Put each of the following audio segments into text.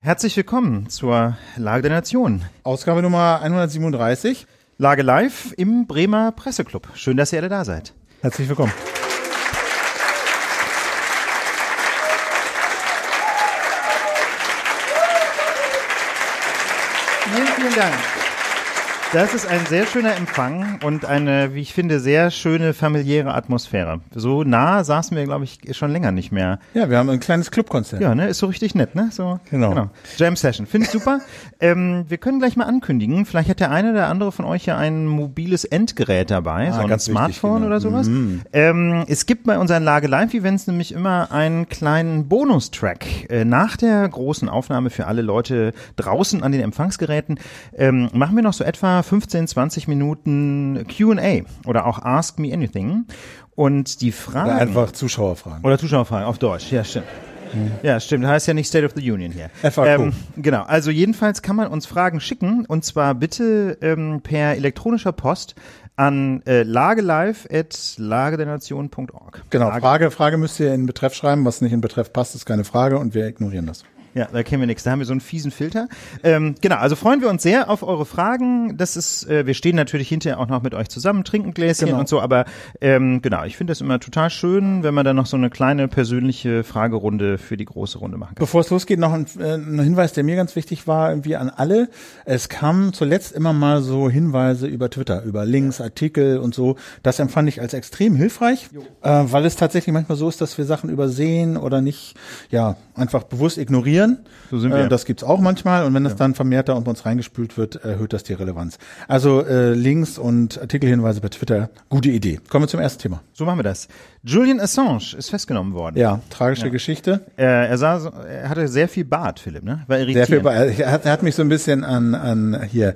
Herzlich willkommen zur Lage der Nation. Ausgabe Nummer 137. Lage live im Bremer Presseclub. Schön, dass ihr alle da seid. Herzlich willkommen. Vielen, vielen Dank. Das ist ein sehr schöner Empfang und eine, wie ich finde, sehr schöne familiäre Atmosphäre. So nah saßen wir, glaube ich, schon länger nicht mehr. Ja, wir haben ein kleines Clubkonzert. Ja, ne, ist so richtig nett, ne? So, genau. Jam Session, finde ich super. Wir können gleich mal ankündigen, vielleicht hat der eine oder andere von euch ja ein mobiles Endgerät dabei, so ein Smartphone oder sowas. Es gibt bei unseren Lage Live Events nämlich immer einen kleinen Bonustrack. Nach der großen Aufnahme für alle Leute draußen an den Empfangsgeräten machen wir noch so etwa 15, 20 Minuten Q&A oder auch Ask Me Anything. Und die Fragen... Oder einfach Zuschauerfragen. Oder Zuschauerfragen, auf Deutsch, ja stimmt. Ja, stimmt. Das heißt ja nicht State of the Union hier. FAQ. Genau. Also jedenfalls kann man uns Fragen schicken und zwar bitte per elektronischer Post an lagelive@lagedernation.org. Genau. Frage müsst ihr in Betreff schreiben. Was nicht in Betreff passt, ist keine Frage und wir ignorieren das. Ja, da kennen wir nichts. Da haben wir so einen fiesen Filter. Genau, also freuen wir uns sehr auf eure Fragen. Das ist, wir stehen natürlich hinterher auch noch mit euch zusammen, trinken Gläschen und so, aber genau, ich finde das immer total schön, wenn man dann noch so eine kleine persönliche Fragerunde für die große Runde machen kann. Bevor es losgeht, noch ein Hinweis, der mir ganz wichtig war, irgendwie an alle. Es kamen zuletzt immer mal so Hinweise über Twitter, über Links, Artikel und so. Das empfand ich als extrem hilfreich, weil es tatsächlich manchmal so ist, dass wir Sachen übersehen oder nicht, ja, einfach bewusst ignorieren. So sind wir. Das gibt's auch manchmal und wenn das dann vermehrter und bei uns reingespült wird, erhöht das die Relevanz. Also Links und Artikelhinweise bei Twitter, gute Idee. Kommen wir zum ersten Thema. So machen wir das. Julian Assange ist festgenommen worden. Ja, tragische Geschichte. Er hatte sehr viel Bart, Philipp, ne? War irritierend. Sehr viel Bart. Er hat mich so ein bisschen an hier,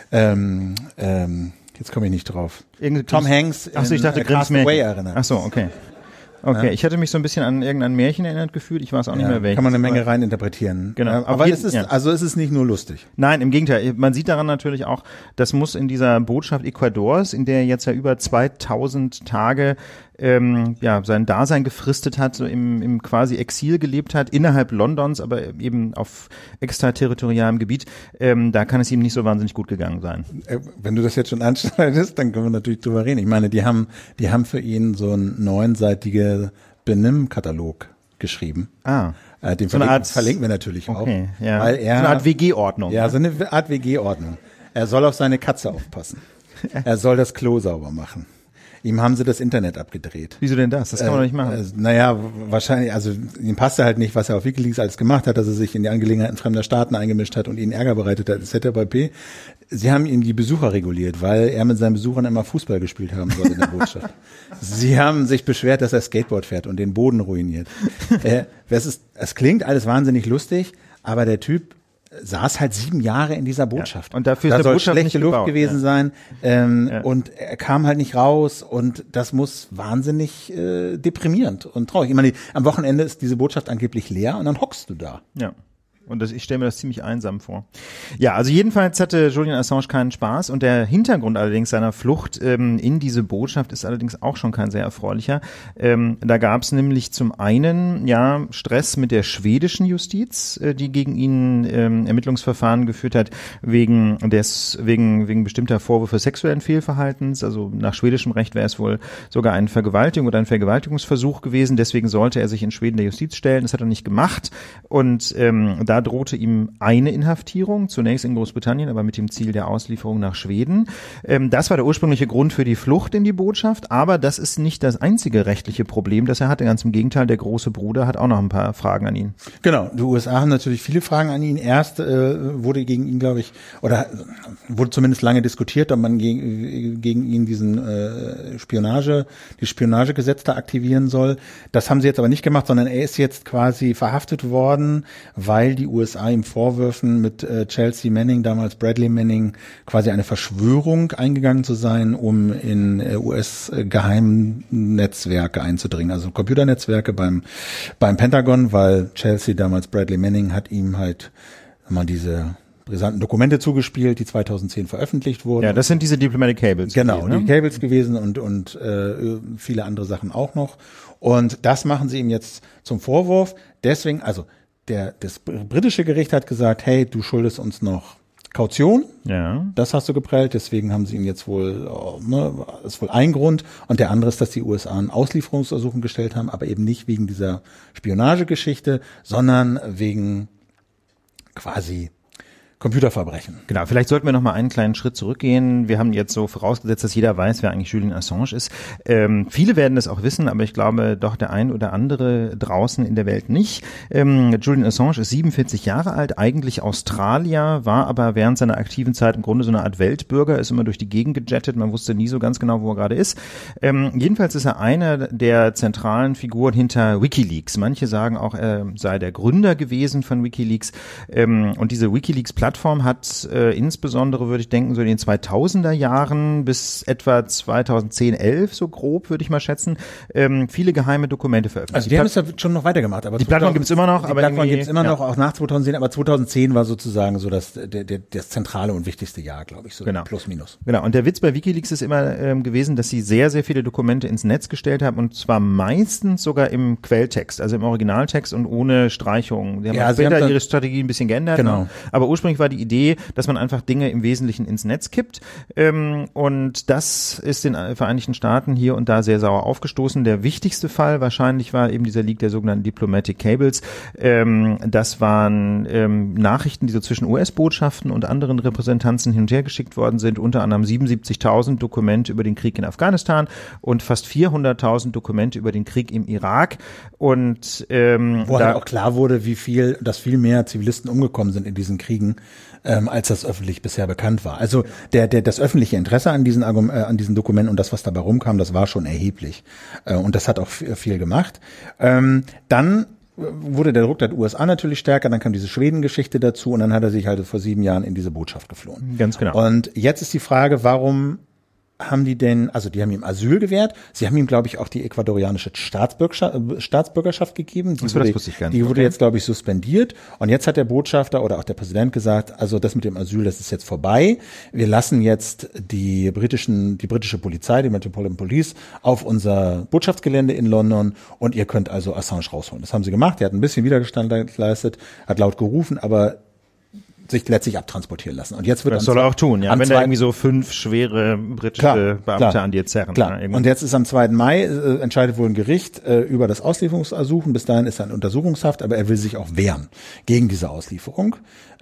jetzt komme ich nicht drauf. Tom Hanks in ich dachte, Cast Away erinnert. Ach so, okay. Okay, ich hatte mich so ein bisschen an irgendein Märchen erinnert gefühlt, ich weiß auch nicht mehr welches. Kann man eine Menge reininterpretieren. Genau. Aber es ist nicht nur lustig. Nein, im Gegenteil. Man sieht daran natürlich auch, das muss in dieser Botschaft Ecuadors, in der jetzt ja über 2000 Tage sein Dasein gefristet hat, so im quasi Exil gelebt hat, innerhalb Londons, aber eben auf extraterritorialem Gebiet, da kann es ihm nicht so wahnsinnig gut gegangen sein. Wenn du das jetzt schon anschneidest, dann können wir natürlich drüber reden. Ich meine, die haben für ihn so einen 9-seitigen Benimm-Katalog geschrieben. Den verlinken wir natürlich auch. Ja. Weil so eine Art WG-Ordnung. Ja, so eine Art WG-Ordnung. Er soll auf seine Katze aufpassen. Er soll das Klo sauber machen. Ihm haben sie das Internet abgedreht. Wieso denn das? Das kann man doch nicht machen. Naja, wahrscheinlich, also ihm passte halt nicht, was er auf WikiLeaks alles gemacht hat, dass er sich in die Angelegenheiten fremder Staaten eingemischt hat und ihnen Ärger bereitet hat, etc. pp. Sie haben ihm die Besucher reguliert, weil er mit seinen Besuchern immer Fußball gespielt haben sollte in der Botschaft. Sie haben sich beschwert, dass er Skateboard fährt und den Boden ruiniert. Es klingt alles wahnsinnig lustig, aber der Typ saß halt 7 Jahre in dieser Botschaft. Ja, und dafür ist da soll Botschaft schlechte nicht Luft gebaut, gewesen sein und er kam halt nicht raus und das muss wahnsinnig deprimierend und traurig. Ich meine, am Wochenende ist diese Botschaft angeblich leer und dann hockst du da. Ja. Und ich stelle mir das ziemlich einsam vor. Ja, also jedenfalls hatte Julian Assange keinen Spaß und der Hintergrund allerdings seiner Flucht in diese Botschaft ist allerdings auch schon kein sehr erfreulicher. Da gab es nämlich zum einen Stress mit der schwedischen Justiz, die gegen ihn Ermittlungsverfahren geführt hat wegen bestimmter Vorwürfe sexuellen Fehlverhaltens. Also nach schwedischem Recht wäre es wohl sogar eine Vergewaltigung oder ein Vergewaltigungsversuch gewesen. Deswegen sollte er sich in Schweden der Justiz stellen. Das hat er nicht gemacht und da drohte ihm eine Inhaftierung, zunächst in Großbritannien, aber mit dem Ziel der Auslieferung nach Schweden. Das war der ursprüngliche Grund für die Flucht in die Botschaft, aber das ist nicht das einzige rechtliche Problem, das er hatte. Ganz im Gegenteil, der große Bruder hat auch noch ein paar Fragen an ihn. Genau, die USA haben natürlich viele Fragen an ihn. Erst wurde gegen ihn, glaube ich, oder wurde zumindest lange diskutiert, ob man gegen ihn die Spionagegesetz da aktivieren soll. Das haben sie jetzt aber nicht gemacht, sondern er ist jetzt quasi verhaftet worden, weil die USA ihm vorwürfen, mit Chelsea Manning, damals Bradley Manning, quasi eine Verschwörung eingegangen zu sein, um in US-Geheimnetzwerke einzudringen, also Computernetzwerke beim Pentagon, weil Chelsea, damals Bradley Manning, hat ihm halt diese brisanten Dokumente zugespielt, die 2010 veröffentlicht wurden. Ja, das sind diese Diplomatic Cables. Genau, gewesen, ne? Die Cables gewesen und viele andere Sachen auch noch. Und das machen sie ihm jetzt zum Vorwurf. Deswegen, also das britische Gericht hat gesagt, hey, du schuldest uns noch Kaution. Ja. Das hast du geprellt, deswegen haben sie ihn jetzt wohl, ist wohl ein Grund. Und der andere ist, dass die USA ein Auslieferungsersuchen gestellt haben, aber eben nicht wegen dieser Spionagegeschichte, sondern wegen quasi Computerverbrechen. Genau, vielleicht sollten wir noch mal einen kleinen Schritt zurückgehen. Wir haben jetzt so vorausgesetzt, dass jeder weiß, wer eigentlich Julian Assange ist. Viele werden das auch wissen, aber ich glaube doch der ein oder andere draußen in der Welt nicht. Julian Assange ist 47 Jahre alt, eigentlich Australier, war aber während seiner aktiven Zeit im Grunde so eine Art Weltbürger, ist immer durch die Gegend gejettet, man wusste nie so ganz genau, wo er gerade ist. Jedenfalls ist er einer der zentralen Figuren hinter WikiLeaks. Manche sagen auch, er sei der Gründer gewesen von WikiLeaks. Und diese WikiLeaks-Plattform hat insbesondere, würde ich denken, so in den 2000er Jahren bis etwa 2010, 11 so grob, würde ich mal schätzen, viele geheime Dokumente veröffentlicht. Also die haben es ja schon noch weitergemacht. Aber die Plattform gibt es immer noch. Die Plattform gibt es immer noch, auch nach 2010, aber 2010 war sozusagen so das zentrale und wichtigste Jahr, glaube ich, so genau. Plus minus. Genau, und der Witz bei WikiLeaks ist immer gewesen, dass sie sehr, sehr viele Dokumente ins Netz gestellt haben und zwar meistens sogar im Quelltext, also im Originaltext und ohne Streichungen. Die haben später ihre Strategie ein bisschen geändert. Genau. Aber ursprünglich war die Idee, dass man einfach Dinge im Wesentlichen ins Netz kippt. Und das ist den Vereinigten Staaten hier und da sehr sauer aufgestoßen. Der wichtigste Fall wahrscheinlich war eben dieser Leak der sogenannten Diplomatic Cables. Das waren Nachrichten, die so zwischen US-Botschaften und anderen Repräsentanzen hin und her geschickt worden sind. Unter anderem 77.000 Dokumente über den Krieg in Afghanistan und fast 400.000 Dokumente über den Krieg im Irak. Und wo halt auch klar wurde, dass viel mehr Zivilisten umgekommen sind in diesen Kriegen, als das öffentlich bisher bekannt war. Also das öffentliche Interesse an diesen Dokumenten und das, was dabei rumkam, das war schon erheblich. Und das hat auch viel gemacht. Dann wurde der Druck der USA natürlich stärker, dann kam diese Schweden-Geschichte dazu und dann hat er sich halt vor 7 Jahren in diese Botschaft geflohen. Ganz genau. Und jetzt ist die Frage, warum haben die denn, also die haben ihm Asyl gewährt, sie haben ihm, glaube ich, auch die ecuadorianische Staatsbürgerschaft gegeben. Das wusste ich gar nicht. Die wurde jetzt, glaube ich, suspendiert und jetzt hat der Botschafter oder auch der Präsident gesagt, also das mit dem Asyl, das ist jetzt vorbei. Wir lassen jetzt die britische Polizei, die Metropolitan Police, auf unser Botschaftsgelände in London und ihr könnt also Assange rausholen. Das haben sie gemacht, er hat ein bisschen Widerstand geleistet, hat laut gerufen, aber sich letztlich abtransportieren lassen. Und jetzt wird das soll er auch tun, ja. Wenn da irgendwie so 5 schwere britische Beamte an dir zerren. Klar. Und jetzt ist am 2. Mai, entscheidet wohl ein Gericht über das Auslieferungsersuchen. Bis dahin ist er in Untersuchungshaft, aber er will sich auch wehren gegen diese Auslieferung.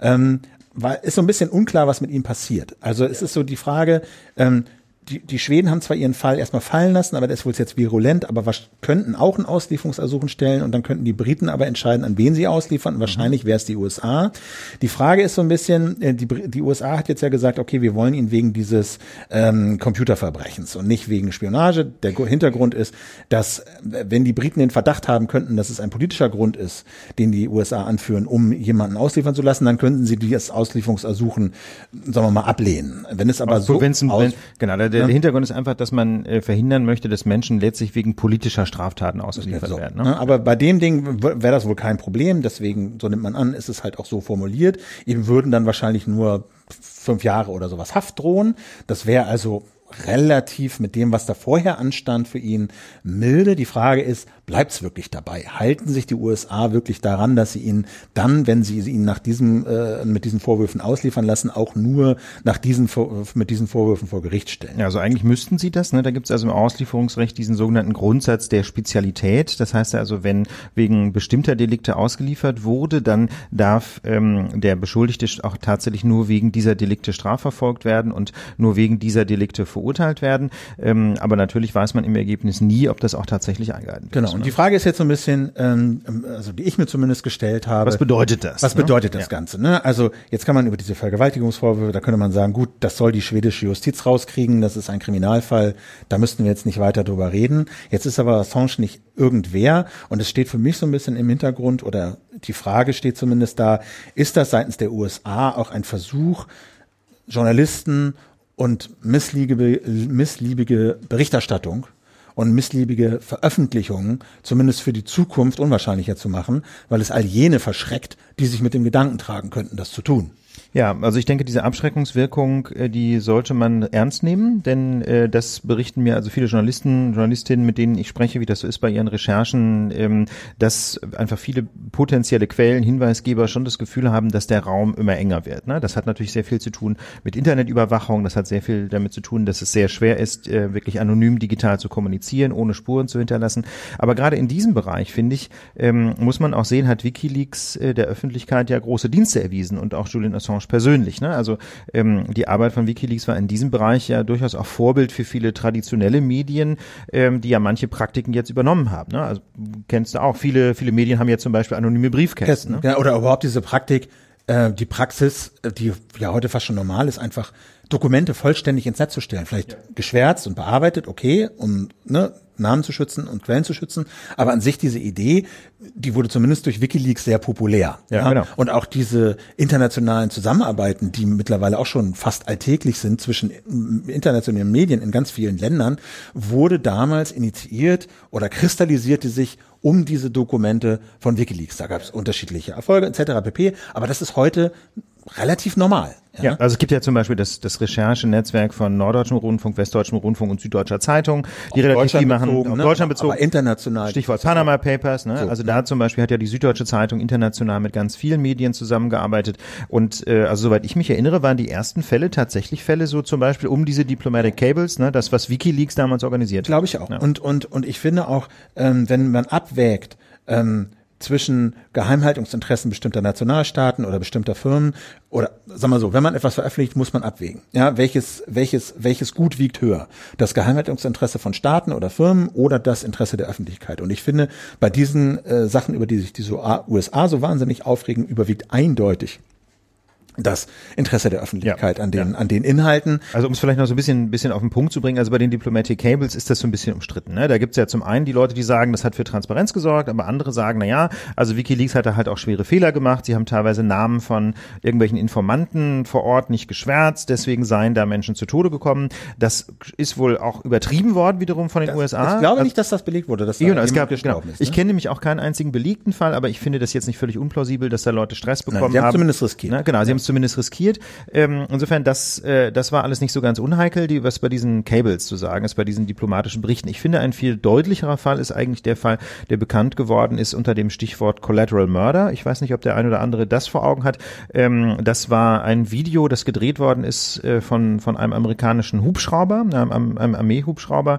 Ist so ein bisschen unklar, was mit ihm passiert. Also es ist so die Frage, die Schweden haben zwar ihren Fall erstmal fallen lassen, aber der ist wohl jetzt virulent, aber könnten auch ein Auslieferungsersuchen stellen und dann könnten die Briten aber entscheiden, an wen sie ausliefern. Wahrscheinlich wäre es die USA. Die Frage ist so ein bisschen, die USA hat jetzt ja gesagt, okay, wir wollen ihn wegen dieses Computerverbrechens und nicht wegen Spionage. Der Hintergrund ist, dass wenn die Briten den Verdacht haben könnten, dass es ein politischer Grund ist, den die USA anführen, um jemanden ausliefern zu lassen, dann könnten sie dieses Auslieferungsersuchen, sagen wir mal, ablehnen. Wenn es aber Der Hintergrund ist einfach, dass man verhindern möchte, dass Menschen letztlich wegen politischer Straftaten ausgeliefert werden. Ne? Aber bei dem Ding wäre das wohl kein Problem. Deswegen, so nimmt man an, ist es halt auch so formuliert. Ihm würden dann wahrscheinlich nur 5 Jahre oder sowas Haft drohen. Das wäre also relativ mit dem, was da vorher anstand für ihn, milde. Die Frage ist, bleibt es wirklich dabei? Halten sich die USA wirklich daran, dass sie ihn dann, wenn sie ihn mit diesen Vorwürfen ausliefern lassen, auch nur mit diesen Vorwürfen vor Gericht stellen? Ja, also eigentlich müssten sie das. Ne? Da gibt es also im Auslieferungsrecht diesen sogenannten Grundsatz der Spezialität. Das heißt also, wenn wegen bestimmter Delikte ausgeliefert wurde, dann darf der Beschuldigte auch tatsächlich nur wegen dieser Delikte strafverfolgt werden und nur wegen dieser Delikte verurteilt werden. Aber natürlich weiß man im Ergebnis nie, ob das auch tatsächlich eingehalten wird. Genau. Und die Frage ist jetzt so ein bisschen, also die ich mir zumindest gestellt habe. Was bedeutet das? Was bedeutet das Ganze? Ne? Also jetzt kann man über diese Vergewaltigungsvorwürfe, da könnte man sagen, gut, das soll die schwedische Justiz rauskriegen, das ist ein Kriminalfall, da müssten wir jetzt nicht weiter drüber reden. Jetzt ist aber Assange nicht irgendwer und es steht für mich so ein bisschen im Hintergrund oder die Frage steht zumindest da, ist das seitens der USA auch ein Versuch, Journalisten und missliebige Berichterstattung und missliebige Veröffentlichungen zumindest für die Zukunft unwahrscheinlicher zu machen, weil es all jene verschreckt, die sich mit dem Gedanken tragen könnten, das zu tun. Ja, also ich denke, diese Abschreckungswirkung, die sollte man ernst nehmen, denn das berichten mir also viele Journalistinnen, mit denen ich spreche, wie das so ist bei ihren Recherchen, dass einfach viele potenzielle Quellen, Hinweisgeber schon das Gefühl haben, dass der Raum immer enger wird. Ne? Das hat natürlich sehr viel zu tun mit Internetüberwachung, das hat sehr viel damit zu tun, dass es sehr schwer ist, wirklich anonym digital zu kommunizieren, ohne Spuren zu hinterlassen. Aber gerade in diesem Bereich, finde ich, muss man auch sehen, hat WikiLeaks der Öffentlichkeit ja große Dienste erwiesen und auch Julian Assange persönlich. Ne? Also die Arbeit von WikiLeaks war in diesem Bereich ja durchaus auch Vorbild für viele traditionelle Medien, die ja manche Praktiken jetzt übernommen haben. Ne? Also kennst du auch, viele Medien haben ja zum Beispiel anonyme Briefkästen. Ne? Ja, oder überhaupt diese Praktik, die Praxis, die ja heute fast schon normal ist, einfach Dokumente vollständig ins Netz zu stellen. Vielleicht geschwärzt und bearbeitet, okay, um Namen zu schützen und Quellen zu schützen. Aber an sich diese Idee, die wurde zumindest durch WikiLeaks sehr populär. Ja, genau. Und auch diese internationalen Zusammenarbeiten, die mittlerweile auch schon fast alltäglich sind zwischen internationalen Medien in ganz vielen Ländern, wurde damals initiiert oder kristallisierte sich um diese Dokumente von WikiLeaks. Da gab es unterschiedliche Erfolge etc. pp. Aber das ist heute relativ normal. Ja, also es gibt ja zum Beispiel das Recherchenetzwerk von Norddeutschem Rundfunk, Westdeutschem Rundfunk und Süddeutscher Zeitung, die relativ viel machen, auf Deutschland bezogen. Aber international. Stichwort Panama Papers, ne? So, also da zum Beispiel hat ja die Süddeutsche Zeitung international mit ganz vielen Medien zusammengearbeitet und also soweit ich mich erinnere, waren die ersten Fälle tatsächlich Fälle so zum Beispiel um diese Diplomatic Cables, ne? Das, was WikiLeaks damals organisiert hat. Glaube ich auch. Ja. Und ich finde auch, wenn man abwägt, zwischen Geheimhaltungsinteressen bestimmter Nationalstaaten oder bestimmter Firmen oder sagen wir so, wenn man etwas veröffentlicht, muss man abwägen. Ja, welches Gut wiegt höher? Das Geheimhaltungsinteresse von Staaten oder Firmen oder das Interesse der Öffentlichkeit? Und ich finde, bei diesen Sachen, über die sich die USA so wahnsinnig aufregen, überwiegt eindeutig das Interesse der Öffentlichkeit an den Inhalten. Also um es vielleicht noch so ein bisschen auf den Punkt zu bringen, also bei den Diplomatic Cables ist das so ein bisschen umstritten. Ne? Da gibt's ja zum einen die Leute, die sagen, das hat für Transparenz gesorgt, aber andere sagen, also WikiLeaks hat da halt auch schwere Fehler gemacht. Sie haben teilweise Namen von irgendwelchen Informanten vor Ort nicht geschwärzt, deswegen seien da Menschen zu Tode gekommen. Das ist wohl auch übertrieben worden wiederum von den USA. Ich glaube nicht, dass das belegt wurde, dass da jemand gestorben ist. Ne? Ich kenne nämlich auch keinen einzigen belegten Fall, aber ich finde das jetzt nicht völlig unplausibel, dass da Leute Stress bekommen haben. Sie haben zumindest riskiert. Ne? Genau, sie haben zumindest riskiert. Insofern, das war alles nicht so ganz unheikel, was bei diesen Cables zu sagen ist, bei diesen diplomatischen Berichten. Ich finde, ein viel deutlicherer Fall ist eigentlich der Fall, der bekannt geworden ist unter dem Stichwort Collateral Murder. Ich weiß nicht, ob der ein oder andere das vor Augen hat. Das war ein Video, das gedreht worden ist von einem amerikanischen Hubschrauber, einem Armeehubschrauber,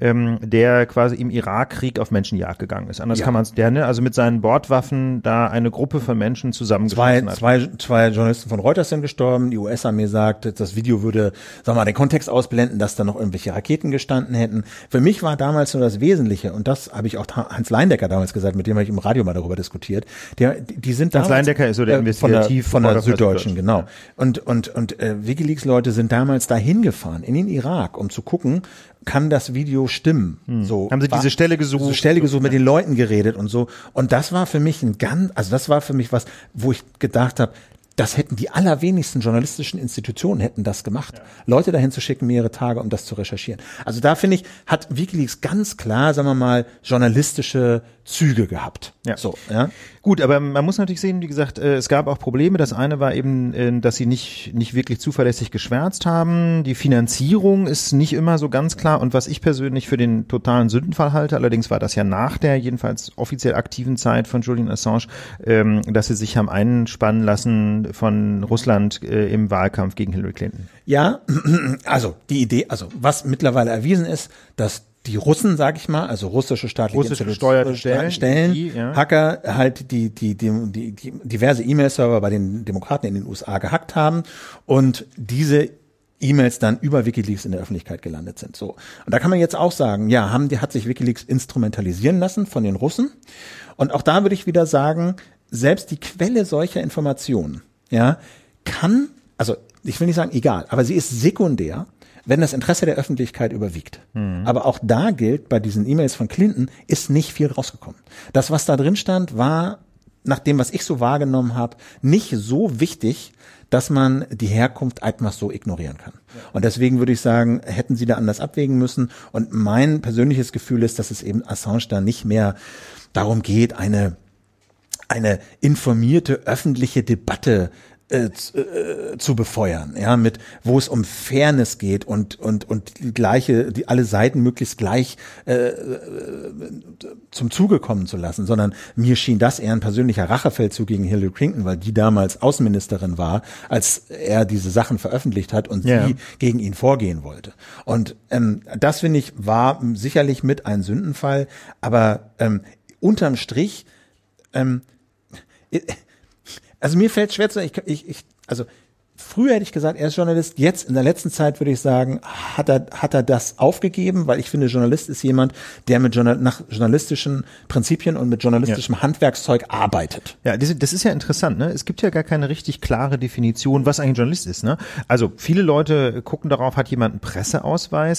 der quasi im Irakkrieg auf Menschenjagd gegangen ist. Anders kann man es, also mit seinen Bordwaffen da eine Gruppe von Menschen zusammengeschossen hat. Zwei Journalisten von Reuters sind gestorben. Die US-Armee sagt, das Video würde, sagen wir mal, den Kontext ausblenden, dass da noch irgendwelche Raketen gestanden hätten. Für mich war damals nur das Wesentliche, und das habe ich auch Hans Leindecker damals gesagt, mit dem habe ich im Radio mal darüber diskutiert. Die sind damals, Hans Leindecker ist so der Investigativ von der Süddeutschen, genau. Und WikiLeaks-Leute sind damals dahin gefahren, in den Irak, um zu gucken, kann das Video stimmen? So. Haben sie diese Stelle gesucht? Mit den Leuten geredet und so. Und das war für mich das war für mich was, wo ich gedacht habe, das hätten die allerwenigsten journalistischen Institutionen hätten das gemacht. Ja. Leute dahin zu schicken, mehrere Tage, um das zu recherchieren. Also da finde ich, hat WikiLeaks ganz klar, sagen wir mal, journalistische Züge gehabt. Ja. So, ja. Gut, aber man muss natürlich sehen, wie gesagt, es gab auch Probleme. Das eine war eben, dass sie nicht wirklich zuverlässig geschwärzt haben. Die Finanzierung ist nicht immer so ganz klar. Und was ich persönlich für den totalen Sündenfall halte, allerdings war das ja nach der jedenfalls offiziell aktiven Zeit von Julian Assange, dass sie sich haben einspannen lassen von Russland im Wahlkampf gegen Hillary Clinton. Ja, also die Idee, also was mittlerweile erwiesen ist, dass die Russen, sag ich mal, also russische staatliche Stellen, Hacker halt die diverse E-Mail-Server bei den Demokraten in den USA gehackt haben und diese E-Mails dann über WikiLeaks in der Öffentlichkeit gelandet sind. So. Und da kann man jetzt auch sagen, hat sich WikiLeaks instrumentalisieren lassen von den Russen. Und auch da würde ich wieder sagen, selbst die Quelle solcher Informationen, kann, also ich will nicht sagen egal, aber sie ist sekundär, wenn das Interesse der Öffentlichkeit überwiegt. Aber auch da gilt, bei diesen E-Mails von Clinton ist nicht viel rausgekommen. Das, was da drin stand, war, nach dem, was ich so wahrgenommen habe, nicht so wichtig, dass man die Herkunft einfach so ignorieren kann. Ja. Und deswegen würde ich sagen, hätten sie da anders abwägen müssen. Und mein persönliches Gefühl ist, dass es eben Assange da nicht mehr darum geht, eine informierte öffentliche Debatte zu befeuern, ja, mit wo es um Fairness geht und alle Seiten möglichst gleich zum Zuge kommen zu lassen, sondern mir schien das eher ein persönlicher Rachefeldzug gegen Hillary Clinton, weil die damals Außenministerin war, als er diese Sachen veröffentlicht hat und sie gegen ihn vorgehen wollte. Und das, finde ich, war sicherlich mit ein Sündenfall, aber unterm Strich also mir fällt schwer zu sagen, also früher hätte ich gesagt, er ist Journalist, jetzt in der letzten Zeit würde ich sagen, hat er das aufgegeben, weil ich finde, Journalist ist jemand, der nach journalistischen Prinzipien und mit journalistischem Handwerkszeug arbeitet. Ja, das ist ja interessant, ne? Es gibt ja gar keine richtig klare Definition, was eigentlich ein Journalist ist, ne? Also viele Leute gucken darauf, hat jemand einen Presseausweis,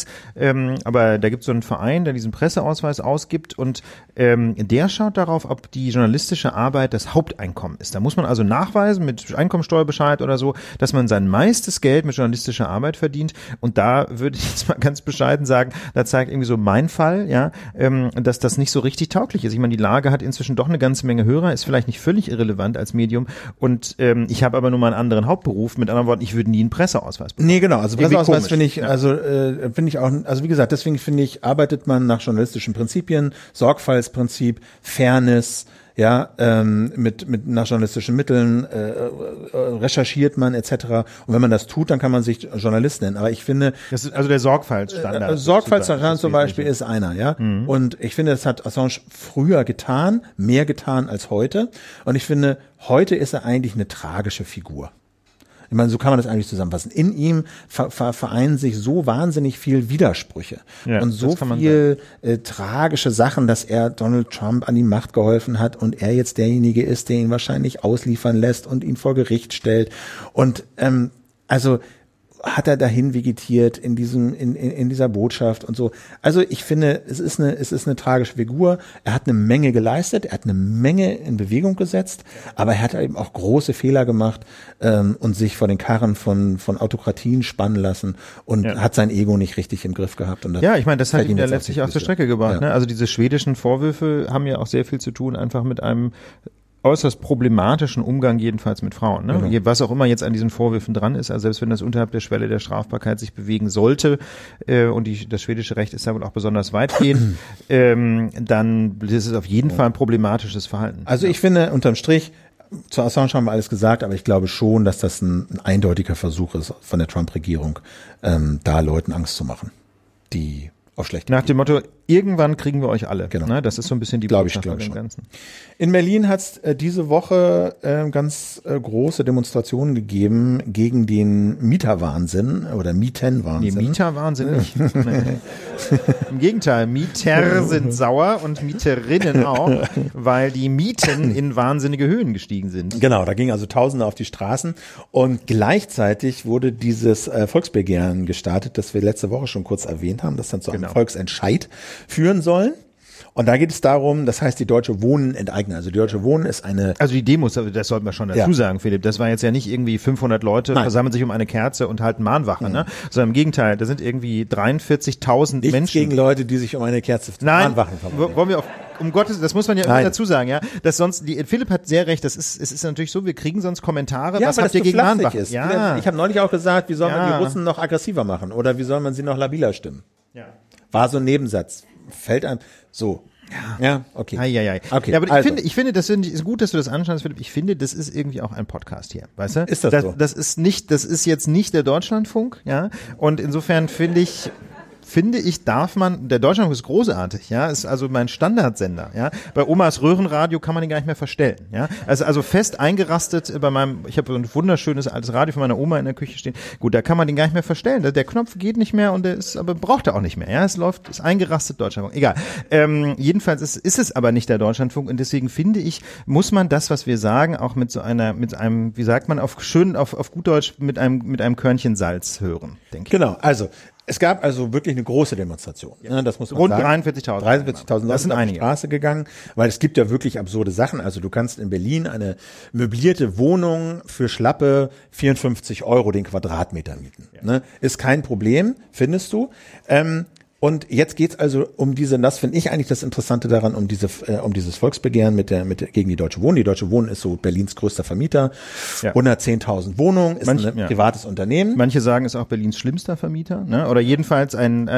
aber da gibt es so einen Verein, der diesen Presseausweis ausgibt und der schaut darauf, ob die journalistische Arbeit das Haupteinkommen ist. Da muss man also nachweisen mit Einkommensteuerbescheid oder so, dass man sein meistes Geld mit journalistischer Arbeit verdient. Und da würde ich jetzt mal ganz bescheiden sagen, da zeigt irgendwie so mein Fall, ja, dass das nicht so richtig tauglich ist. Ich meine, die Lage hat inzwischen doch eine ganze Menge Hörer, ist vielleicht nicht völlig irrelevant als Medium. Und ich habe aber nur mal einen anderen Hauptberuf. Mit anderen Worten, ich würde nie einen Presseausweis bekommen. Nee, genau. Also Presseausweis finde ich, finde ich auch, also wie gesagt, deswegen finde ich, arbeitet man nach journalistischen Prinzipien, Sorgfaltsprinzip, Fairness, ja, mit nach journalistischen Mitteln recherchiert man etc. Und wenn man das tut, dann kann man sich Journalist nennen. Aber ich finde, das ist also der Sorgfaltsstandard. Sorgfaltsstandard zum Beispiel ist einer, ja. Mhm. Und ich finde, das hat Assange früher getan, mehr getan als heute. Und ich finde, heute ist er eigentlich eine tragische Figur. Ich meine, so kann man das eigentlich zusammenfassen. In ihm vereinen sich so wahnsinnig viel Widersprüche und so viel tragische Sachen, dass er Donald Trump an die Macht geholfen hat und er jetzt derjenige ist, der ihn wahrscheinlich ausliefern lässt und ihn vor Gericht stellt. Und also hat er dahin vegetiert in dieser Botschaft und so. Also ich finde, es ist eine tragische Figur. Er hat eine Menge geleistet, er hat eine Menge in Bewegung gesetzt, aber er hat eben auch große Fehler gemacht und sich vor den Karren von Autokratien spannen lassen und hat sein Ego nicht richtig im Griff gehabt. Und ich meine, das hat ihn ja letztlich auch zur Strecke gebracht. Ja. Ne? Also diese schwedischen Vorwürfe haben ja auch sehr viel zu tun, einfach mit einem äußerst problematischen Umgang jedenfalls mit Frauen. Ne? Genau. Was auch immer jetzt an diesen Vorwürfen dran ist, also selbst wenn das unterhalb der Schwelle der Strafbarkeit sich bewegen sollte und das schwedische Recht ist da wohl auch besonders weitgehend, dann ist es auf jeden Fall ein problematisches Verhalten. Also ich finde, unterm Strich, zu Assange haben wir alles gesagt, aber ich glaube schon, dass das ein eindeutiger Versuch ist von der Trump-Regierung, da Leuten Angst zu machen, die auch schlecht. Nach dem Motto, irgendwann kriegen wir euch alle. Genau. Ne? Das ist so ein bisschen die Botschaft von dem Ganzen. In Berlin hat es diese Woche ganz große Demonstrationen gegeben gegen den Mieterwahnsinn oder Mietenwahnsinn. Nee, Mieterwahnsinn nicht. Im Gegenteil, Mieter sind sauer und Mieterinnen auch, weil die Mieten in wahnsinnige Höhen gestiegen sind. Genau, da gingen also Tausende auf die Straßen und gleichzeitig wurde dieses Volksbegehren gestartet, das wir letzte Woche schon kurz erwähnt haben, das dann zu einem Volksentscheid führen sollen. Und da geht es darum, das heißt, die Deutsche Wohnen enteignen. Also die Deutsche Wohnen ist eine... Also die Demos, das sollten wir schon dazu sagen, Philipp. Das war jetzt ja nicht irgendwie 500 Leute versammeln sich um eine Kerze und halten Mahnwache, ne? Sondern im Gegenteil, da sind irgendwie 43.000 Menschen. Gegen Leute, die sich um eine Kerze Mahnwachen versammeln. Wollen wir um Gottes, das muss man ja immer dazu sagen, ja. Dass sonst, Philipp hat sehr recht, es ist natürlich so, wir kriegen sonst Kommentare, was habt ihr gegen Mahnwachen? Ja. Ich habe neulich auch gesagt, wie soll man die Russen noch aggressiver machen? Oder wie soll man sie noch labiler stimmen? Ja. War so ein Nebensatz. Fällt einem so. Ja, okay. Okay. Ja, aber ich finde, das ist gut, dass du das anschaust, Philipp. Ich finde, das ist irgendwie auch ein Podcast hier, weißt du? Ist das so? Das ist jetzt nicht der Deutschlandfunk, ja. Und insofern finde ich, der Deutschlandfunk ist großartig, ja, ist also mein Standardsender, ja. Bei Omas Röhrenradio kann man den gar nicht mehr verstellen, ja. Also fest eingerastet ich habe so ein wunderschönes altes Radio von meiner Oma in der Küche stehen. Gut, da kann man den gar nicht mehr verstellen. Der Knopf geht nicht mehr und braucht er auch nicht mehr, ja. Ist eingerastet Deutschlandfunk. Egal. Jedenfalls ist es aber nicht der Deutschlandfunk und deswegen finde ich, muss man das, was wir sagen, auch mit einem, wie sagt man, auf gut Deutsch, mit einem Körnchen Salz hören, denke ich. Genau. Also, es gab also wirklich eine große Demonstration. Ja. Das muss man Rund sagen. 43.000. 43.000 Leute sind auf die Straße gegangen, weil es gibt ja wirklich absurde Sachen. Also du kannst in Berlin eine möblierte Wohnung für schlappe 54 € den Quadratmeter mieten. Ja. Ne? Ist kein Problem, findest du. Und jetzt geht's also um das finde ich eigentlich das Interessante daran, um dieses Volksbegehren gegen die Deutsche Wohnen. Die Deutsche Wohnen ist so Berlins größter Vermieter. Ja. 110.000 Wohnungen, ist ein privates Unternehmen. Manche sagen, ist auch Berlins schlimmster Vermieter, ne? Oder jedenfalls ein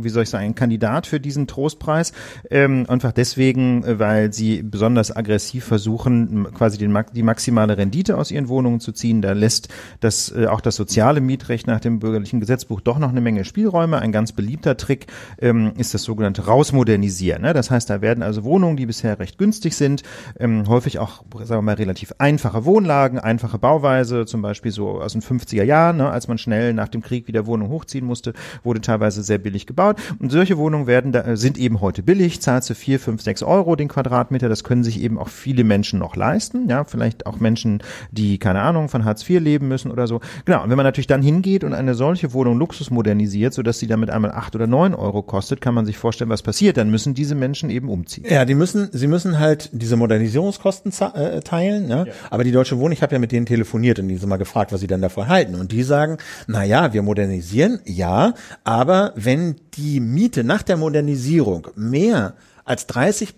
Kandidat für diesen Trostpreis. Einfach deswegen, weil sie besonders aggressiv versuchen, quasi die maximale Rendite aus ihren Wohnungen zu ziehen. Da lässt auch das soziale Mietrecht nach dem bürgerlichen Gesetzbuch doch noch eine Menge Spielräume. Ein ganz beliebter Trick ist das sogenannte Rausmodernisieren. Ne? Das heißt, da werden also Wohnungen, die bisher recht günstig sind, häufig auch, sagen wir mal, relativ einfache Wohnlagen, einfache Bauweise, zum Beispiel so aus den 50er Jahren, ne? Als man schnell nach dem Krieg wieder Wohnungen hochziehen musste, wurde teilweise sehr billig gebaut. Und solche Wohnungen sind eben heute billig, zahlst du 4, 5, 6 Euro den Quadratmeter. Das können sich eben auch viele Menschen noch leisten. Ja, vielleicht auch Menschen, die, keine Ahnung, von Hartz IV leben müssen oder so. Genau. Und wenn man natürlich dann hingeht und eine solche Wohnung luxusmodernisiert, sodass sie damit einmal 8 oder 9 Euro kostet, kann man sich vorstellen, was passiert. Dann müssen diese Menschen eben umziehen. Ja, sie müssen halt diese Modernisierungskosten teilen. Ne? Ja. Aber die Deutsche Wohnen, ich habe ja mit denen telefoniert und die sind mal gefragt, was sie denn davon halten. Und die sagen, wir modernisieren, ja, aber wenn die Miete nach der Modernisierung mehr als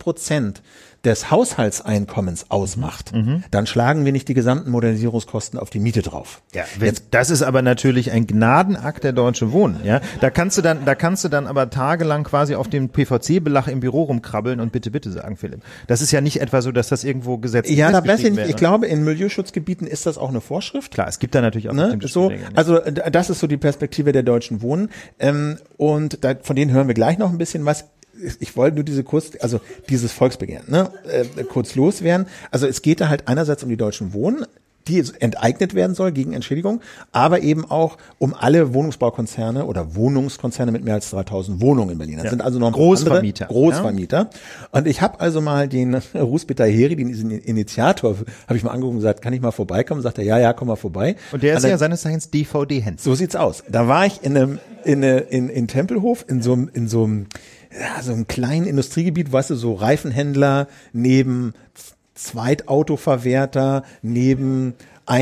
30% des Haushaltseinkommens ausmacht, dann schlagen wir nicht die gesamten Modernisierungskosten auf die Miete drauf. Ja, das ist aber natürlich ein Gnadenakt der Deutsche Wohnen. Ja, da kannst du dann aber tagelang quasi auf dem PVC-Belach im Büro rumkrabbeln und bitte sagen, Philipp. Das ist ja nicht etwa so, dass das irgendwo gesetzlich ist. Ja, da weiß ich nicht. Ich glaube, in Milieuschutzgebieten ist das auch eine Vorschrift. Klar, es gibt da natürlich auch bestimmte Spielregeln. Also das ist so die Perspektive der Deutschen Wohnen. Und von denen hören wir gleich noch ein bisschen was. Ich wollte nur dieses Volksbegehren, kurz loswerden. Also es geht da halt einerseits um die Deutschen Wohnen, die enteignet werden soll gegen Entschädigung, aber eben auch um alle Wohnungsbaukonzerne oder Wohnungskonzerne mit mehr als 3.000 Wohnungen in Berlin. Das sind also noch Großvermieter. Großvermieter. Ja. Und ich habe also mal den Rusbit Taheri, den Initiator, habe ich mal angeguckt und gesagt, kann ich mal vorbeikommen? Sagt er, ja, komm mal vorbei. Und der ist ja seines Zeichens DVD-Händler. So sieht's aus. Da war ich in Tempelhof, in so einem kleinen Industriegebiet, weißt du, so Reifenhändler neben Zweitautoverwerter, neben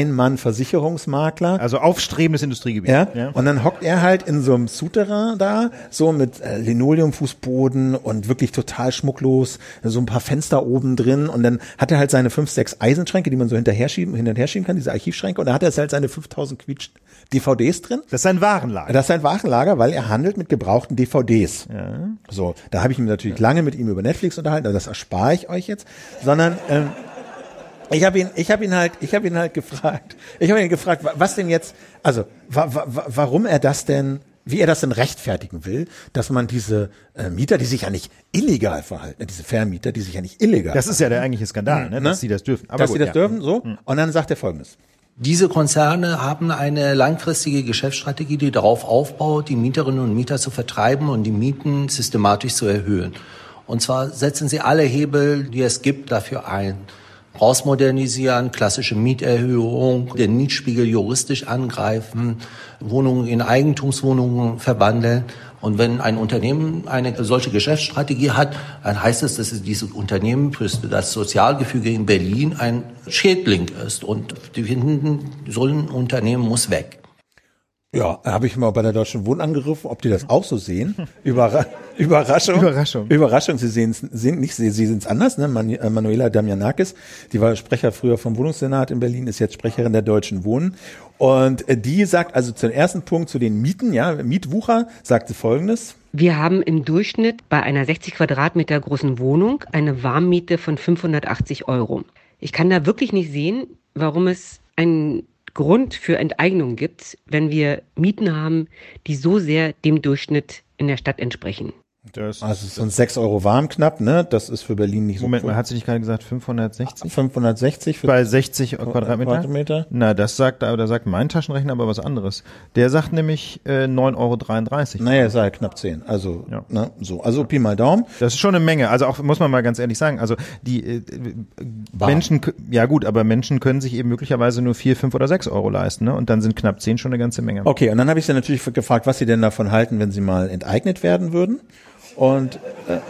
Ein-Mann-Versicherungsmakler. Also aufstrebendes Industriegebiet. Ja. Und dann hockt er halt in so einem Souterrain da, so mit Linoleumfußboden und wirklich total schmucklos, so ein paar Fenster oben drin und dann hat er halt seine 5, 6 Eisenschränke, die man so hin und her schieben kann, diese Archivschränke und da hat er halt seine 5000 DVDs drin. Das ist ein Warenlager. Das ist ein Warenlager, weil er handelt mit gebrauchten DVDs. Ja. So, da habe ich mich natürlich lange mit ihm über Netflix unterhalten, also das erspare ich euch jetzt, sondern ich habe ihn halt gefragt, was denn jetzt, also warum er das denn, wie er das denn rechtfertigen will, dass man diese Mieter, die sich ja nicht illegal verhalten, diese Vermieter, die sich ja nicht illegal Das ist ja der eigentliche Skandal, dass sie das dürfen. Aber dass sie das dürfen, so. Und dann sagt er Folgendes. Diese Konzerne haben eine langfristige Geschäftsstrategie, die darauf aufbaut, die Mieterinnen und Mieter zu vertreiben und die Mieten systematisch zu erhöhen. Und zwar setzen sie alle Hebel, die es gibt, dafür ein. Rausmodernisieren, klassische Mieterhöhung, den Mietspiegel juristisch angreifen, Wohnungen in Eigentumswohnungen verwandeln. Und wenn ein Unternehmen eine solche Geschäftsstrategie hat, dann heißt es, dass dieses Unternehmen für das Sozialgefüge in Berlin ein Schädling ist. Und die finden, so ein Unternehmen muss weg. Ja, habe ich mal bei der Deutschen Wohnen angerufen, ob die das auch so sehen. Überraschung. Sie sehen es anders. Ne? Manuela Damianakis, die war Sprecher früher vom Wohnungssenat in Berlin, ist jetzt Sprecherin der Deutschen Wohnen. Und die sagt also zum ersten Punkt zu den Mieten, Mietwucher, sagt sie Folgendes. Wir haben im Durchschnitt bei einer 60 Quadratmeter großen Wohnung eine Warmmiete von 580 €. Ich kann da wirklich nicht sehen, warum es einen Grund für Enteignung gibt, wenn wir Mieten haben, die so sehr dem Durchschnitt in der Stadt entsprechen. Also es sind 6 € warm knapp, ne? Das ist für Berlin nicht so. Moment mal, hat sie nicht gerade gesagt 560? 560 bei 60 Quadratmeter? Na, da sagt mein Taschenrechner aber was anderes. Der sagt nämlich 9,33 €. Naja, es sei knapp 10. Also, ja. Also Pi mal Daumen. Das ist schon eine Menge. Also auch, muss man mal ganz ehrlich sagen, also die Menschen, ja gut, aber Menschen können sich eben möglicherweise nur 4, 5 oder 6 € leisten, ne? Und dann sind knapp 10 schon eine ganze Menge. Okay, und dann habe ich sie natürlich gefragt, was sie denn davon halten, wenn sie mal enteignet werden würden. Und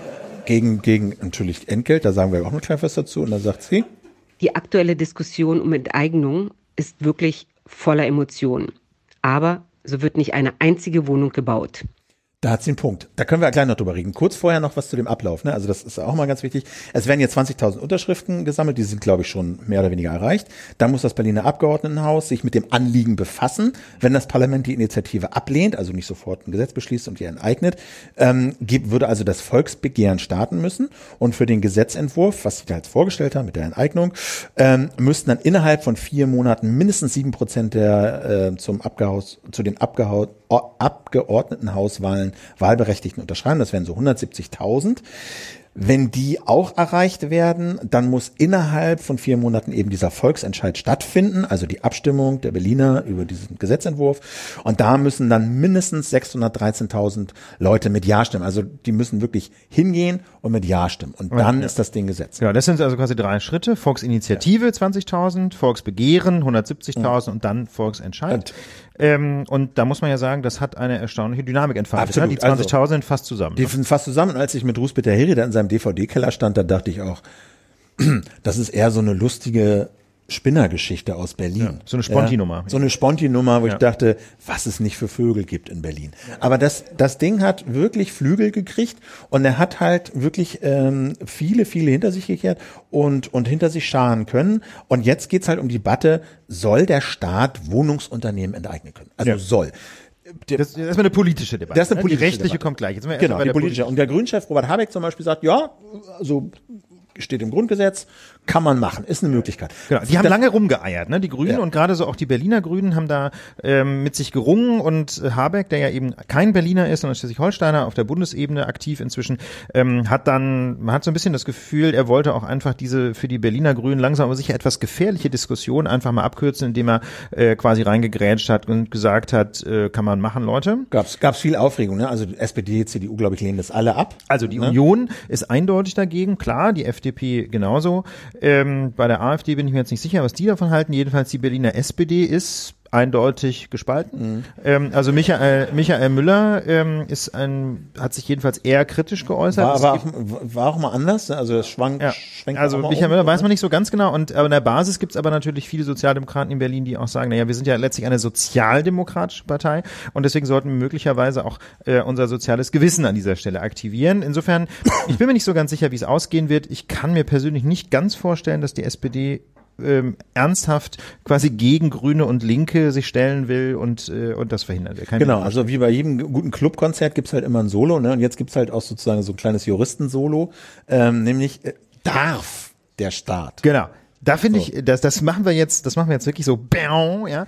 gegen natürlich Entgelt, da sagen wir auch noch gleich was dazu. Und da sagt sie: Die aktuelle Diskussion um Enteignung ist wirklich voller Emotionen. Aber so wird nicht eine einzige Wohnung gebaut. Da hat sie einen Punkt. Da können wir gleich noch drüber reden. Kurz vorher noch was zu dem Ablauf. Ne? Also das ist auch mal ganz wichtig. Es werden jetzt 20.000 Unterschriften gesammelt. Die sind, glaube ich, schon mehr oder weniger erreicht. Dann muss das Berliner Abgeordnetenhaus sich mit dem Anliegen befassen. Wenn das Parlament die Initiative ablehnt, also nicht sofort ein Gesetz beschließt und die enteignet, würde also das Volksbegehren starten müssen. Und für den Gesetzentwurf, was sie da jetzt vorgestellt haben mit der Enteignung, müssten dann innerhalb von 4 Monaten mindestens 7% der zu den Abgeordnetenhauswahlen Wahlberechtigten unterschreiben. Das wären so 170.000. Wenn die auch erreicht werden, dann muss innerhalb von 4 Monaten eben dieser Volksentscheid stattfinden, also die Abstimmung der Berliner über diesen Gesetzentwurf. Und da müssen dann mindestens 613.000 Leute mit Ja stimmen. Also die müssen wirklich hingehen und mit Ja stimmen. Und dann ist das Ding Gesetz. Ja, das sind also quasi 3 Schritte. Volksinitiative 20.000, Volksbegehren 170.000 und dann Volksentscheid. Und da muss man ja sagen, das hat eine erstaunliche Dynamik entfaltet. Absolut. Die 20.000 sind fast zusammen. Die sind fast zusammen. Und als ich mit Ruth-Peter Heri da in seinem DVD-Keller stand, da dachte ich auch, das ist eher so eine lustige Spinnergeschichte aus Berlin. Ja, so eine Sponti-Nummer. Ja, so eine Sponti-Nummer, wo ich dachte, was es nicht für Vögel gibt in Berlin. Aber das Ding hat wirklich Flügel gekriegt und er hat halt wirklich viele hinter sich gekehrt und hinter sich scharen können. Und jetzt geht's halt um die Debatte, soll der Staat Wohnungsunternehmen enteignen können? Also soll. Das ist erstmal eine politische Debatte. Das ist eine politische die rechtliche Debatte. Kommt gleich. Jetzt sind wir Genau, bei die der politische. Und der Grünchef Robert Habeck zum Beispiel sagt, ja, also steht im Grundgesetz, kann man machen, ist eine Möglichkeit. Genau, die haben lange rumgeeiert, ne, die Grünen, und gerade so auch die Berliner Grünen haben da mit sich gerungen und Habeck, der ja eben kein Berliner ist, sondern Schleswig-Holsteiner, auf der Bundesebene aktiv inzwischen, man hat so ein bisschen das Gefühl, er wollte auch einfach diese für die Berliner Grünen langsam aber sicher etwas gefährliche Diskussion einfach mal abkürzen, indem er quasi reingegrätscht hat und gesagt hat, kann man machen, Leute. Gab's viel Aufregung, ne? Also SPD, CDU, glaube ich, lehnen das alle ab. Also die Union ist eindeutig dagegen, klar, die FDP genauso. Bei der AfD bin ich mir jetzt nicht sicher, was die davon halten. Jedenfalls die Berliner SPD ist eindeutig gespalten. Also Michael Müller hat sich jedenfalls eher kritisch geäußert. War auch mal anders, also das schwenkt also Michael Müller weiß man nicht so ganz genau, und in der Basis gibt's aber natürlich viele Sozialdemokraten in Berlin, die auch sagen, naja, wir sind ja letztlich eine sozialdemokratische Partei und deswegen sollten wir möglicherweise auch unser soziales Gewissen an dieser Stelle aktivieren. Insofern, ich bin mir nicht so ganz sicher, wie es ausgehen wird. Ich kann mir persönlich nicht ganz vorstellen, dass die SPD ernsthaft quasi gegen Grüne und Linke sich stellen will und das verhindern will. Genau, also wie bei jedem guten Clubkonzert gibt's halt immer ein Solo, ne? Und jetzt gibt's halt auch sozusagen so ein kleines Juristensolo, nämlich darf der Staat. Genau. Da finde ich, das machen wir jetzt wirklich so, ja.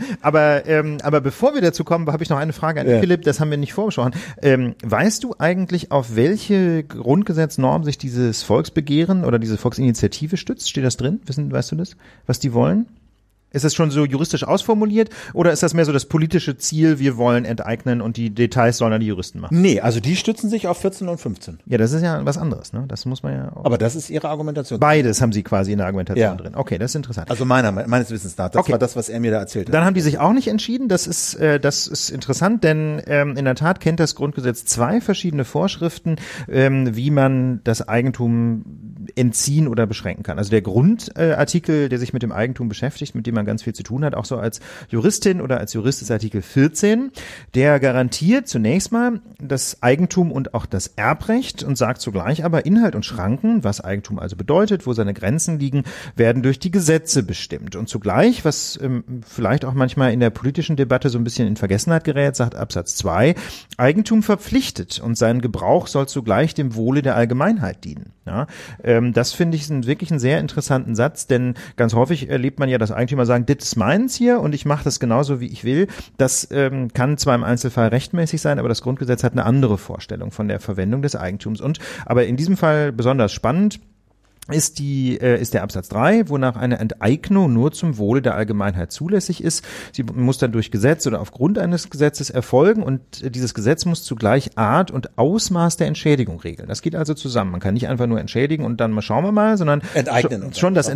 Aber bevor wir dazu kommen, habe ich noch eine Frage an Philipp, das haben wir nicht vorbesprochen. Weißt du eigentlich, auf welche Grundgesetznorm sich dieses Volksbegehren oder diese Volksinitiative stützt? Steht das drin? Weißt du das? Was die wollen? Ist das schon so juristisch ausformuliert oder ist das mehr so das politische Ziel, wir wollen enteignen und die Details sollen dann die Juristen machen? Nee, also die stützen sich auf 14 und 15. Ja, das ist ja was anderes, ne? Das muss man ja auch. Aber das ist ihre Argumentation. Beides haben sie quasi in der Argumentation drin. Okay, das ist interessant. Also meines Wissens nach. Das war das, was er mir da erzählt hat. Dann haben die sich auch nicht entschieden. Das ist interessant, denn in der Tat kennt das Grundgesetz 2 verschiedene Vorschriften, wie man das Eigentum entziehen oder beschränken kann. Also der Grundartikel, der sich mit dem Eigentum beschäftigt, mit dem man ganz viel zu tun hat, auch so als Juristin oder als Jurist, ist Artikel 14. Der garantiert zunächst mal das Eigentum und auch das Erbrecht und sagt zugleich aber, Inhalt und Schranken, was Eigentum also bedeutet, wo seine Grenzen liegen, werden durch die Gesetze bestimmt. Und zugleich, was vielleicht auch manchmal in der politischen Debatte so ein bisschen in Vergessenheit gerät, sagt Absatz 2, Eigentum verpflichtet und sein Gebrauch soll zugleich dem Wohle der Allgemeinheit dienen. Ja, das finde ich wirklich einen sehr interessanten Satz, denn ganz häufig erlebt man ja, dass Eigentümer sagen, das ist meins hier und ich mache das genauso, wie ich will. Das kann zwar im Einzelfall rechtmäßig sein, aber das Grundgesetz hat eine andere Vorstellung von der Verwendung des Eigentums. Aber in diesem Fall besonders spannend ist der Absatz 3, wonach eine Enteignung nur zum Wohle der Allgemeinheit zulässig ist. Sie muss dann durch Gesetz oder aufgrund eines Gesetzes erfolgen und dieses Gesetz muss zugleich Art und Ausmaß der Entschädigung regeln. Das geht also zusammen. Man kann nicht einfach nur entschädigen und dann mal schauen wir mal, sondern enteignen schon das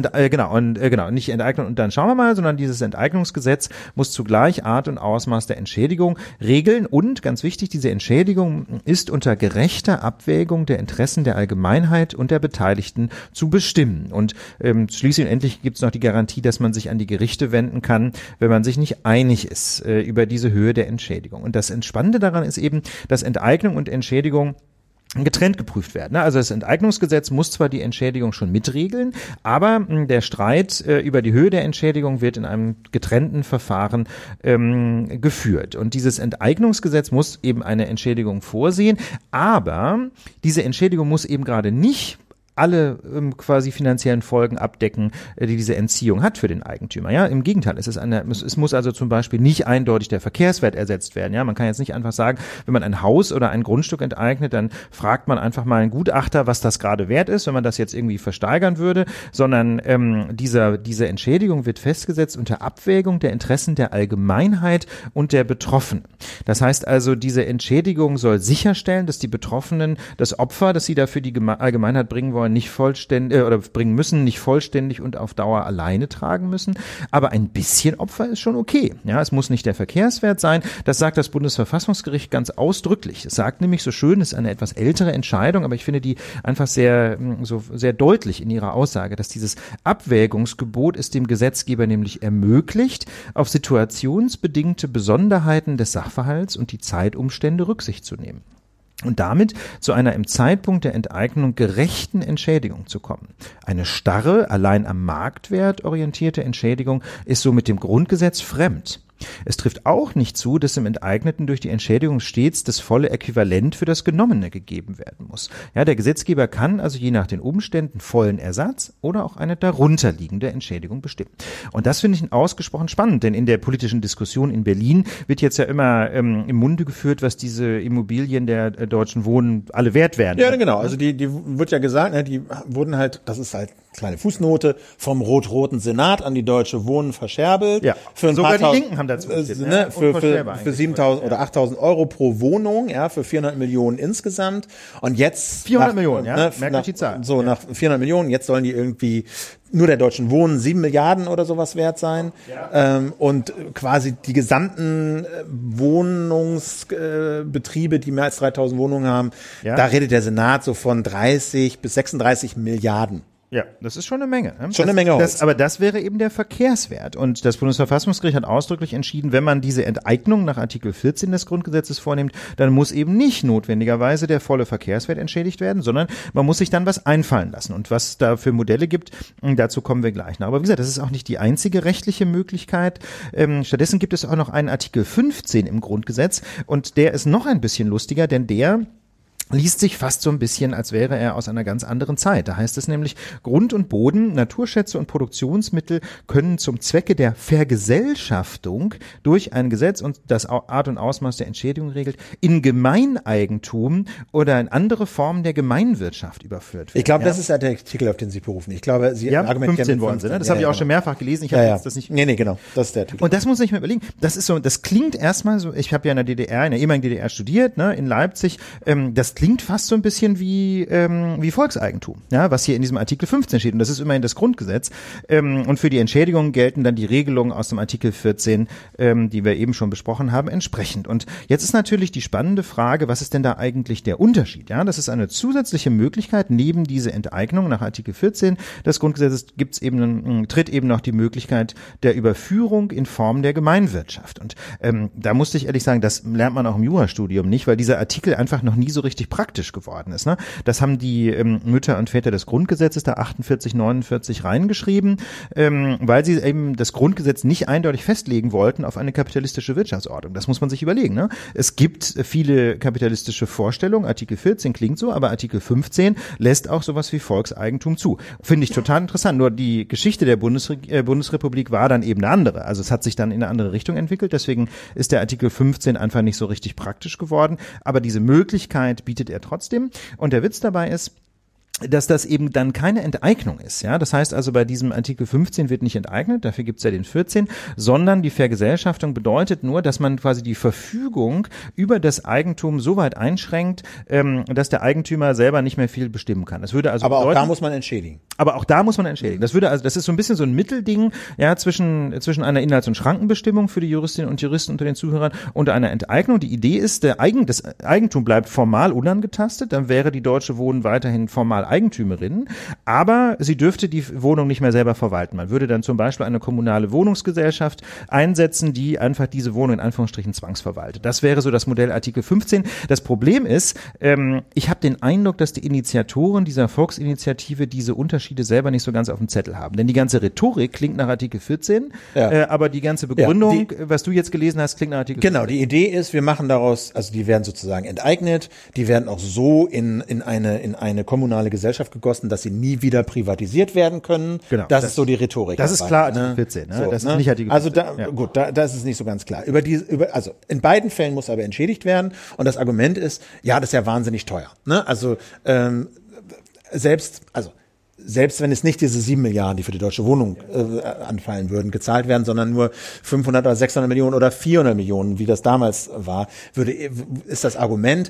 nicht enteignen und dann schauen wir mal, sondern dieses Enteignungsgesetz muss zugleich Art und Ausmaß der Entschädigung regeln und ganz wichtig, diese Entschädigung ist unter gerechter Abwägung der Interessen der Allgemeinheit und der Beteiligten zu zu bestimmen. Und schließlich und endlich gibt es noch die Garantie, dass man sich an die Gerichte wenden kann, wenn man sich nicht einig ist über diese Höhe der Entschädigung. Und das Entspannende daran ist eben, dass Enteignung und Entschädigung getrennt geprüft werden. Also das Enteignungsgesetz muss zwar die Entschädigung schon mitregeln, aber der Streit über die Höhe der Entschädigung wird in einem getrennten Verfahren geführt. Und dieses Enteignungsgesetz muss eben eine Entschädigung vorsehen, aber diese Entschädigung muss eben gerade nicht alle quasi finanziellen Folgen abdecken, die diese Entziehung hat für den Eigentümer. Ja, im Gegenteil, es muss also zum Beispiel nicht eindeutig der Verkehrswert ersetzt werden. Ja, man kann jetzt nicht einfach sagen, wenn man ein Haus oder ein Grundstück enteignet, dann fragt man einfach mal einen Gutachter, was das gerade wert ist, wenn man das jetzt irgendwie versteigern würde, sondern diese Entschädigung wird festgesetzt unter Abwägung der Interessen der Allgemeinheit und der Betroffenen. Das heißt also, diese Entschädigung soll sicherstellen, dass die Betroffenen das Opfer, das sie da für die Allgemeinheit bringen wollen, nicht vollständig oder bringen müssen, nicht vollständig und auf Dauer alleine tragen müssen. Aber ein bisschen Opfer ist schon okay. Ja, es muss nicht der Verkehrswert sein. Das sagt das Bundesverfassungsgericht ganz ausdrücklich. Es sagt nämlich so schön, es ist eine etwas ältere Entscheidung, aber ich finde die einfach sehr deutlich in ihrer Aussage, dass dieses Abwägungsgebot es dem Gesetzgeber nämlich ermöglicht, auf situationsbedingte Besonderheiten des Sachverhalts und die Zeitumstände Rücksicht zu nehmen. Und damit zu einer im Zeitpunkt der Enteignung gerechten Entschädigung zu kommen. Eine starre, allein am Marktwert orientierte Entschädigung ist somit dem Grundgesetz fremd. Es trifft auch nicht zu, dass im Enteigneten durch die Entschädigung stets das volle Äquivalent für das Genommene gegeben werden muss. Ja, der Gesetzgeber kann also je nach den Umständen vollen Ersatz oder auch eine darunterliegende Entschädigung bestimmen. Und das finde ich ausgesprochen spannend, denn in der politischen Diskussion in Berlin wird jetzt ja immer im Munde geführt, was diese Immobilien der Deutschen Wohnen alle wert werden. Ja, genau. Also die wird ja gesagt, ne, die wurden halt, das ist halt kleine Fußnote, vom rot-roten Senat an die Deutsche Wohnen verscherbelt. Ja, für ein sogar paar die Linken haben dazu für 7.000 oder 8.000 Euro pro Wohnung, ja, für 400 Millionen insgesamt. Und jetzt 400 Millionen, ja, merkt euch die Zahl. So, nach 400 Millionen, jetzt sollen die irgendwie nur der Deutschen Wohnen 7 Milliarden oder sowas wert sein. Ja. Und quasi die gesamten Wohnungsbetriebe, die mehr als 3.000 Wohnungen haben, da redet der Senat so von 30 bis 36 Milliarden. Ja, das ist schon eine Menge. Ne? Schon eine Menge Holz. Aber das wäre eben der Verkehrswert. Und das Bundesverfassungsgericht hat ausdrücklich entschieden, wenn man diese Enteignung nach Artikel 14 des Grundgesetzes vornimmt, dann muss eben nicht notwendigerweise der volle Verkehrswert entschädigt werden, sondern man muss sich dann was einfallen lassen. Und was da für Modelle gibt, dazu kommen wir gleich noch. Aber wie gesagt, das ist auch nicht die einzige rechtliche Möglichkeit. Stattdessen gibt es auch noch einen Artikel 15 im Grundgesetz und der ist noch ein bisschen lustiger, denn der liest sich fast so ein bisschen, als wäre er aus einer ganz anderen Zeit. Da heißt es nämlich, Grund und Boden, Naturschätze und Produktionsmittel können zum Zwecke der Vergesellschaftung durch ein Gesetz und das Art und Ausmaß der Entschädigung regelt, in Gemeineigentum oder in andere Formen der Gemeinwirtschaft überführt werden. Ich glaube, das ist der Artikel, auf den Sie berufen. Ich glaube, Sie argumentieren 15 wollen Sie, ne? Das habe ich auch schon mehrfach gelesen. Ich habe jetzt das nicht. Nee, genau. Das ist der Artikel. Und das muss ich mir überlegen. Das ist so, das klingt erstmal so, ich habe ja in der ehemaligen DDR studiert, ne, in Leipzig. Das klingt fast so ein bisschen wie Volkseigentum, ja, was hier in diesem Artikel 15 steht. Und das ist immerhin das Grundgesetz. Und für die Entschädigung gelten dann die Regelungen aus dem Artikel 14, die wir eben schon besprochen haben, entsprechend. Und jetzt ist natürlich die spannende Frage, was ist denn da eigentlich der Unterschied? Ja, das ist eine zusätzliche Möglichkeit. Neben diese Enteignung nach Artikel 14 des Grundgesetzes tritt eben noch die Möglichkeit der Überführung in Form der Gemeinwirtschaft. Und da musste ich ehrlich sagen, das lernt man auch im Jurastudium nicht, weil dieser Artikel einfach noch nie so richtig praktisch geworden ist. Ne? Das haben die Mütter und Väter des Grundgesetzes da 48, 49 reingeschrieben, weil sie eben das Grundgesetz nicht eindeutig festlegen wollten auf eine kapitalistische Wirtschaftsordnung. Das muss man sich überlegen. Ne? Es gibt viele kapitalistische Vorstellungen. Artikel 14 klingt so, aber Artikel 15 lässt auch sowas wie Volkseigentum zu. Finde ich total interessant. Nur die Geschichte der Bundesrepublik war dann eben eine andere. Also es hat sich dann in eine andere Richtung entwickelt. Deswegen ist der Artikel 15 einfach nicht so richtig praktisch geworden. Aber diese Möglichkeit bietet er trotzdem. Und der Witz dabei ist, dass das eben dann keine Enteignung ist. Ja, das heißt also, bei diesem Artikel 15 wird nicht enteignet, dafür gibt's ja den 14, sondern die Vergesellschaftung bedeutet nur, dass man quasi die Verfügung über das Eigentum so weit einschränkt, dass der Eigentümer selber nicht mehr viel bestimmen kann. Das würde also aber auch da muss man entschädigen. Aber auch da muss man entschädigen. Das ist so ein bisschen so ein Mittelding, ja, zwischen einer Inhalts- und Schrankenbestimmung für die Juristinnen und Juristen unter den Zuhörern und einer Enteignung. Die Idee ist, das Eigentum bleibt formal unangetastet, dann wäre die Deutsche Wohnen weiterhin formal Originaleigentümerin, aber sie dürfte die Wohnung nicht mehr selber verwalten. Man würde dann zum Beispiel eine kommunale Wohnungsgesellschaft einsetzen, die einfach diese Wohnung in Anführungsstrichen zwangsverwaltet. Das wäre so das Modell Artikel 15. Das Problem ist, ich habe den Eindruck, dass die Initiatoren dieser Volksinitiative diese Unterschiede selber nicht so ganz auf dem Zettel haben. Denn die ganze Rhetorik klingt nach Artikel 14, aber die ganze Begründung, was du jetzt gelesen hast, klingt nach Artikel 15. Genau, die Idee ist, wir machen daraus, also die werden sozusagen enteignet, die werden auch so in eine kommunale Gesellschaft gegossen, dass sie nie wieder privatisiert werden können. Genau. Das ist so die Rhetorik. Das ist klar, Artikel 14, ne? So, Das ist nicht Artikel 14. Also da ist es nicht so ganz klar. Also in beiden Fällen muss aber entschädigt werden und das Argument ist, ja, das ist ja wahnsinnig teuer. Ne? Also selbst wenn es nicht diese 7 Milliarden, die für die Deutsche Wohnung anfallen würden, gezahlt werden, sondern nur 500 oder 600 Millionen oder 400 Millionen, wie das damals war, ist das Argument,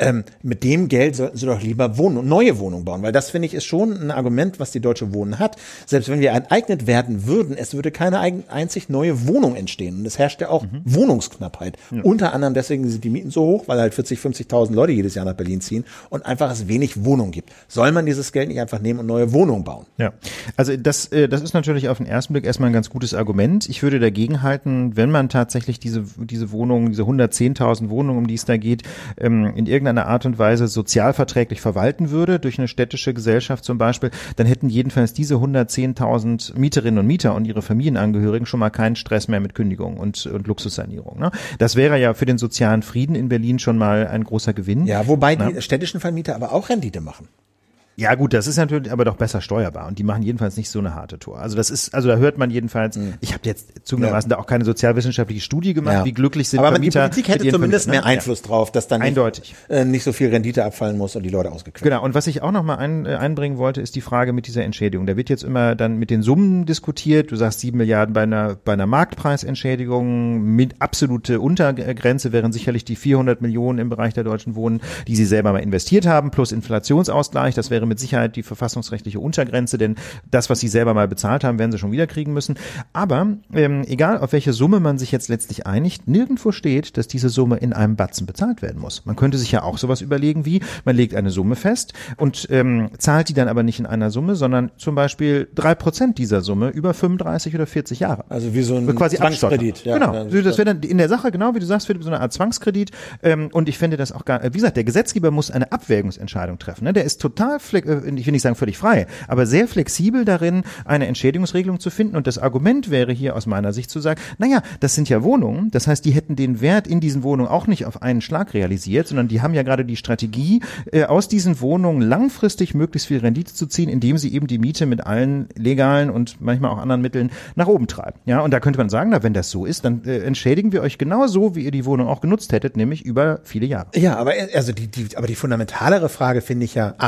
mit dem Geld sollten sie doch lieber neue Wohnungen bauen, weil das, finde ich, ist schon ein Argument, was die Deutsche Wohnen hat. Selbst wenn wir enteignet werden würden, es würde keine einzig neue Wohnung entstehen. Und es herrscht ja auch Wohnungsknappheit. Ja. Unter anderem deswegen sind die Mieten so hoch, weil halt 50.000 Leute jedes Jahr nach Berlin ziehen und einfach es wenig Wohnungen gibt. Soll man dieses Geld nicht einfach nehmen und neue Wohnungen bauen? Ja, also das ist natürlich auf den ersten Blick erstmal ein ganz gutes Argument. Ich würde dagegen halten, wenn man tatsächlich diese Wohnungen, diese 110.000 Wohnungen, um die es da geht, in irgendeiner Art und Weise sozialverträglich verwalten würde, durch eine städtische Gesellschaft zum Beispiel, dann hätten jedenfalls diese 110.000 Mieterinnen und Mieter und ihre Familienangehörigen schon mal keinen Stress mehr mit Kündigung und Luxussanierung. Ne? Das wäre ja für den sozialen Frieden in Berlin schon mal ein großer Gewinn. Ja, wobei die städtischen Vermieter aber auch Rendite machen. Ja gut, das ist natürlich aber doch besser steuerbar und die machen jedenfalls nicht so eine harte Tour. Also da hört man jedenfalls, ich habe jetzt zugegebenermaßen da auch keine sozialwissenschaftliche Studie gemacht, wie glücklich sind aber Vermieter. Aber die Politik hätte zumindest mehr Einfluss drauf, dass dann nicht so viel Rendite abfallen muss und die Leute ausgequetscht. Genau, und was ich auch noch mal einbringen wollte, ist die Frage mit dieser Entschädigung. Da wird jetzt immer dann mit den Summen diskutiert. Du sagst 7 Milliarden bei einer Marktpreisentschädigung mit absolute Untergrenze wären sicherlich die 400 Millionen im Bereich der Deutschen Wohnen, die sie selber mal investiert haben, plus Inflationsausgleich. Das wäre mit Sicherheit die verfassungsrechtliche Untergrenze, denn das, was sie selber mal bezahlt haben, werden sie schon wieder kriegen müssen. Aber egal, auf welche Summe man sich jetzt letztlich einigt, nirgendwo steht, dass diese Summe in einem Batzen bezahlt werden muss. Man könnte sich ja auch sowas überlegen wie, man legt eine Summe fest und zahlt die dann aber nicht in einer Summe, sondern zum Beispiel 3% dieser Summe über 35 oder 40 Jahre. Also wie so ein quasi Zwangskredit. Ja, genau, das wäre dann in der Sache, genau wie du sagst, so eine Art Zwangskredit. Und ich finde das auch wie gesagt, der Gesetzgeber muss eine Abwägungsentscheidung treffen. Ne? Der ist total ich will nicht sagen völlig frei, aber sehr flexibel darin, eine Entschädigungsregelung zu finden. Und das Argument wäre hier aus meiner Sicht zu sagen, naja, das sind ja Wohnungen, das heißt, die hätten den Wert in diesen Wohnungen auch nicht auf einen Schlag realisiert, sondern die haben ja gerade die Strategie, aus diesen Wohnungen langfristig möglichst viel Rendite zu ziehen, indem sie eben die Miete mit allen legalen und manchmal auch anderen Mitteln nach oben treiben. Ja, und da könnte man sagen, na, wenn das so ist, dann entschädigen wir euch genauso, wie ihr die Wohnung auch genutzt hättet, nämlich über viele Jahre. Ja, aber die fundamentalere Frage finde ich ja,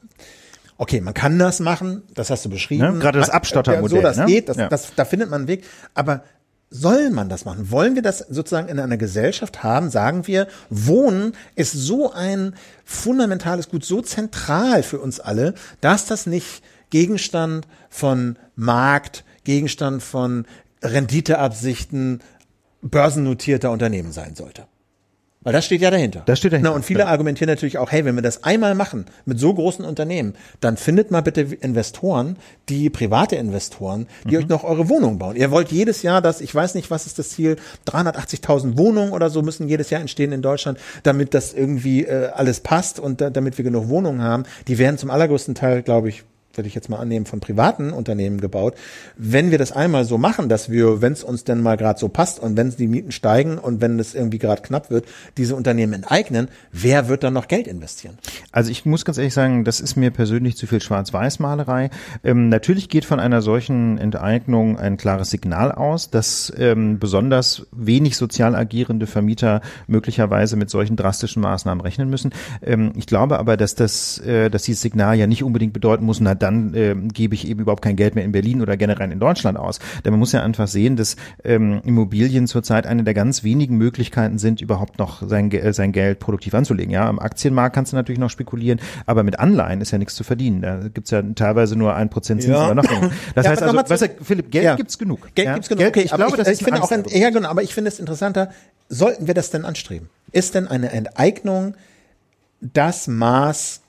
okay, man kann das machen, das hast du beschrieben. Ja, gerade das Abstottermodell. So, das geht, da findet man einen Weg. Aber soll man das machen? Wollen wir das sozusagen in einer Gesellschaft haben? Sagen wir, Wohnen ist so ein fundamentales Gut, so zentral für uns alle, dass das nicht Gegenstand von Markt, Gegenstand von Renditeabsichten börsennotierter Unternehmen sein sollte. Weil das steht ja dahinter. Das steht dahinter. Na, und viele argumentieren natürlich auch, hey, wenn wir das einmal machen mit so großen Unternehmen, dann findet mal bitte Investoren, private Investoren, die euch noch eure Wohnungen bauen. Ihr wollt jedes Jahr ich weiß nicht, was ist das Ziel, 380.000 Wohnungen oder so müssen jedes Jahr entstehen in Deutschland, damit das irgendwie alles passt und damit wir genug Wohnungen haben. Die werden zum allergrößten Teil, glaube ich, würde ich jetzt mal annehmen, von privaten Unternehmen gebaut. Wenn wir das einmal so machen, dass wir, wenn es uns denn mal gerade so passt und wenn die Mieten steigen und wenn es irgendwie gerade knapp wird, diese Unternehmen enteignen, wer wird dann noch Geld investieren? Also ich muss ganz ehrlich sagen, das ist mir persönlich zu viel Schwarz-Weiß-Malerei. Natürlich geht von einer solchen Enteignung ein klares Signal aus, dass besonders wenig sozial agierende Vermieter möglicherweise mit solchen drastischen Maßnahmen rechnen müssen. Ich glaube aber, dass dieses Signal ja nicht unbedingt bedeuten muss, dann gebe ich eben überhaupt kein Geld mehr in Berlin oder generell in Deutschland aus. Denn man muss ja einfach sehen, dass Immobilien zurzeit eine der ganz wenigen Möglichkeiten sind, überhaupt noch sein Geld produktiv anzulegen. Ja, am Aktienmarkt kannst du natürlich noch spekulieren, aber mit Anleihen ist ja nichts zu verdienen. Da gibt's ja teilweise nur 1% Zins oder noch mehr. Das heißt also, Philipp, Geld gibt's genug. Gibt's genug. Geld, ich glaube, das ist ich finde auch genau, aber ich finde es interessanter, sollten wir das denn anstreben? Ist denn eine Enteignung das Maß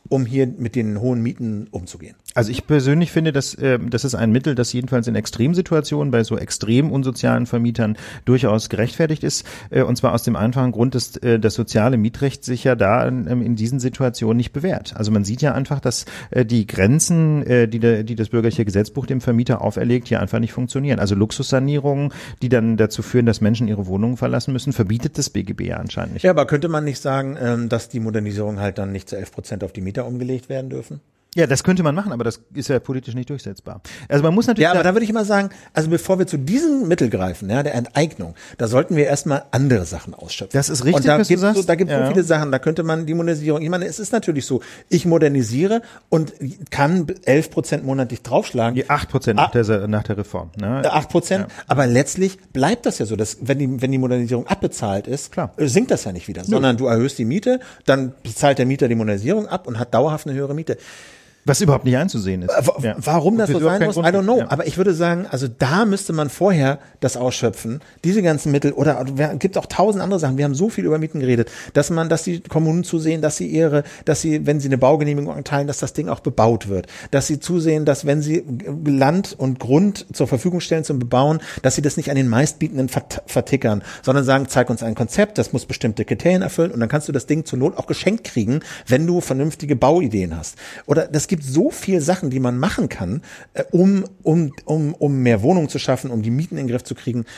um hier mit den hohen Mieten umzugehen. Also ich persönlich finde, das ist ein Mittel, das jedenfalls in Extremsituationen bei so extrem unsozialen Vermietern durchaus gerechtfertigt ist. Und zwar aus dem einfachen Grund, dass das soziale Mietrecht sich ja da in diesen Situationen nicht bewährt. Also man sieht ja einfach, dass die Grenzen, die das bürgerliche Gesetzbuch dem Vermieter auferlegt, hier einfach nicht funktionieren. Also Luxussanierungen, die dann dazu führen, dass Menschen ihre Wohnungen verlassen müssen, verbietet das BGB ja anscheinend nicht. Ja, aber könnte man nicht sagen, dass die Modernisierung halt dann nicht zu 11% auf die Mieter umgelegt werden dürfen? Ja, das könnte man machen, aber das ist ja politisch nicht durchsetzbar. Also man muss natürlich. Ja, aber da würde ich mal sagen, also bevor wir zu diesem Mittel greifen, ja, der Enteignung, da sollten wir erstmal andere Sachen ausschöpfen. Das ist richtig, und da was gibt's du sagst. So, da gibt es so viele Sachen, da könnte man die Modernisierung, ich meine, es ist natürlich so, ich modernisiere und kann 11% monatlich draufschlagen. Die 8% nach der Reform. Ne? 8%, ja. Aber letztlich bleibt das ja so, dass wenn die Modernisierung abbezahlt ist, klar, sinkt das ja nicht wieder, sondern du erhöhst die Miete, dann bezahlt der Mieter die Modernisierung ab und hat dauerhaft eine höhere Miete. Was überhaupt nicht einzusehen ist. Warum das so sein muss, I don't know. Ja. Aber ich würde sagen, also da müsste man vorher das ausschöpfen, diese ganzen Mittel, oder gibt auch 1000 andere Sachen. Wir haben so viel über Mieten geredet, dass die Kommunen zusehen, dass sie, wenn sie eine Baugenehmigung erteilen, dass das Ding auch bebaut wird. Dass sie zusehen, dass wenn sie Land und Grund zur Verfügung stellen zum Bebauen, dass sie das nicht an den Meistbietenden vertickern, sondern sagen, zeig uns ein Konzept, das muss bestimmte Kriterien erfüllen und dann kannst du das Ding zur Not auch geschenkt kriegen, wenn du vernünftige Bauideen hast. Oder das gibt so viel Sachen, die man machen kann, um mehr Wohnungen zu schaffen, um die Mieten in den Griff zu kriegen,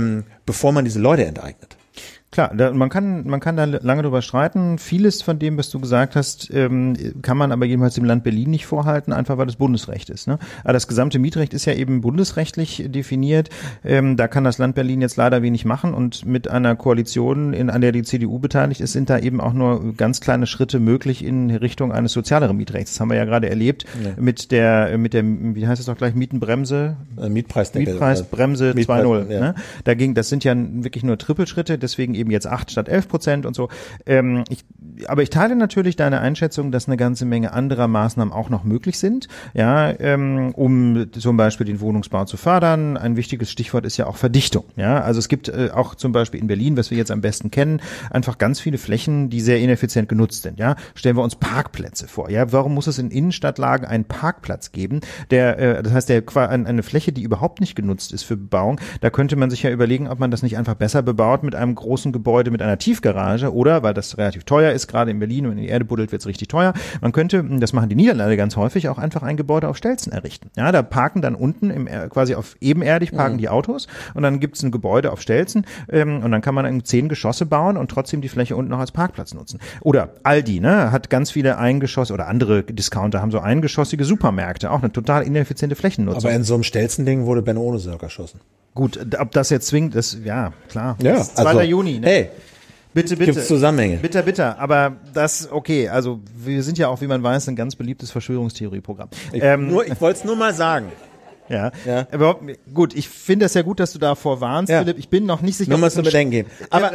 bevor man diese Leute enteignet. Klar, man kann da lange drüber streiten. Vieles von dem, was du gesagt hast, kann man aber jedenfalls dem Land Berlin nicht vorhalten, einfach weil das Bundesrecht ist. Ne? Aber das gesamte Mietrecht ist ja eben bundesrechtlich definiert. Da kann das Land Berlin jetzt leider wenig machen und mit einer Koalition, an der die CDU beteiligt ist, sind da eben auch nur ganz kleine Schritte möglich in Richtung eines sozialeren Mietrechts. Das haben wir ja gerade erlebt mit der, wie heißt es doch gleich, Mietenbremse? Mietpreisbremse 2.0. Ja. Ne? Das sind ja wirklich nur Trippelschritte, deswegen eben jetzt 8 statt 11% und so. Aber ich teile natürlich deine Einschätzung, dass eine ganze Menge anderer Maßnahmen auch noch möglich sind, ja, um zum Beispiel den Wohnungsbau zu fördern. Ein wichtiges Stichwort ist ja auch Verdichtung, ja. Also es gibt auch zum Beispiel in Berlin, was wir jetzt am besten kennen, einfach ganz viele Flächen, die sehr ineffizient genutzt sind, ja. Stellen wir uns Parkplätze vor, ja. Warum muss es in Innenstadtlagen einen Parkplatz geben, das heißt, eine Fläche, die überhaupt nicht genutzt ist für Bebauung? Da könnte man sich ja überlegen, ob man das nicht einfach besser bebaut mit einem großen Gebäude mit einer Tiefgarage oder, weil das relativ teuer ist, gerade in Berlin, wenn in die Erde buddelt, wird es richtig teuer. Man könnte, das machen die Niederlande ganz häufig, auch einfach ein Gebäude auf Stelzen errichten. Ja, da parken dann unten quasi auf ebenerdig parken die Autos und dann gibt es ein Gebäude auf Stelzen und dann kann man 10 Geschosse bauen und trotzdem die Fläche unten noch als Parkplatz nutzen. Oder Aldi, ne, hat ganz viele Eingeschosse oder andere Discounter haben so eingeschossige Supermärkte, auch eine total ineffiziente Flächennutzung. Aber in so einem Stelzen-Ding wurde Ben Ohnesorg erschossen. Gut, ob das jetzt zwingend ist, ja, klar. Ja, das ist 2. Juni. Ne? Hey, bitte. Gibt's Zusammenhänge. Bitte. Aber das, okay, also wir sind ja auch, wie man weiß, ein ganz beliebtes Verschwörungstheorieprogramm. Ich wollte es nur mal sagen. Ja. Aber gut, ich finde es ja gut, dass du davor warnst, Philipp. Ich bin noch nicht sicher. Nur mal zu bedenken geben.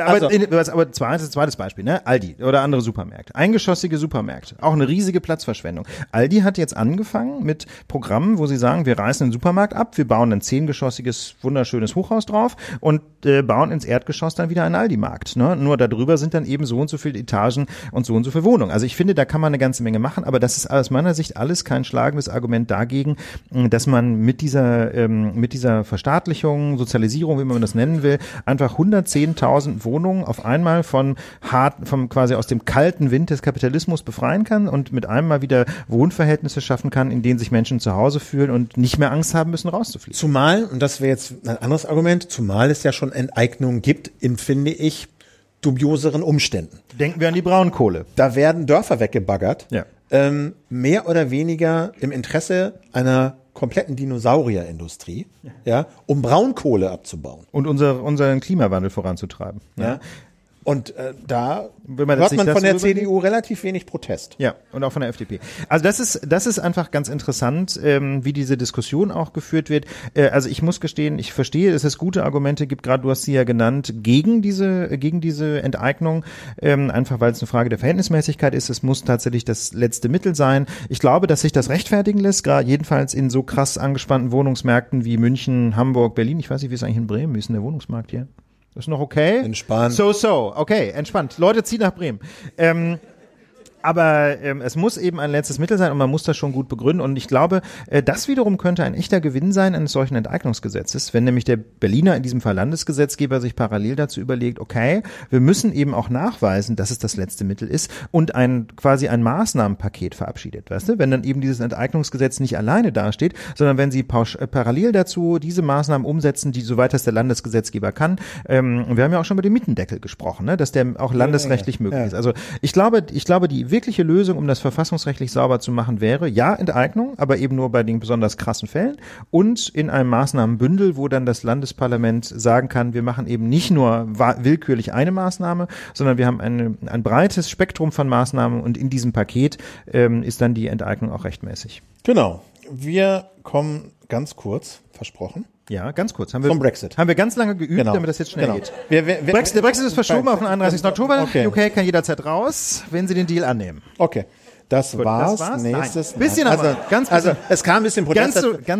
Aber zweites Beispiel, ne? Aldi oder andere Supermärkte. Eingeschossige Supermärkte. Auch eine riesige Platzverschwendung. Aldi hat jetzt angefangen mit Programmen, wo sie sagen, wir reißen den Supermarkt ab, wir bauen ein 10-geschossiges, wunderschönes Hochhaus drauf und bauen ins Erdgeschoss dann wieder einen Aldi-Markt. Ne? Nur darüber sind dann eben so und so viele Etagen und so viele Wohnungen. Also ich finde, da kann man eine ganze Menge machen, aber das ist aus meiner Sicht alles kein schlagendes Argument dagegen, dass man mit dieser Verstaatlichung, Sozialisierung, wie man das nennen will, einfach 110.000 Wohnungen auf einmal vom quasi aus dem kalten Wind des Kapitalismus befreien kann und mit einem mal wieder Wohnverhältnisse schaffen kann, in denen sich Menschen zu Hause fühlen und nicht mehr Angst haben müssen, rauszufliegen. Zumal, und das wäre jetzt ein anderes Argument, zumal es ja schon Enteignungen gibt in, finde ich, dubioseren Umständen. Denken wir an die Braunkohle. Da werden Dörfer weggebaggert, ja. Mehr oder weniger im Interesse einer kompletten Dinosaurierindustrie, ja, um Braunkohle abzubauen. Und unseren Klimawandel voranzutreiben. Ja. Und da hört man von der CDU relativ wenig Protest. Ja, und auch von der FDP. Also das ist einfach ganz interessant, wie diese Diskussion auch geführt wird. Also ich muss gestehen, ich verstehe, dass es gute Argumente gibt, gerade du hast sie ja genannt, gegen diese Enteignung, einfach weil es eine Frage der Verhältnismäßigkeit ist. Es muss tatsächlich das letzte Mittel sein. Ich glaube, dass sich das rechtfertigen lässt, gerade jedenfalls in so krass angespannten Wohnungsmärkten wie München, Hamburg, Berlin. Ich weiß nicht, wie es eigentlich in Bremen ist, wie ist denn der Wohnungsmarkt hier? Das ist noch okay? Entspannt. Okay, entspannt. Leute ziehen nach Bremen. Aber es muss eben ein letztes Mittel sein und man muss das schon gut begründen. Und ich glaube, das wiederum könnte ein echter Gewinn sein eines solchen Enteignungsgesetzes, wenn nämlich der Berliner, in diesem Fall Landesgesetzgeber, sich parallel dazu überlegt, okay, wir müssen eben auch nachweisen, dass es das letzte Mittel ist und quasi ein Maßnahmenpaket verabschiedet, weißt du? Wenn dann eben dieses Enteignungsgesetz nicht alleine dasteht, sondern wenn sie parallel dazu diese Maßnahmen umsetzen, die soweit das der Landesgesetzgeber kann. Wir haben ja auch schon über den Mietendeckel gesprochen, ne? Dass der auch landesrechtlich möglich ist. Also ich glaube, die wirkliche Lösung, um das verfassungsrechtlich sauber zu machen, wäre, ja, Enteignung, aber eben nur bei den besonders krassen Fällen und in einem Maßnahmenbündel, wo dann das Landesparlament sagen kann, wir machen eben nicht nur willkürlich eine Maßnahme, sondern wir haben ein breites Spektrum von Maßnahmen und in diesem Paket ist dann die Enteignung auch rechtmäßig. Genau. Wir kommen ganz kurz, versprochen. Ja, ganz kurz. Vom Brexit. Haben wir ganz lange geübt, damit das jetzt schnell geht. Der Brexit ist verschoben auf den 31. Oktober. Okay. UK kann jederzeit raus, wenn sie den Deal annehmen. Okay. Das war's. Nächstes. Bisschen es kam ein bisschen Protest,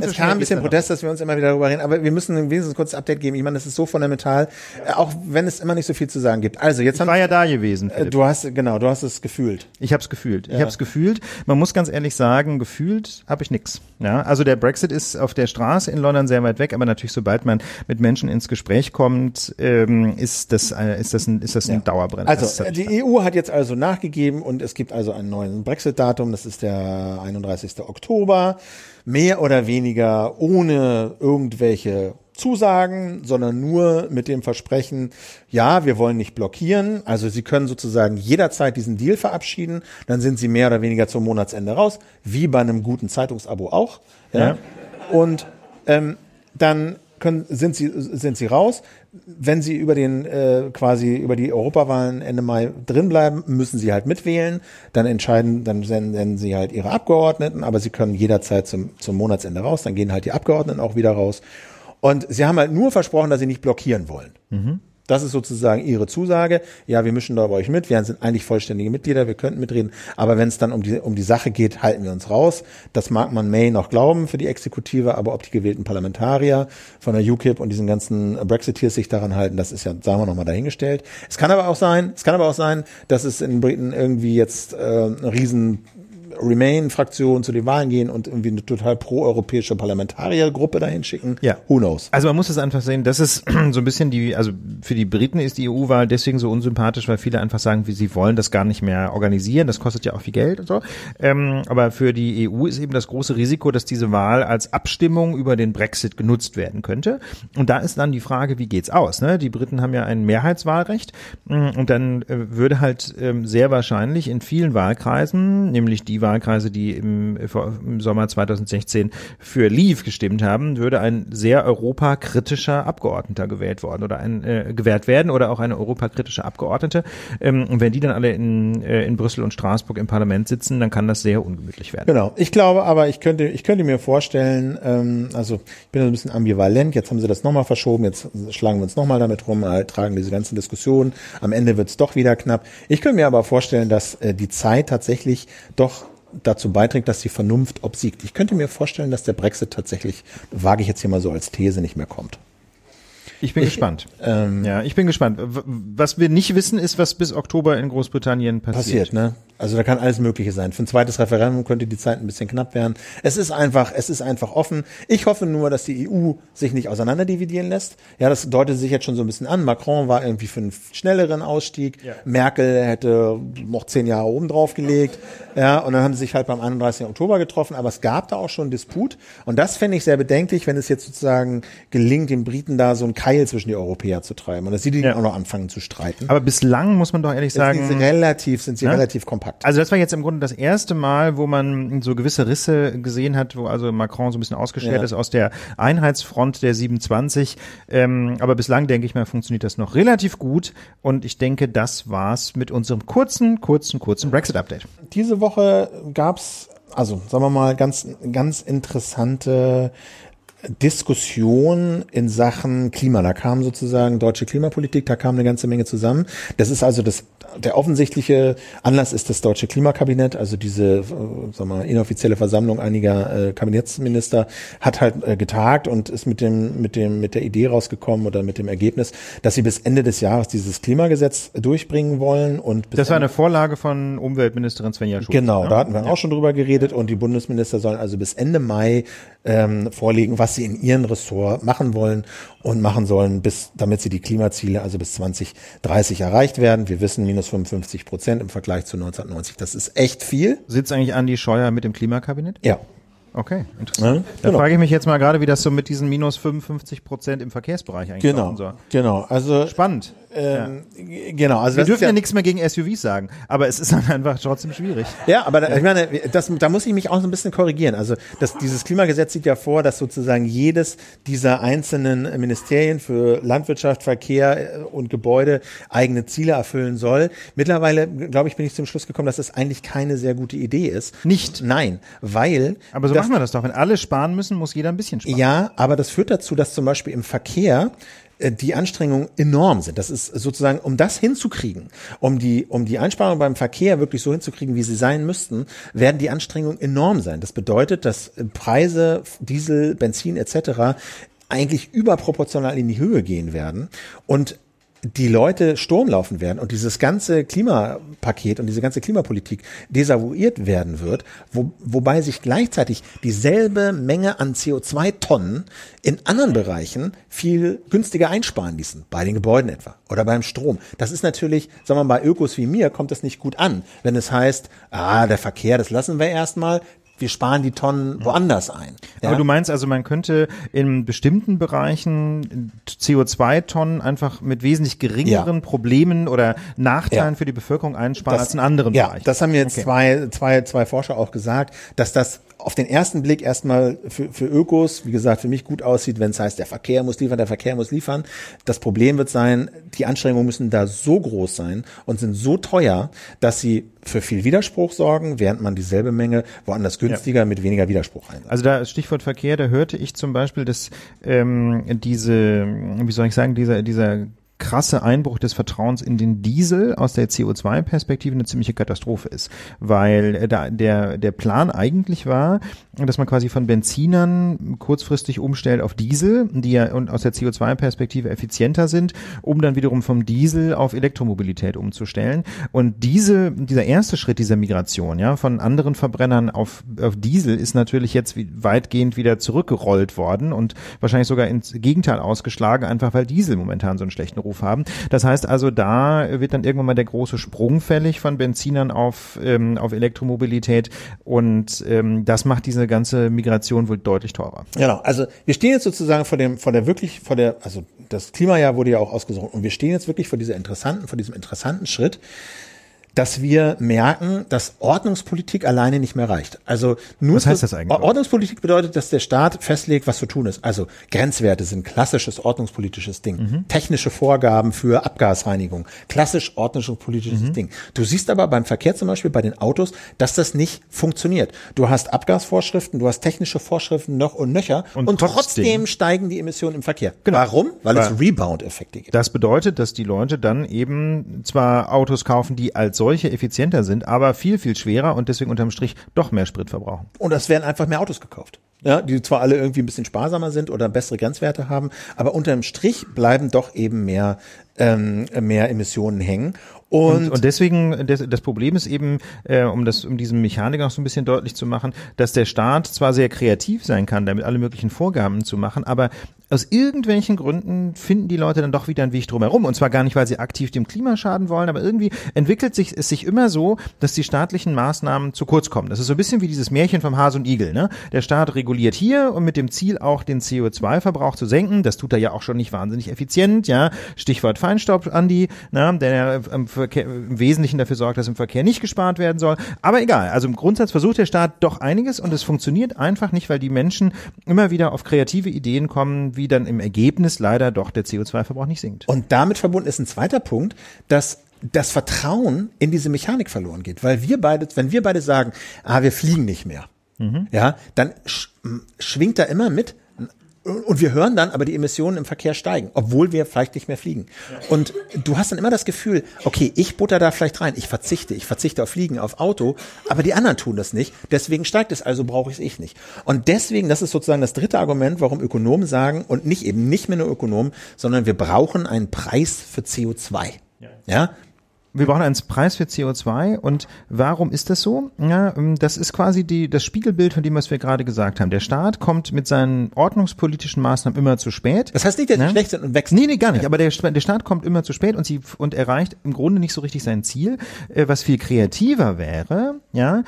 dass wir uns immer wieder darüber reden, aber wir müssen wenigstens ein kurzes Update geben. Ich meine, das ist so fundamental, auch wenn es immer nicht so viel zu sagen gibt. Also jetzt ich war ja da gewesen. Du hast es gefühlt. Ich habe es gefühlt. Man muss ganz ehrlich sagen, gefühlt habe ich nix. Ja, also der Brexit ist auf der Straße in London sehr weit weg, aber natürlich, sobald man mit Menschen ins Gespräch kommt, ist das ein Dauerbrenner. Also die EU hat jetzt also nachgegeben und es gibt also einen neuen Brexit-Datum, das ist der 31. Oktober, mehr oder weniger ohne irgendwelche Zusagen, sondern nur mit dem Versprechen, ja, wir wollen nicht blockieren, also Sie können sozusagen jederzeit diesen Deal verabschieden, dann sind Sie mehr oder weniger zum Monatsende raus, wie bei einem guten Zeitungsabo auch, ja. Und dann sind sie raus. Wenn sie über die Europawahlen Ende Mai drin bleiben, müssen sie halt mitwählen. Dann senden sie halt ihre Abgeordneten, aber sie können jederzeit zum Monatsende raus. Dann gehen halt die Abgeordneten auch wieder raus. Und sie haben halt nur versprochen, dass sie nicht blockieren wollen. Mhm. Das ist sozusagen ihre Zusage. Ja, wir mischen da bei euch mit. Wir sind eigentlich vollständige Mitglieder. Wir könnten mitreden. Aber wenn es dann um die Sache geht, halten wir uns raus. Das mag man May noch glauben für die Exekutive. Aber ob die gewählten Parlamentarier von der UKIP und diesen ganzen Brexiteers sich daran halten, das ist ja, sagen wir nochmal, dahingestellt. Es kann aber auch sein, dass es in Briten irgendwie jetzt eine riesen Remain-Fraktion zu den Wahlen gehen und irgendwie eine total pro-europäische Parlamentariergruppe dahin schicken. Ja. Who knows? Also man muss es einfach sehen, das ist so ein bisschen also für die Briten ist die EU-Wahl deswegen so unsympathisch, weil viele einfach sagen, sie wollen das gar nicht mehr organisieren, das kostet ja auch viel Geld und so. Aber für die EU ist eben das große Risiko, dass diese Wahl als Abstimmung über den Brexit genutzt werden könnte. Und da ist dann die Frage, wie geht's aus? Ne? Die Briten haben ja ein Mehrheitswahlrecht und dann würde halt sehr wahrscheinlich in vielen Wahlkreisen, nämlich die Wahlkreise, die im Sommer 2016 für Leave gestimmt haben, würde ein sehr europakritischer Abgeordneter gewählt werden oder auch eine europakritische Abgeordnete. Und wenn die dann alle in Brüssel und Straßburg im Parlament sitzen, dann kann das sehr ungemütlich werden. Genau. Ich glaube aber, ich könnte mir vorstellen, also ich bin ein bisschen ambivalent, jetzt haben sie das nochmal verschoben, jetzt schlagen wir uns nochmal damit rum, tragen diese ganzen Diskussionen, am Ende wird es doch wieder knapp. Ich könnte mir aber vorstellen, dass die Zeit tatsächlich doch dazu beiträgt, dass die Vernunft obsiegt. Ich könnte mir vorstellen, dass der Brexit tatsächlich, wage ich jetzt hier mal so als These, nicht mehr kommt. Ich bin gespannt. Ich bin gespannt. Was wir nicht wissen, ist, was bis Oktober in Großbritannien passiert. Ne? Also da kann alles Mögliche sein. Für ein zweites Referendum könnte die Zeit ein bisschen knapp werden. Es ist einfach offen. Ich hoffe nur, dass die EU sich nicht auseinanderdividieren lässt. Ja, das deutet sich jetzt schon so ein bisschen an. Macron war irgendwie für einen schnelleren Ausstieg. Ja. Merkel hätte noch 10 Jahre oben drauf gelegt. Ja, und dann haben sie sich halt beim 31. Oktober getroffen. Aber es gab da auch schon einen Disput. Und das fände ich sehr bedenklich, wenn es jetzt sozusagen gelingt, den Briten da so einen Keil zwischen die Europäer zu treiben. Und dass sie auch noch anfangen zu streiten. Aber bislang muss man doch ehrlich sagen, sind sie relativ kompakt. Also das war jetzt im Grunde das erste Mal, wo man so gewisse Risse gesehen hat, wo also Macron so ein bisschen ausgeschert ist aus der Einheitsfront der 27. Aber bislang, denke ich mal, funktioniert das noch relativ gut. Und ich denke, das war's mit unserem kurzen Brexit-Update. Diese Woche gab's, also sagen wir mal, ganz interessante Diskussion in Sachen Klima. Da kam sozusagen deutsche Klimapolitik, da kam eine ganze Menge zusammen. Das ist also der offensichtliche Anlass ist das deutsche Klimakabinett, also diese, sagen wir mal, inoffizielle Versammlung einiger Kabinettsminister hat halt getagt und ist mit der Idee rausgekommen oder mit dem Ergebnis, dass sie bis Ende des Jahres dieses Klimagesetz durchbringen wollen und das war eine Vorlage von Umweltministerin Svenja Schulze. Genau, da hatten wir auch schon drüber geredet und die Bundesminister sollen also bis Ende Mai vorlegen, was sie in ihrem Ressort machen wollen und machen sollen, damit sie die Klimaziele also bis 2030 erreicht werden. Wir wissen, minus 55% im Vergleich zu 1990. Das ist echt viel. Sitzt eigentlich Andi Scheuer mit dem Klimakabinett? Ja. Okay, interessant. Da frage ich mich jetzt mal gerade, wie das so mit diesen minus 55% im Verkehrsbereich eigentlich laufen soll. Genau. Also spannend. Genau. Also wir dürfen ja nichts mehr gegen SUVs sagen, aber es ist dann einfach trotzdem schwierig. Ja, aber ich meine, da muss ich mich auch so ein bisschen korrigieren. Also dieses Klimagesetz sieht ja vor, dass sozusagen jedes dieser einzelnen Ministerien für Landwirtschaft, Verkehr und Gebäude eigene Ziele erfüllen soll. Mittlerweile, glaube ich, bin ich zum Schluss gekommen, dass das eigentlich keine sehr gute Idee ist. Nicht? Nein, weil... Aber so machen wir das doch. Wenn alle sparen müssen, muss jeder ein bisschen sparen. Ja, aber das führt dazu, dass zum Beispiel im Verkehr die Anstrengungen enorm sind. Das ist sozusagen, um das hinzukriegen, um die Einsparungen beim Verkehr wirklich so hinzukriegen, wie sie sein müssten, werden die Anstrengungen enorm sein. Das bedeutet, dass Preise, Diesel, Benzin etc. eigentlich überproportional in die Höhe gehen werden und die Leute Sturm laufen werden und dieses ganze Klimapaket und diese ganze Klimapolitik desavouiert werden wird, wobei sich gleichzeitig dieselbe Menge an CO2-Tonnen in anderen Bereichen viel günstiger einsparen ließen, bei den Gebäuden etwa oder beim Strom. Das ist natürlich, sagen wir mal, bei Ökos wie mir kommt das nicht gut an, wenn es heißt, der Verkehr, das lassen wir erstmal, wir sparen die Tonnen woanders ein. Ja? Aber du meinst also, man könnte in bestimmten Bereichen CO2-Tonnen einfach mit wesentlich geringeren Problemen oder Nachteilen für die Bevölkerung einsparen als in anderen Bereichen? Ja, das haben mir jetzt zwei Forscher auch gesagt, dass das auf den ersten Blick erstmal für Ökos, wie gesagt, für mich gut aussieht, wenn es heißt, der Verkehr muss liefern. Das Problem wird sein, die Anstrengungen müssen da so groß sein und sind so teuer, dass sie für viel Widerspruch sorgen, während man dieselbe Menge woanders günstiger mit weniger Widerspruch einsetzt. Also da Stichwort Verkehr, da hörte ich zum Beispiel, dass dieser krasse Einbruch des Vertrauens in den Diesel aus der CO2-Perspektive eine ziemliche Katastrophe ist, weil der Plan eigentlich war, dass man quasi von Benzinern kurzfristig umstellt auf Diesel, die ja und aus der CO2-Perspektive effizienter sind, um dann wiederum vom Diesel auf Elektromobilität umzustellen. Und dieser erste Schritt dieser Migration, ja, von anderen Verbrennern auf Diesel ist natürlich jetzt weitgehend wieder zurückgerollt worden und wahrscheinlich sogar ins Gegenteil ausgeschlagen, einfach weil Diesel momentan so einen schlechten Ruf haben. Das heißt also, da wird dann irgendwann mal der große Sprung fällig von Benzinern auf Elektromobilität und das macht diese ganze Migration wohl deutlich teurer. Genau, also wir stehen jetzt sozusagen also das Klimajahr wurde ja auch ausgesucht und wir stehen jetzt wirklich vor diesem interessanten Schritt, dass wir merken, dass Ordnungspolitik alleine nicht mehr reicht. Also was heißt das eigentlich? Ordnungspolitik bedeutet, dass der Staat festlegt, was zu tun ist. Also Grenzwerte sind klassisches ordnungspolitisches Ding. Technische Vorgaben für Abgasreinigung, klassisch ordnungspolitisches Ding. Du siehst aber beim Verkehr zum Beispiel bei den Autos, dass das nicht funktioniert. Du hast Abgasvorschriften, du hast technische Vorschriften noch und nöcher und trotzdem steigen die Emissionen im Verkehr. Genau. Warum? Weil es Rebound-Effekte gibt. Das bedeutet, dass die Leute dann eben zwar Autos kaufen, die als solche effizienter sind, aber viel, viel schwerer und deswegen unterm Strich doch mehr Sprit verbrauchen. Und es werden einfach mehr Autos gekauft. Ja, die zwar alle irgendwie ein bisschen sparsamer sind oder bessere Grenzwerte haben, aber unterm Strich bleiben doch eben mehr Emissionen hängen. Und deswegen, das Problem ist eben, um diesen Mechanik auch so ein bisschen deutlich zu machen, dass der Staat zwar sehr kreativ sein kann, damit alle möglichen Vorgaben zu machen, aber aus irgendwelchen Gründen finden die Leute dann doch wieder einen Weg drumherum. Und zwar gar nicht, weil sie aktiv dem Klima schaden wollen, aber irgendwie entwickelt es sich immer so, dass die staatlichen Maßnahmen zu kurz kommen. Das ist so ein bisschen wie dieses Märchen vom Hase und Igel, ne? Der Staat reguliert hier und mit dem Ziel auch den CO2-Verbrauch zu senken. Das tut er ja auch schon nicht wahnsinnig effizient, ja. Stichwort Feinstaub, Andi, ne? Der im Wesentlichen dafür sorgt, dass im Verkehr nicht gespart werden soll. Aber egal. Also im Grundsatz versucht der Staat doch einiges und es funktioniert einfach nicht, weil die Menschen immer wieder auf kreative Ideen kommen, wie dann im Ergebnis leider doch der CO2-Verbrauch nicht sinkt. Und damit verbunden ist ein zweiter Punkt, dass das Vertrauen in diese Mechanik verloren geht. Weil wenn wir beide sagen, wir fliegen nicht mehr, ja, dann schwingt da immer mit, Und wir hören dann, aber die Emissionen im Verkehr steigen, obwohl wir vielleicht nicht mehr fliegen. Und du hast dann immer das Gefühl, okay, ich butter da vielleicht rein, ich verzichte auf Fliegen, auf Auto, aber die anderen tun das nicht, deswegen steigt es, also brauche ich es nicht. Und deswegen, das ist sozusagen das dritte Argument, warum Ökonomen sagen, und nicht mehr nur Ökonomen, sondern wir brauchen einen Preis für CO2. Ja? Wir brauchen einen Preis für CO2 und warum ist das so? Ja, das ist quasi das Spiegelbild von dem, was wir gerade gesagt haben. Der Staat kommt mit seinen ordnungspolitischen Maßnahmen immer zu spät. Das heißt nicht, dass sie schlecht sind und wächst. Nee, gar nicht. Aber der Staat kommt immer zu spät und erreicht im Grunde nicht so richtig sein Ziel. Was viel kreativer wäre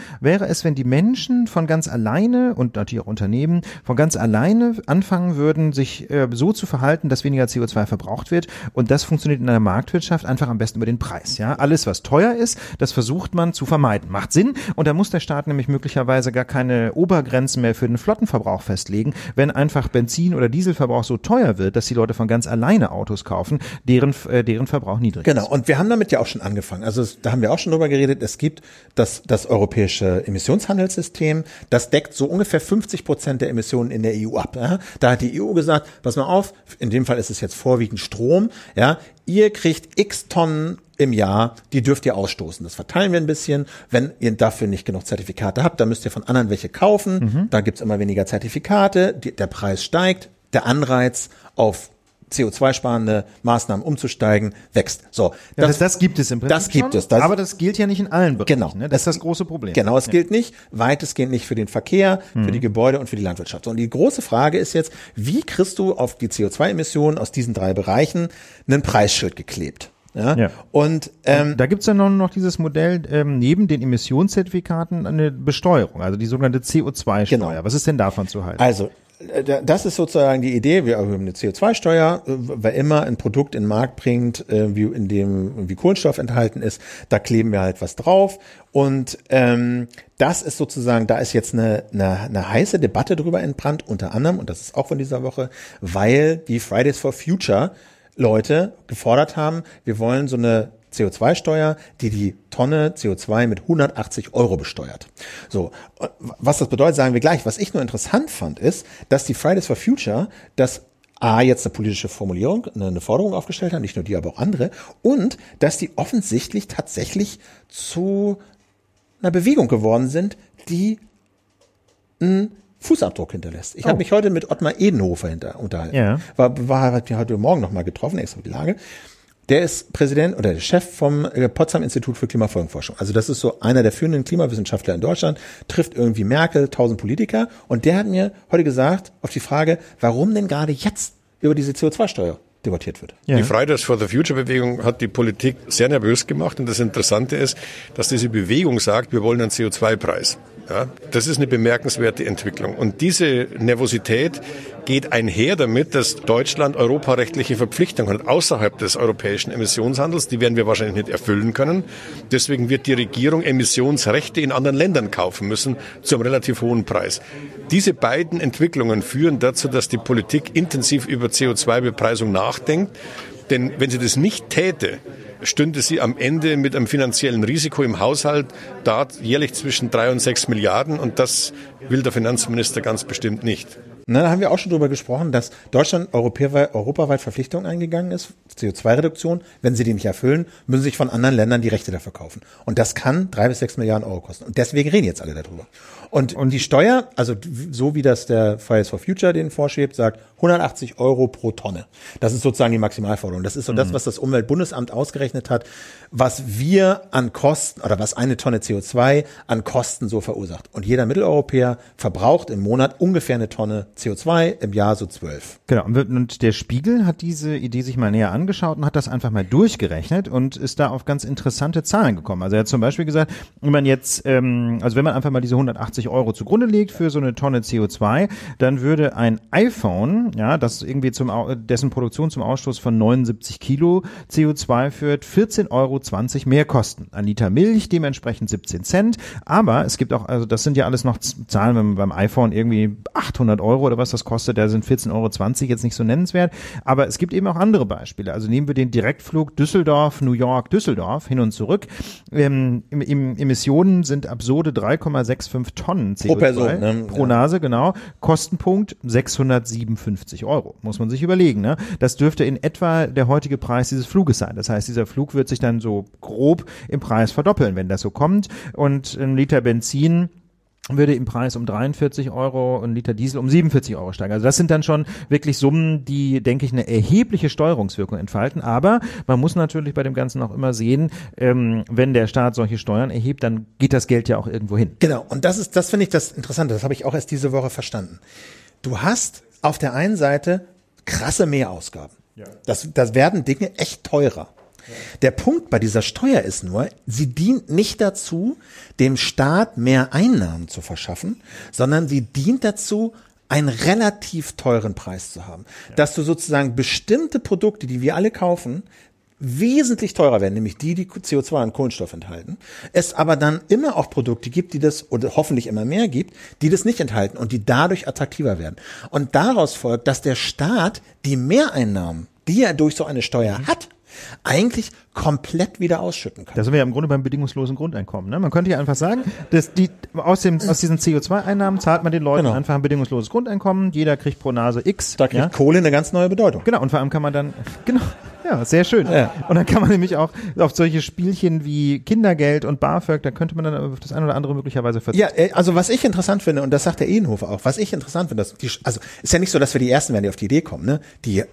es, wenn die Menschen von ganz alleine und natürlich auch Unternehmen von ganz alleine anfangen würden, sich so zu verhalten, dass weniger CO2 verbraucht wird. Und das funktioniert in einer Marktwirtschaft einfach am besten über den Preis. Ja, alles, was teuer ist, das versucht man zu vermeiden. Macht Sinn. Und da muss der Staat nämlich möglicherweise gar keine Obergrenzen mehr für den Flottenverbrauch festlegen. Wenn einfach Benzin- oder Dieselverbrauch so teuer wird, dass die Leute von ganz alleine Autos kaufen, deren Verbrauch niedrig ist. Genau. Und wir haben damit ja auch schon angefangen. Also da haben wir auch schon drüber geredet. Es gibt das europäische Emissionshandelssystem. Das deckt so ungefähr 50% der Emissionen in der EU ab. Ja? Da hat die EU gesagt, pass mal auf, in dem Fall ist es jetzt vorwiegend Strom. Ja, ihr kriegt x Tonnen im Jahr, die dürft ihr ausstoßen. Das verteilen wir ein bisschen. Wenn ihr dafür nicht genug Zertifikate habt, dann müsst ihr von anderen welche kaufen. Da gibt's immer weniger Zertifikate. Der Preis steigt. Der Anreiz auf CO2-sparende Maßnahmen umzusteigen, wächst. So, das gibt es im Prinzip das gibt schon, es. Aber das gilt ja nicht in allen Bereichen. Genau. Ne? Das ist das große Problem. Genau, es gilt nicht, weitestgehend nicht für den Verkehr, für die Gebäude und für die Landwirtschaft. Und die große Frage ist jetzt, wie kriegst du auf die CO2-Emissionen aus diesen 3 Bereichen einen Preisschild geklebt? Ja. Und da gibt's dann noch dieses Modell, neben den Emissionszertifikaten eine Besteuerung, also die sogenannte CO2-Steuer. Genau. Was ist denn davon zu halten? Also, das ist sozusagen die Idee. Wir erhöhen eine CO2-Steuer. Wer immer ein Produkt in den Markt bringt, in dem irgendwie Kohlenstoff enthalten ist, da kleben wir halt was drauf. Und das ist sozusagen, da ist jetzt eine heiße Debatte drüber entbrannt, unter anderem, und das ist auch von dieser Woche, weil die Fridays for Future Leute gefordert haben, wir wollen so eine CO2-Steuer, die Tonne CO2 mit 180 € besteuert. So, was das bedeutet, sagen wir gleich. Was ich nur interessant fand, ist, dass die Fridays for Future das jetzt eine politische Formulierung, eine Forderung aufgestellt haben, nicht nur die, aber auch andere, und dass die offensichtlich tatsächlich zu einer Bewegung geworden sind, die einen Fußabdruck hinterlässt. Ich habe mich heute mit Ottmar Edenhofer unterhalten. Ja. Hat heute Morgen nochmal getroffen, extra die Lage. Der ist Präsident oder der Chef vom Potsdam Institut für Klimafolgenforschung. Also das ist so einer der führenden Klimawissenschaftler in Deutschland, trifft irgendwie Merkel, 1000 Politiker. Und der hat mir heute gesagt, auf die Frage, warum denn gerade jetzt über diese CO2-Steuer debattiert wird. Ja. Die Fridays for the Future Bewegung hat die Politik sehr nervös gemacht. Und das Interessante ist, dass diese Bewegung sagt, wir wollen einen CO2-Preis. Ja, das ist eine bemerkenswerte Entwicklung. Und diese Nervosität geht einher damit, dass Deutschland europarechtliche Verpflichtungen hat außerhalb des europäischen Emissionshandels. Die werden wir wahrscheinlich nicht erfüllen können. Deswegen wird die Regierung Emissionsrechte in anderen Ländern kaufen müssen zu einem relativ hohen Preis. Diese beiden Entwicklungen führen dazu, dass die Politik intensiv über CO2-Bepreisung nachdenkt. Denn wenn sie das nicht täte, stünde sie am Ende mit einem finanziellen Risiko im Haushalt da jährlich zwischen 3 und 6 Milliarden. Und das will der Finanzminister ganz bestimmt nicht. Na, da haben wir auch schon drüber gesprochen, dass Deutschland europaweit Verpflichtungen eingegangen ist, CO2-Reduktion. Wenn sie die nicht erfüllen, müssen sich von anderen Ländern die Rechte dafür kaufen. Und das kann 3 bis 6 Milliarden Euro kosten. Und deswegen reden jetzt alle darüber. Und die Steuer, also so wie das der Fridays for Future denen vorschwebt, sagt 180 € pro Tonne. Das ist sozusagen die Maximalforderung. Das ist so das, was das Umweltbundesamt ausgerechnet hat, was wir an Kosten oder was eine Tonne CO2 an Kosten so verursacht. Und jeder Mitteleuropäer verbraucht im Monat ungefähr eine Tonne CO2, im Jahr so 12. Genau. Und der Spiegel hat diese Idee sich mal näher angeschaut und hat das einfach mal durchgerechnet und ist da auf ganz interessante Zahlen gekommen. Also er hat zum Beispiel gesagt, wenn man jetzt, wenn man einfach mal diese 180 € zugrunde legt für so eine Tonne CO2, dann würde ein iPhone, ja, das irgendwie dessen Produktion zum Ausstoß von 79 Kilo CO2 führt, 14,20 € mehr kosten. Ein Liter Milch dementsprechend 17 Cent. Aber es gibt auch, also das sind ja alles noch Zahlen, wenn man beim iPhone irgendwie 800 € oder was das kostet, da sind 14,20 Euro jetzt nicht so nennenswert, aber es gibt eben auch andere Beispiele. Also nehmen wir den Direktflug Düsseldorf, New York, Düsseldorf hin und zurück. Emissionen sind absurde 3,65 Tonnen CO2 pro Person, ne? Pro Nase, genau. Kostenpunkt 657 Euro, muss man sich überlegen. Ne? Das dürfte in etwa der heutige Preis dieses Fluges sein. Das heißt, dieser Flug wird sich dann so grob im Preis verdoppeln, wenn das so kommt. Und ein Liter Benzin würde im Preis um 43 Euro und ein Liter Diesel um 47 Euro steigen. Also das sind dann schon wirklich Summen, die, denke ich, eine erhebliche Steuerungswirkung entfalten. Aber man muss natürlich bei dem Ganzen auch immer sehen, wenn der Staat solche Steuern erhebt, dann geht das Geld ja auch irgendwo hin. Genau, und das finde ich das Interessante, das habe ich auch erst diese Woche verstanden. Du hast auf der einen Seite krasse Mehrausgaben. Ja. Das werden Dinge echt teurer. Der Punkt bei dieser Steuer ist nur, sie dient nicht dazu, dem Staat mehr Einnahmen zu verschaffen, sondern sie dient dazu, einen relativ teuren Preis zu haben. Ja. Dass du sozusagen bestimmte Produkte, die wir alle kaufen, wesentlich teurer werden, nämlich die CO2 und Kohlenstoff enthalten. Es aber dann immer auch Produkte gibt, die das, oder hoffentlich immer mehr gibt, die das nicht enthalten und die dadurch attraktiver werden. Und daraus folgt, dass der Staat die Mehreinnahmen, die er durch so eine Steuer hat, eigentlich komplett wieder ausschütten kann. Da sind wir ja im Grunde beim bedingungslosen Grundeinkommen. Ne? Man könnte ja einfach sagen, dass aus diesen CO2-Einnahmen zahlt man den Leuten einfach ein bedingungsloses Grundeinkommen. Jeder kriegt pro Nase X. Da kriegt Kohle eine ganz neue Bedeutung. Genau, und vor allem kann man dann, ja, sehr schön. Ja. Und dann kann man nämlich auch auf solche Spielchen wie Kindergeld und BAföG, da könnte man dann auf das eine oder andere möglicherweise verzichten. Ja, also was ich interessant finde, und das sagt der Edenhofer auch, was ich interessant finde, also ist ja nicht so, dass wir die Ersten werden, die auf die Idee kommen. Ne?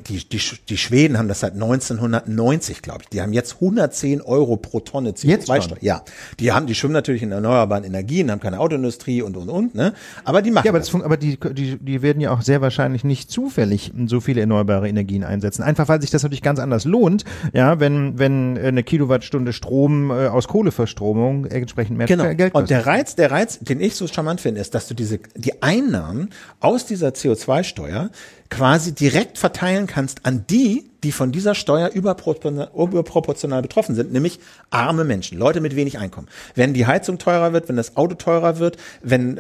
Die Schweden haben das seit 1990, glaube ich. Die haben jetzt 110 Euro pro Tonne CO2-Steuer. Ja, die schwimmen natürlich in erneuerbaren Energien, haben keine Autoindustrie und, ne? Aber die machen das. Aber die werden ja auch sehr wahrscheinlich nicht zufällig so viele erneuerbare Energien einsetzen. Einfach weil sich das natürlich ganz anders lohnt, ja, wenn eine Kilowattstunde Strom aus Kohleverstromung entsprechend mehr Geld kostet. Und der Reiz, den ich so charmant finde, ist, dass du die Einnahmen aus dieser CO2-Steuer quasi direkt verteilen kannst an die von dieser Steuer überproportional betroffen sind, nämlich arme Menschen, Leute mit wenig Einkommen. Wenn die Heizung teurer wird, wenn das Auto teurer wird, wenn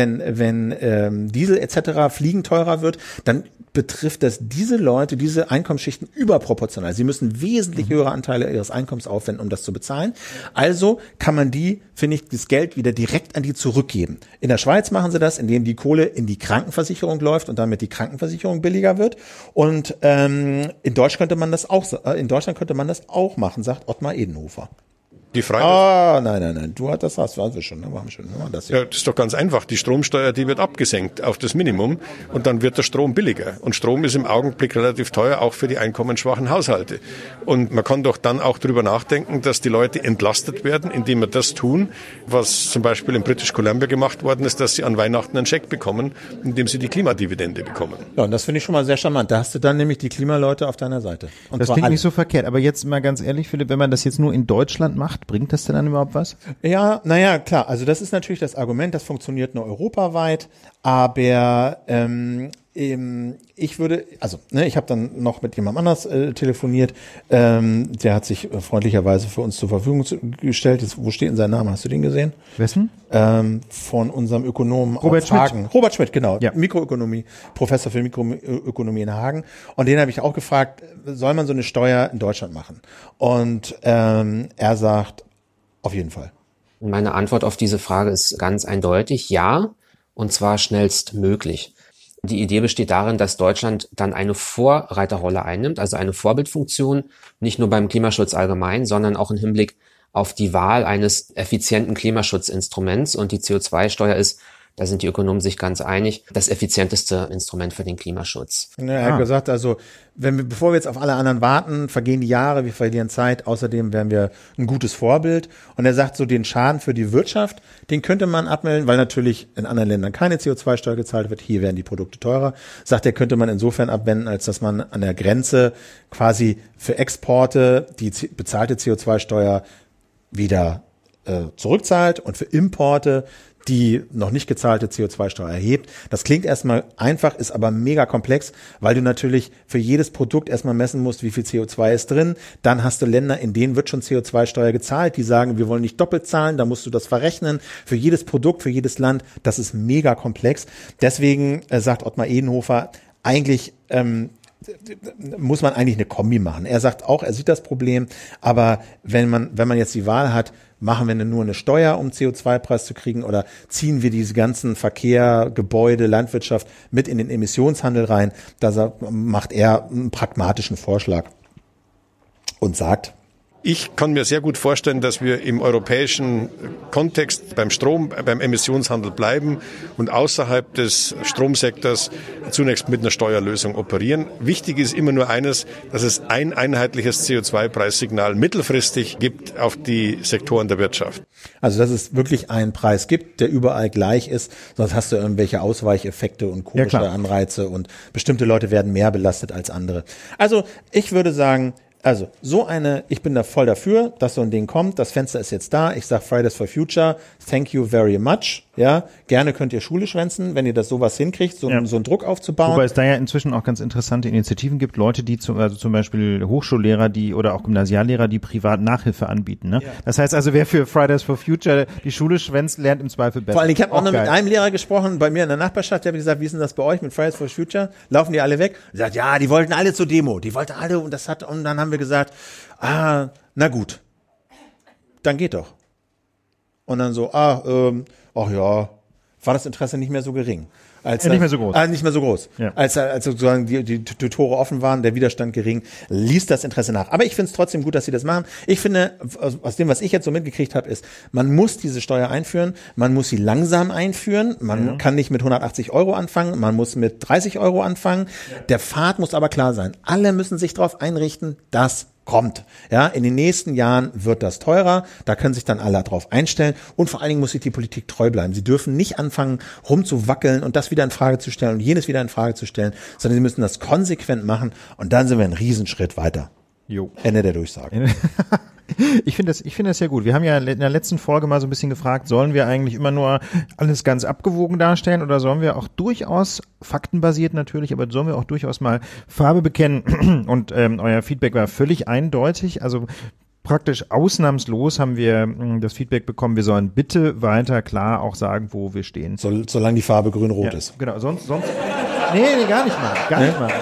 Diesel etc., Fliegen teurer wird, dann betrifft das diese Leute, diese Einkommensschichten überproportional. Sie müssen wesentlich höhere Anteile ihres Einkommens aufwenden, um das zu bezahlen. Also kann man das Geld wieder direkt an die zurückgeben. In der Schweiz machen sie das, indem die Kohle in die Krankenversicherung läuft und damit die Krankenversicherung billiger wird. Und in Deutschland könnte man das auch machen, sagt Ottmar Edenhofer. Die Frage. Nein, das waren wir schon. Das ist doch ganz einfach. Die Stromsteuer, die wird abgesenkt auf das Minimum und dann wird der Strom billiger. Und Strom ist im Augenblick relativ teuer, auch für die einkommensschwachen Haushalte. Und man kann doch dann auch darüber nachdenken, dass die Leute entlastet werden, indem wir das tun, was zum Beispiel in British Columbia gemacht worden ist, dass sie an Weihnachten einen Scheck bekommen, indem sie die Klimadividende bekommen. Ja, und das finde ich schon mal sehr charmant. Da hast du dann nämlich die Klimaleute auf deiner Seite. Und das klingt nicht so verkehrt. Aber jetzt mal ganz ehrlich, Philipp, wenn man das jetzt nur in Deutschland macht, bringt das denn dann überhaupt was? Ja, naja, klar. Also das ist natürlich das Argument, das funktioniert nur europaweit, aber ich habe dann noch mit jemandem anders telefoniert, der hat sich freundlicherweise für uns zur Verfügung gestellt. Wo steht denn sein Name? Hast du den gesehen? Wessen? Von unserem Ökonomen Robert aus Hagen. Schmidt. Robert Schmidt, genau. Ja. Mikroökonomie, Professor für Mikroökonomie in Hagen. Und den habe ich auch gefragt, soll man so eine Steuer in Deutschland machen? Und er sagt, auf jeden Fall. Meine Antwort auf diese Frage ist ganz eindeutig, ja, und zwar schnellstmöglich. Die Idee besteht darin, dass Deutschland dann eine Vorreiterrolle einnimmt, also eine Vorbildfunktion, nicht nur beim Klimaschutz allgemein, sondern auch im Hinblick auf die Wahl eines effizienten Klimaschutzinstruments. Und die CO2-Steuer ist, da sind die Ökonomen sich ganz einig, das effizienteste Instrument für den Klimaschutz. Ja, er hat gesagt, also bevor wir jetzt auf alle anderen warten, vergehen die Jahre, wir verlieren Zeit, außerdem wären wir ein gutes Vorbild. Und er sagt so, den Schaden für die Wirtschaft, den könnte man abmelden, weil natürlich in anderen Ländern keine CO2-Steuer gezahlt wird, hier werden die Produkte teurer. Sagt er, könnte man insofern abwenden, als dass man an der Grenze quasi für Exporte die bezahlte CO2-Steuer wieder zurückzahlt und für Importe die noch nicht gezahlte CO2-Steuer erhebt. Das klingt erstmal einfach, ist aber mega komplex, weil du natürlich für jedes Produkt erstmal messen musst, wie viel CO2 ist drin. Dann hast du Länder, in denen wird schon CO2-Steuer gezahlt, die sagen, wir wollen nicht doppelt zahlen, da musst du das verrechnen. Für jedes Produkt, für jedes Land, das ist mega komplex. Deswegen sagt Ottmar Edenhofer, eigentlich muss man eigentlich eine Kombi machen. Er sagt auch, er sieht das Problem, aber wenn man jetzt die Wahl hat, machen wir nur eine Steuer, um CO2-Preis zu kriegen, oder ziehen wir diese ganzen Verkehr, Gebäude, Landwirtschaft mit in den Emissionshandel rein? Da macht er einen pragmatischen Vorschlag und sagt, ich kann mir sehr gut vorstellen, dass wir im europäischen Kontext beim Strom, beim Emissionshandel bleiben und außerhalb des Stromsektors zunächst mit einer Steuerlösung operieren. Wichtig ist immer nur eines, dass es ein einheitliches CO2-Preissignal mittelfristig gibt auf die Sektoren der Wirtschaft. Also dass es wirklich einen Preis gibt, der überall gleich ist, sonst hast du irgendwelche Ausweicheffekte und komische Anreize und bestimmte Leute werden mehr belastet als andere. Also ich würde sagen, ich bin da voll dafür, dass so ein Ding kommt. Das Fenster ist jetzt da. Ich sag Fridays for Future, thank you very much. Ja, gerne könnt ihr Schule schwänzen, wenn ihr das sowas hinkriegt, so einen Druck aufzubauen. Wobei es da ja inzwischen auch ganz interessante Initiativen gibt, Leute, die zum Beispiel Hochschullehrer, oder auch Gymnasiallehrer, die privat Nachhilfe anbieten. Ne? Ja. Das heißt also, wer für Fridays for Future die Schule schwänzt, lernt im Zweifel besser. Vor allem, ich habe auch noch mit einem Lehrer gesprochen, bei mir in der Nachbarschaft, der hat gesagt, wie ist denn das bei euch mit Fridays for Future? Laufen die alle weg? Er sagt, ja, die wollten alle zur Demo, und dann haben wir gesagt, na gut, dann geht doch. Und dann so, ach ja, war das Interesse nicht mehr so gering. Nicht mehr so groß. Nicht mehr so groß. Ja. Als sozusagen die Tore offen waren, der Widerstand gering, ließ das Interesse nach. Aber ich finde es trotzdem gut, dass sie das machen. Ich finde, aus dem, was ich jetzt so mitgekriegt habe, ist, man muss diese Steuer einführen, man muss sie langsam einführen, man kann nicht mit 180 € anfangen, man muss mit 30 € anfangen. Ja. Der Pfad muss aber klar sein. Alle müssen sich darauf einrichten, dass kommt. Ja, in den nächsten Jahren wird das teurer, da können sich dann alle drauf einstellen und vor allen Dingen muss sich die Politik treu bleiben. Sie dürfen nicht anfangen, rumzuwackeln und das wieder in Frage zu stellen und jenes wieder in Frage zu stellen, sondern sie müssen das konsequent machen und dann sind wir einen Riesenschritt weiter. Jo. Ende der Durchsage. Ich finde das sehr gut. Wir haben ja in der letzten Folge mal so ein bisschen gefragt, sollen wir eigentlich immer nur alles ganz abgewogen darstellen oder sollen wir auch durchaus, faktenbasiert natürlich, aber sollen wir auch durchaus mal Farbe bekennen? Und euer Feedback war völlig eindeutig, also praktisch ausnahmslos haben wir das Feedback bekommen, wir sollen bitte weiter klar auch sagen, wo wir stehen. Solange die Farbe grün-rot ist. Genau, sonst nee, gar nicht mal.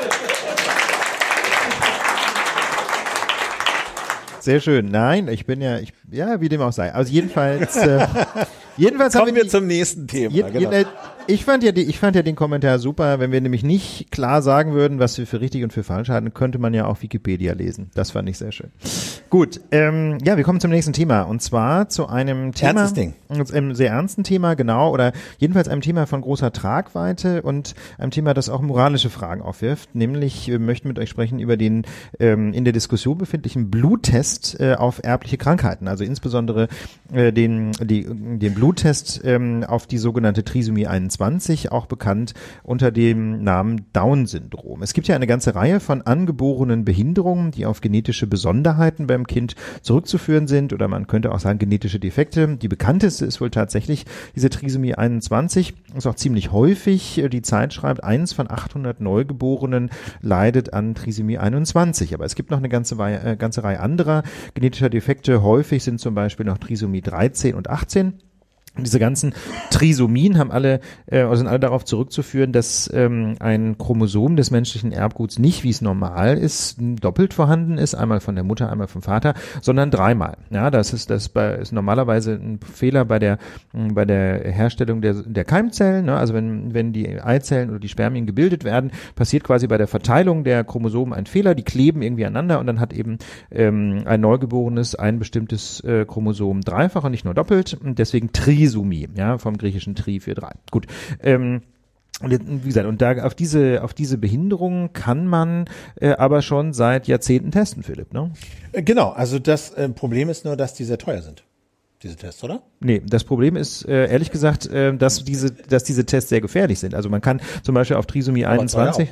Sehr schön. Nein, wie dem auch sei. Also jedenfalls kommen wir zum nächsten Thema. Genau. Ich fand ja den Kommentar super. Wenn wir nämlich nicht klar sagen würden, was wir für richtig und für falsch halten, könnte man ja auch Wikipedia lesen. Das fand ich sehr schön. Gut, wir kommen zum nächsten Thema und zwar zu einem Thema, ernstes Ding. Einem sehr ernsten Thema, genau, oder jedenfalls einem Thema von großer Tragweite und einem Thema, das auch moralische Fragen aufwirft. Nämlich wir möchten mit euch sprechen über den in der Diskussion befindlichen Bluttest auf erbliche Krankheiten, also insbesondere den Bluttest auf die sogenannte Trisomie 21, auch bekannt unter dem Namen Down-Syndrom. Es gibt ja eine ganze Reihe von angeborenen Behinderungen, die auf genetische Besonderheiten beim Kind zurückzuführen sind, oder man könnte auch sagen genetische Defekte. Die bekannteste ist wohl tatsächlich diese Trisomie 21, ist auch ziemlich häufig. Die Zeit schreibt, 1 von 800 Neugeborenen leidet an Trisomie 21, aber es gibt noch eine ganze Reihe anderer genetischer Defekte. Häufig sind zum Beispiel noch Trisomie 13 und 18. Und diese ganzen Trisomien sind alle darauf zurückzuführen, dass ein Chromosom des menschlichen Erbguts nicht, wie es normal ist, doppelt vorhanden ist, einmal von der Mutter, einmal vom Vater, sondern dreimal. Ja, das ist normalerweise ein Fehler bei der Herstellung der Keimzellen. Ne? Also wenn die Eizellen oder die Spermien gebildet werden, passiert quasi bei der Verteilung der Chromosomen ein Fehler. Die kleben irgendwie aneinander und dann hat eben ein Neugeborenes ein bestimmtes Chromosom dreifach und nicht nur doppelt. Und deswegen Trisomie, ja, vom griechischen Tri für 3. Gut. Wie gesagt, und da auf diese Behinderung kann man aber schon seit Jahrzehnten testen, Philipp, ne? Genau, also das Problem ist nur, dass die sehr teuer sind. diese Tests, oder? Nee, das Problem ist, ehrlich gesagt, dass diese Tests sehr gefährlich sind. Also man kann zum Beispiel auf Trisomie 21,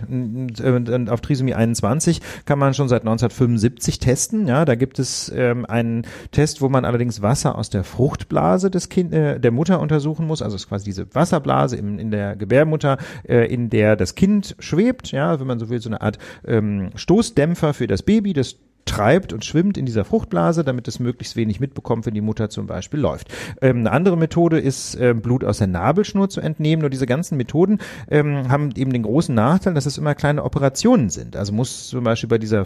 auf Trisomie 21 kann man schon seit 1975 testen. Ja, da gibt es einen Test, wo man allerdings Wasser aus der Fruchtblase der Mutter untersuchen muss. Also es ist quasi diese Wasserblase in der Gebärmutter, in der das Kind schwebt. Ja, wenn man so will, so eine Art Stoßdämpfer für das Baby, das treibt und schwimmt in dieser Fruchtblase, damit es möglichst wenig mitbekommt, wenn die Mutter zum Beispiel läuft. Eine andere Methode ist, Blut aus der Nabelschnur zu entnehmen. Nur diese ganzen Methoden haben eben den großen Nachteil, dass es immer kleine Operationen sind. Also muss zum Beispiel bei dieser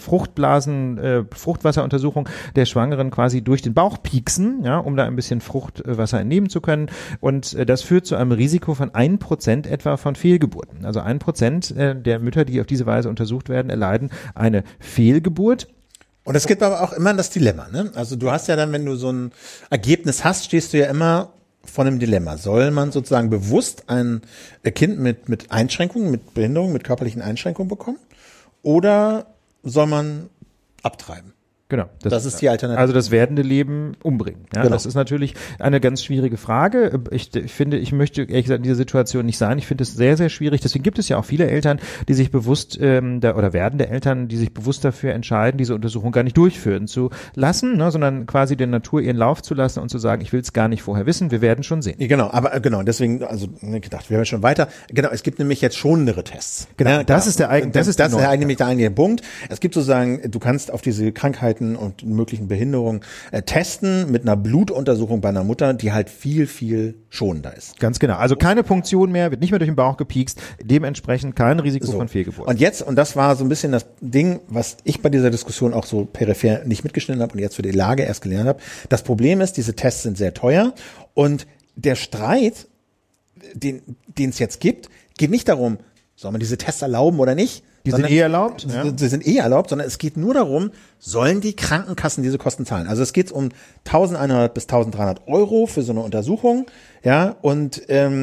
Fruchtwasseruntersuchung der Schwangeren quasi durch den Bauch pieksen, ja, um da ein bisschen Fruchtwasser entnehmen zu können. Und das führt zu einem Risiko von 1% etwa von Fehlgeburten. Also 1% der Mütter, die auf diese Weise untersucht werden, erleiden eine Fehlgeburt. Und es gibt aber auch immer das Dilemma, ne? Also du hast ja dann, wenn du so ein Ergebnis hast, stehst du ja immer vor einem Dilemma. Soll man sozusagen bewusst ein Kind mit Einschränkungen, mit Behinderungen, mit körperlichen Einschränkungen bekommen? Oder soll man abtreiben? Genau. Das ist die Alternative. Also das werdende Leben umbringen. Ja, genau. Das ist natürlich eine ganz schwierige Frage. Ich finde, ich möchte ehrlich gesagt in dieser Situation nicht sein. Ich finde es sehr, sehr schwierig. Deswegen gibt es ja auch viele Eltern, die sich bewusst, oder werdende Eltern, die sich bewusst dafür entscheiden, diese Untersuchung gar nicht durchführen zu lassen, ne, sondern quasi der Natur ihren Lauf zu lassen und zu sagen, ich will es gar nicht vorher wissen, wir werden schon sehen. Genau, aber deswegen, also gedacht, wir werden schon weiter. Genau, es gibt nämlich jetzt schonendere Tests. Genau, ja, das ist der eigentliche Punkt. Es gibt sozusagen, du kannst auf diese Krankheiten und möglichen Behinderungen testen mit einer Blutuntersuchung bei einer Mutter, die halt viel, viel schonender ist. Ganz genau. Also keine Punktion mehr, wird nicht mehr durch den Bauch gepiekst, dementsprechend kein Risiko von Fehlgeburt. Und das war so ein bisschen das Ding, was ich bei dieser Diskussion auch so peripher nicht mitgeschnitten habe und jetzt für die Lage erst gelernt habe. Das Problem ist, diese Tests sind sehr teuer und der Streit, den es jetzt gibt, geht nicht darum, soll man diese Tests erlauben oder nicht. Die sind erlaubt? Ja. Die sind erlaubt, sondern es geht nur darum, sollen die Krankenkassen diese Kosten zahlen? Also es geht um 1.100 bis 1.300 Euro für so eine Untersuchung, ja, und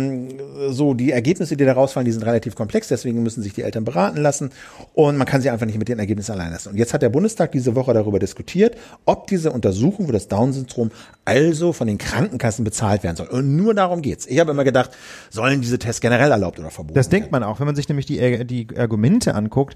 so die Ergebnisse, die da rausfallen, die sind relativ komplex, deswegen müssen sich die Eltern beraten lassen und man kann sie einfach nicht mit den Ergebnissen allein lassen. Und jetzt hat der Bundestag diese Woche darüber diskutiert, ob diese Untersuchung für das Down-Syndrom also von den Krankenkassen bezahlt werden soll. Und nur darum geht's. Ich habe immer gedacht, sollen diese Tests generell erlaubt oder verboten werden? Das denkt man auch, wenn man sich nämlich die Argumente anguckt,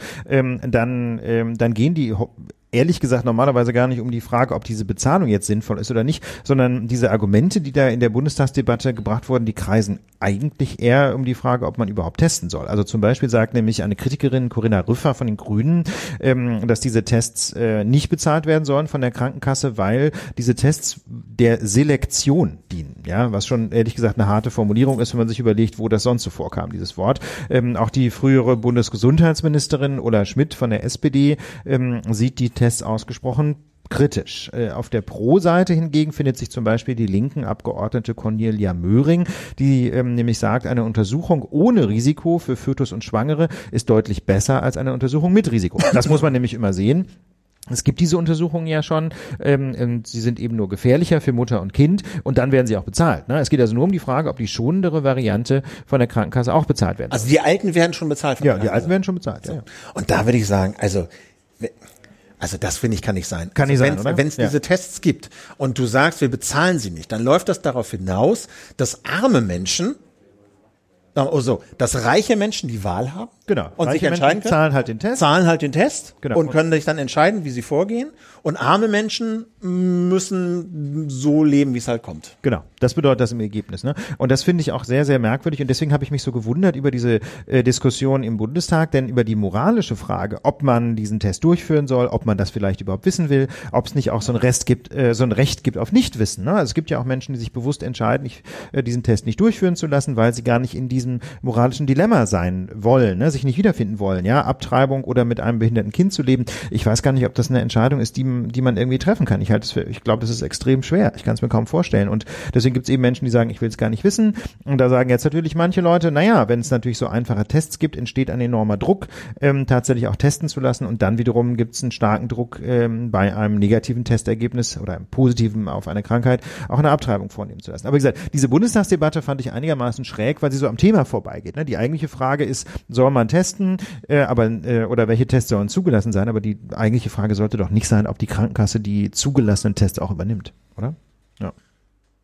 dann gehen die ehrlich gesagt normalerweise gar nicht um die Frage, ob diese Bezahlung jetzt sinnvoll ist oder nicht, sondern diese Argumente, die da in der Bundestagsdebatte gebracht wurden, die kreisen eigentlich eher um die Frage, ob man überhaupt testen soll. Also zum Beispiel sagt nämlich eine Kritikerin, Corinna Rüffer von den Grünen, dass diese Tests nicht bezahlt werden sollen von der Krankenkasse, weil diese Tests der Selektion dienen. Ja, was schon ehrlich gesagt eine harte Formulierung ist, wenn man sich überlegt, wo das sonst so vorkam, dieses Wort. Auch die frühere Bundesgesundheitsministerin Ulla Schmidt von der SPD sieht die Tests ausgesprochen kritisch. Auf der Pro-Seite hingegen findet sich zum Beispiel die linken Abgeordnete Cornelia Möhring, die nämlich sagt, eine Untersuchung ohne Risiko für Fötus und Schwangere ist deutlich besser als eine Untersuchung mit Risiko. Das muss man nämlich immer sehen. Es gibt diese Untersuchungen ja schon, sie sind eben nur gefährlicher für Mutter und Kind und dann werden sie auch bezahlt. Ne? Es geht also nur um die Frage, ob die schonendere Variante von der Krankenkasse auch bezahlt werden. Also die Alten werden schon bezahlt von der Krankenkasse? Ja, die Alten werden schon bezahlt. So. Ja. Und da würde ich sagen, also das finde ich kann nicht sein. Kann nicht sein, oder? Wenn es diese Tests gibt und du sagst, wir bezahlen sie nicht, dann läuft das darauf hinaus, dass arme Menschen, dass reiche Menschen die Wahl haben. Genau. Und sich entscheiden können. Zahlen halt den Test. Genau. Und können sich dann entscheiden, wie sie vorgehen. Und arme Menschen müssen so leben, wie es halt kommt. Genau. Das bedeutet das im Ergebnis, ne? Und das finde ich auch sehr, sehr merkwürdig. Und deswegen habe ich mich so gewundert über diese Diskussion im Bundestag, denn über die moralische Frage, ob man diesen Test durchführen soll, ob man das vielleicht überhaupt wissen will, ob es nicht auch so ein Recht gibt auf Nichtwissen, ne? Also es gibt ja auch Menschen, die sich bewusst entscheiden, diesen Test nicht durchführen zu lassen, weil sie gar nicht in diesem moralischen Dilemma sein wollen, ne? Sich nicht wiederfinden wollen, ja, Abtreibung oder mit einem behinderten Kind zu leben. Ich weiß gar nicht, ob das eine Entscheidung ist, die man irgendwie treffen kann. Ich glaube, das ist extrem schwer. Ich kann es mir kaum vorstellen. Und deswegen gibt es eben Menschen, die sagen, ich will es gar nicht wissen. Und da sagen jetzt natürlich manche Leute, naja, wenn es natürlich so einfache Tests gibt, entsteht ein enormer Druck, tatsächlich auch testen zu lassen. Und dann wiederum gibt es einen starken Druck, bei einem negativen Testergebnis oder einem positiven auf eine Krankheit auch eine Abtreibung vornehmen zu lassen. Aber wie gesagt, diese Bundestagsdebatte fand ich einigermaßen schräg, weil sie so am Thema vorbeigeht. Ne? Die eigentliche Frage ist, soll man testen, oder welche Tests sollen zugelassen sein, aber die eigentliche Frage sollte doch nicht sein, ob die Krankenkasse die zugelassenen Tests auch übernimmt, oder? Ja.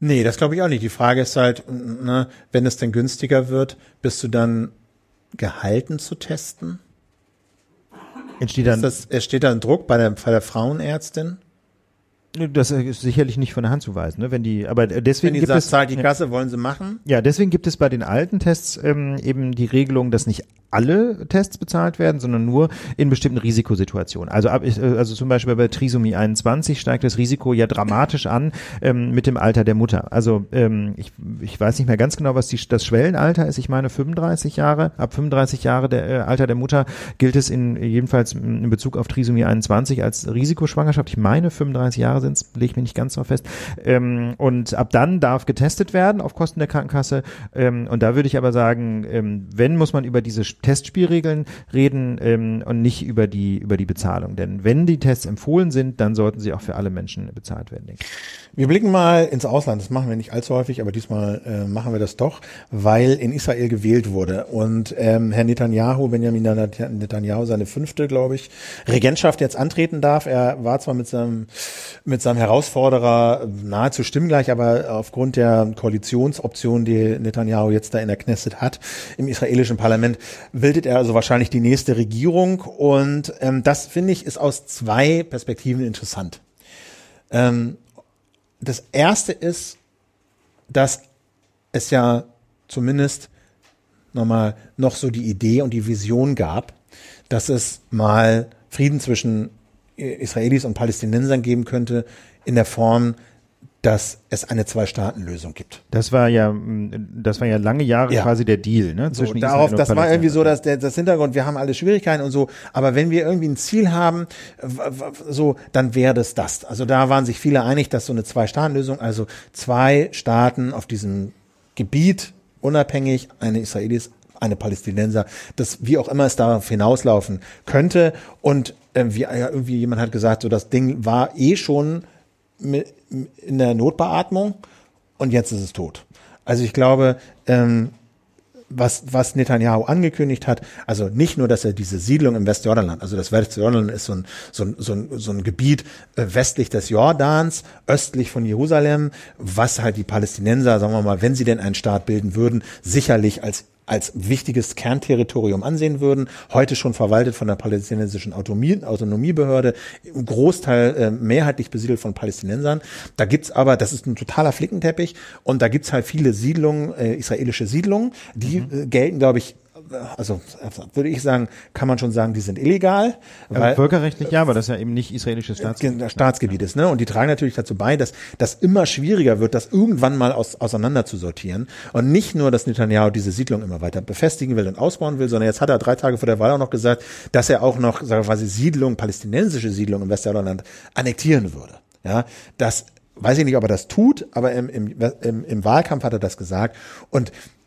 Nee, das glaube ich auch nicht. Die Frage ist halt, ne, wenn es denn günstiger wird, bist du dann gehalten zu testen? Entsteht da ein Druck bei der Frauenärztin? Das ist sicherlich nicht von der Hand zu weisen, ne? Aber deswegen gibt es, zahlt die Kasse, wollen sie machen? Ja, deswegen gibt es bei den alten Tests eben die Regelung, dass nicht alle Tests bezahlt werden, sondern nur in bestimmten Risikosituationen. Also zum Beispiel bei Trisomie 21 steigt das Risiko ja dramatisch an mit dem Alter der Mutter. Also ich weiß nicht mehr ganz genau, was das Schwellenalter ist. Ich meine 35 Jahre. Ab 35 Jahre der Alter der Mutter gilt es jedenfalls in Bezug auf Trisomie 21 als Risikoschwangerschaft. Ich meine 35 Jahre sind es, lege ich mich nicht ganz so fest. Und ab dann darf getestet werden auf Kosten der Krankenkasse. Und da würde ich aber sagen, wenn, muss man über diese Testspielregeln reden und nicht über die Bezahlung. Denn wenn die Tests empfohlen sind, dann sollten sie auch für alle Menschen bezahlt werden, denke ich. Wir blicken mal ins Ausland. Das machen wir nicht allzu häufig, aber diesmal machen wir das doch, weil in Israel gewählt wurde. Und Herr Netanyahu, Benjamin Netanyahu, seine 5., glaube ich, Regentschaft jetzt antreten darf. Er war zwar mit seinem Herausforderer nahezu stimmgleich, aber aufgrund der Koalitionsoption, die Netanyahu jetzt da in der Knesset hat, im israelischen Parlament, bildet er also wahrscheinlich die nächste Regierung. Und das, finde ich, ist aus 2 Perspektiven interessant. Das erste ist, dass es ja zumindest noch so die Idee und die Vision gab, dass es mal Frieden zwischen Israelis und Palästinensern geben könnte in der Form, dass es eine 2-Staaten-Lösung gibt. Das war ja lange Jahre quasi der Deal, ne? Zwischen Israel und Palästina. Das war irgendwie so, dass das Hintergrund, wir haben alle Schwierigkeiten und so, aber wenn wir irgendwie ein Ziel haben, so, dann wäre das. Also da waren sich viele einig, dass so eine 2-Staaten-Lösung, also 2 Staaten auf diesem Gebiet, unabhängig, eine Israelis, eine Palästinenser, das wie auch immer es darauf hinauslaufen könnte. Und wie irgendwie jemand hat gesagt, so das Ding war schon in der Notbeatmung und jetzt ist es tot. Also ich glaube, was Netanyahu angekündigt hat, also nicht nur, dass er diese Siedlung im Westjordanland, also das Westjordanland ist so ein Gebiet westlich des Jordans, östlich von Jerusalem, was halt die Palästinenser, sagen wir mal, wenn sie denn einen Staat bilden würden, sicherlich als wichtiges Kernterritorium ansehen würden, heute schon verwaltet von der palästinensischen Autonomiebehörde, im Großteil mehrheitlich besiedelt von Palästinensern. Da gibt's aber, das ist ein totaler Flickenteppich, und da gibt's halt viele Siedlungen, israelische Siedlungen, die gelten, glaube ich, also würde ich sagen, kann man schon sagen, die sind illegal. Weil, völkerrechtlich ja, aber das ist ja eben nicht israelisches Staatsgebiet ist, ne? Und die tragen natürlich dazu bei, dass das immer schwieriger wird, das irgendwann mal auseinander zu sortieren. Und nicht nur, dass Netanyahu diese Siedlung immer weiter befestigen will und ausbauen will, sondern jetzt hat er 3 Tage vor der Wahl auch noch gesagt, dass er auch noch, sagen wir mal, palästinensische Siedlungen im Westjordanland annektieren würde. Ja, das weiß ich nicht, ob er das tut, aber im Wahlkampf hat er das gesagt. Und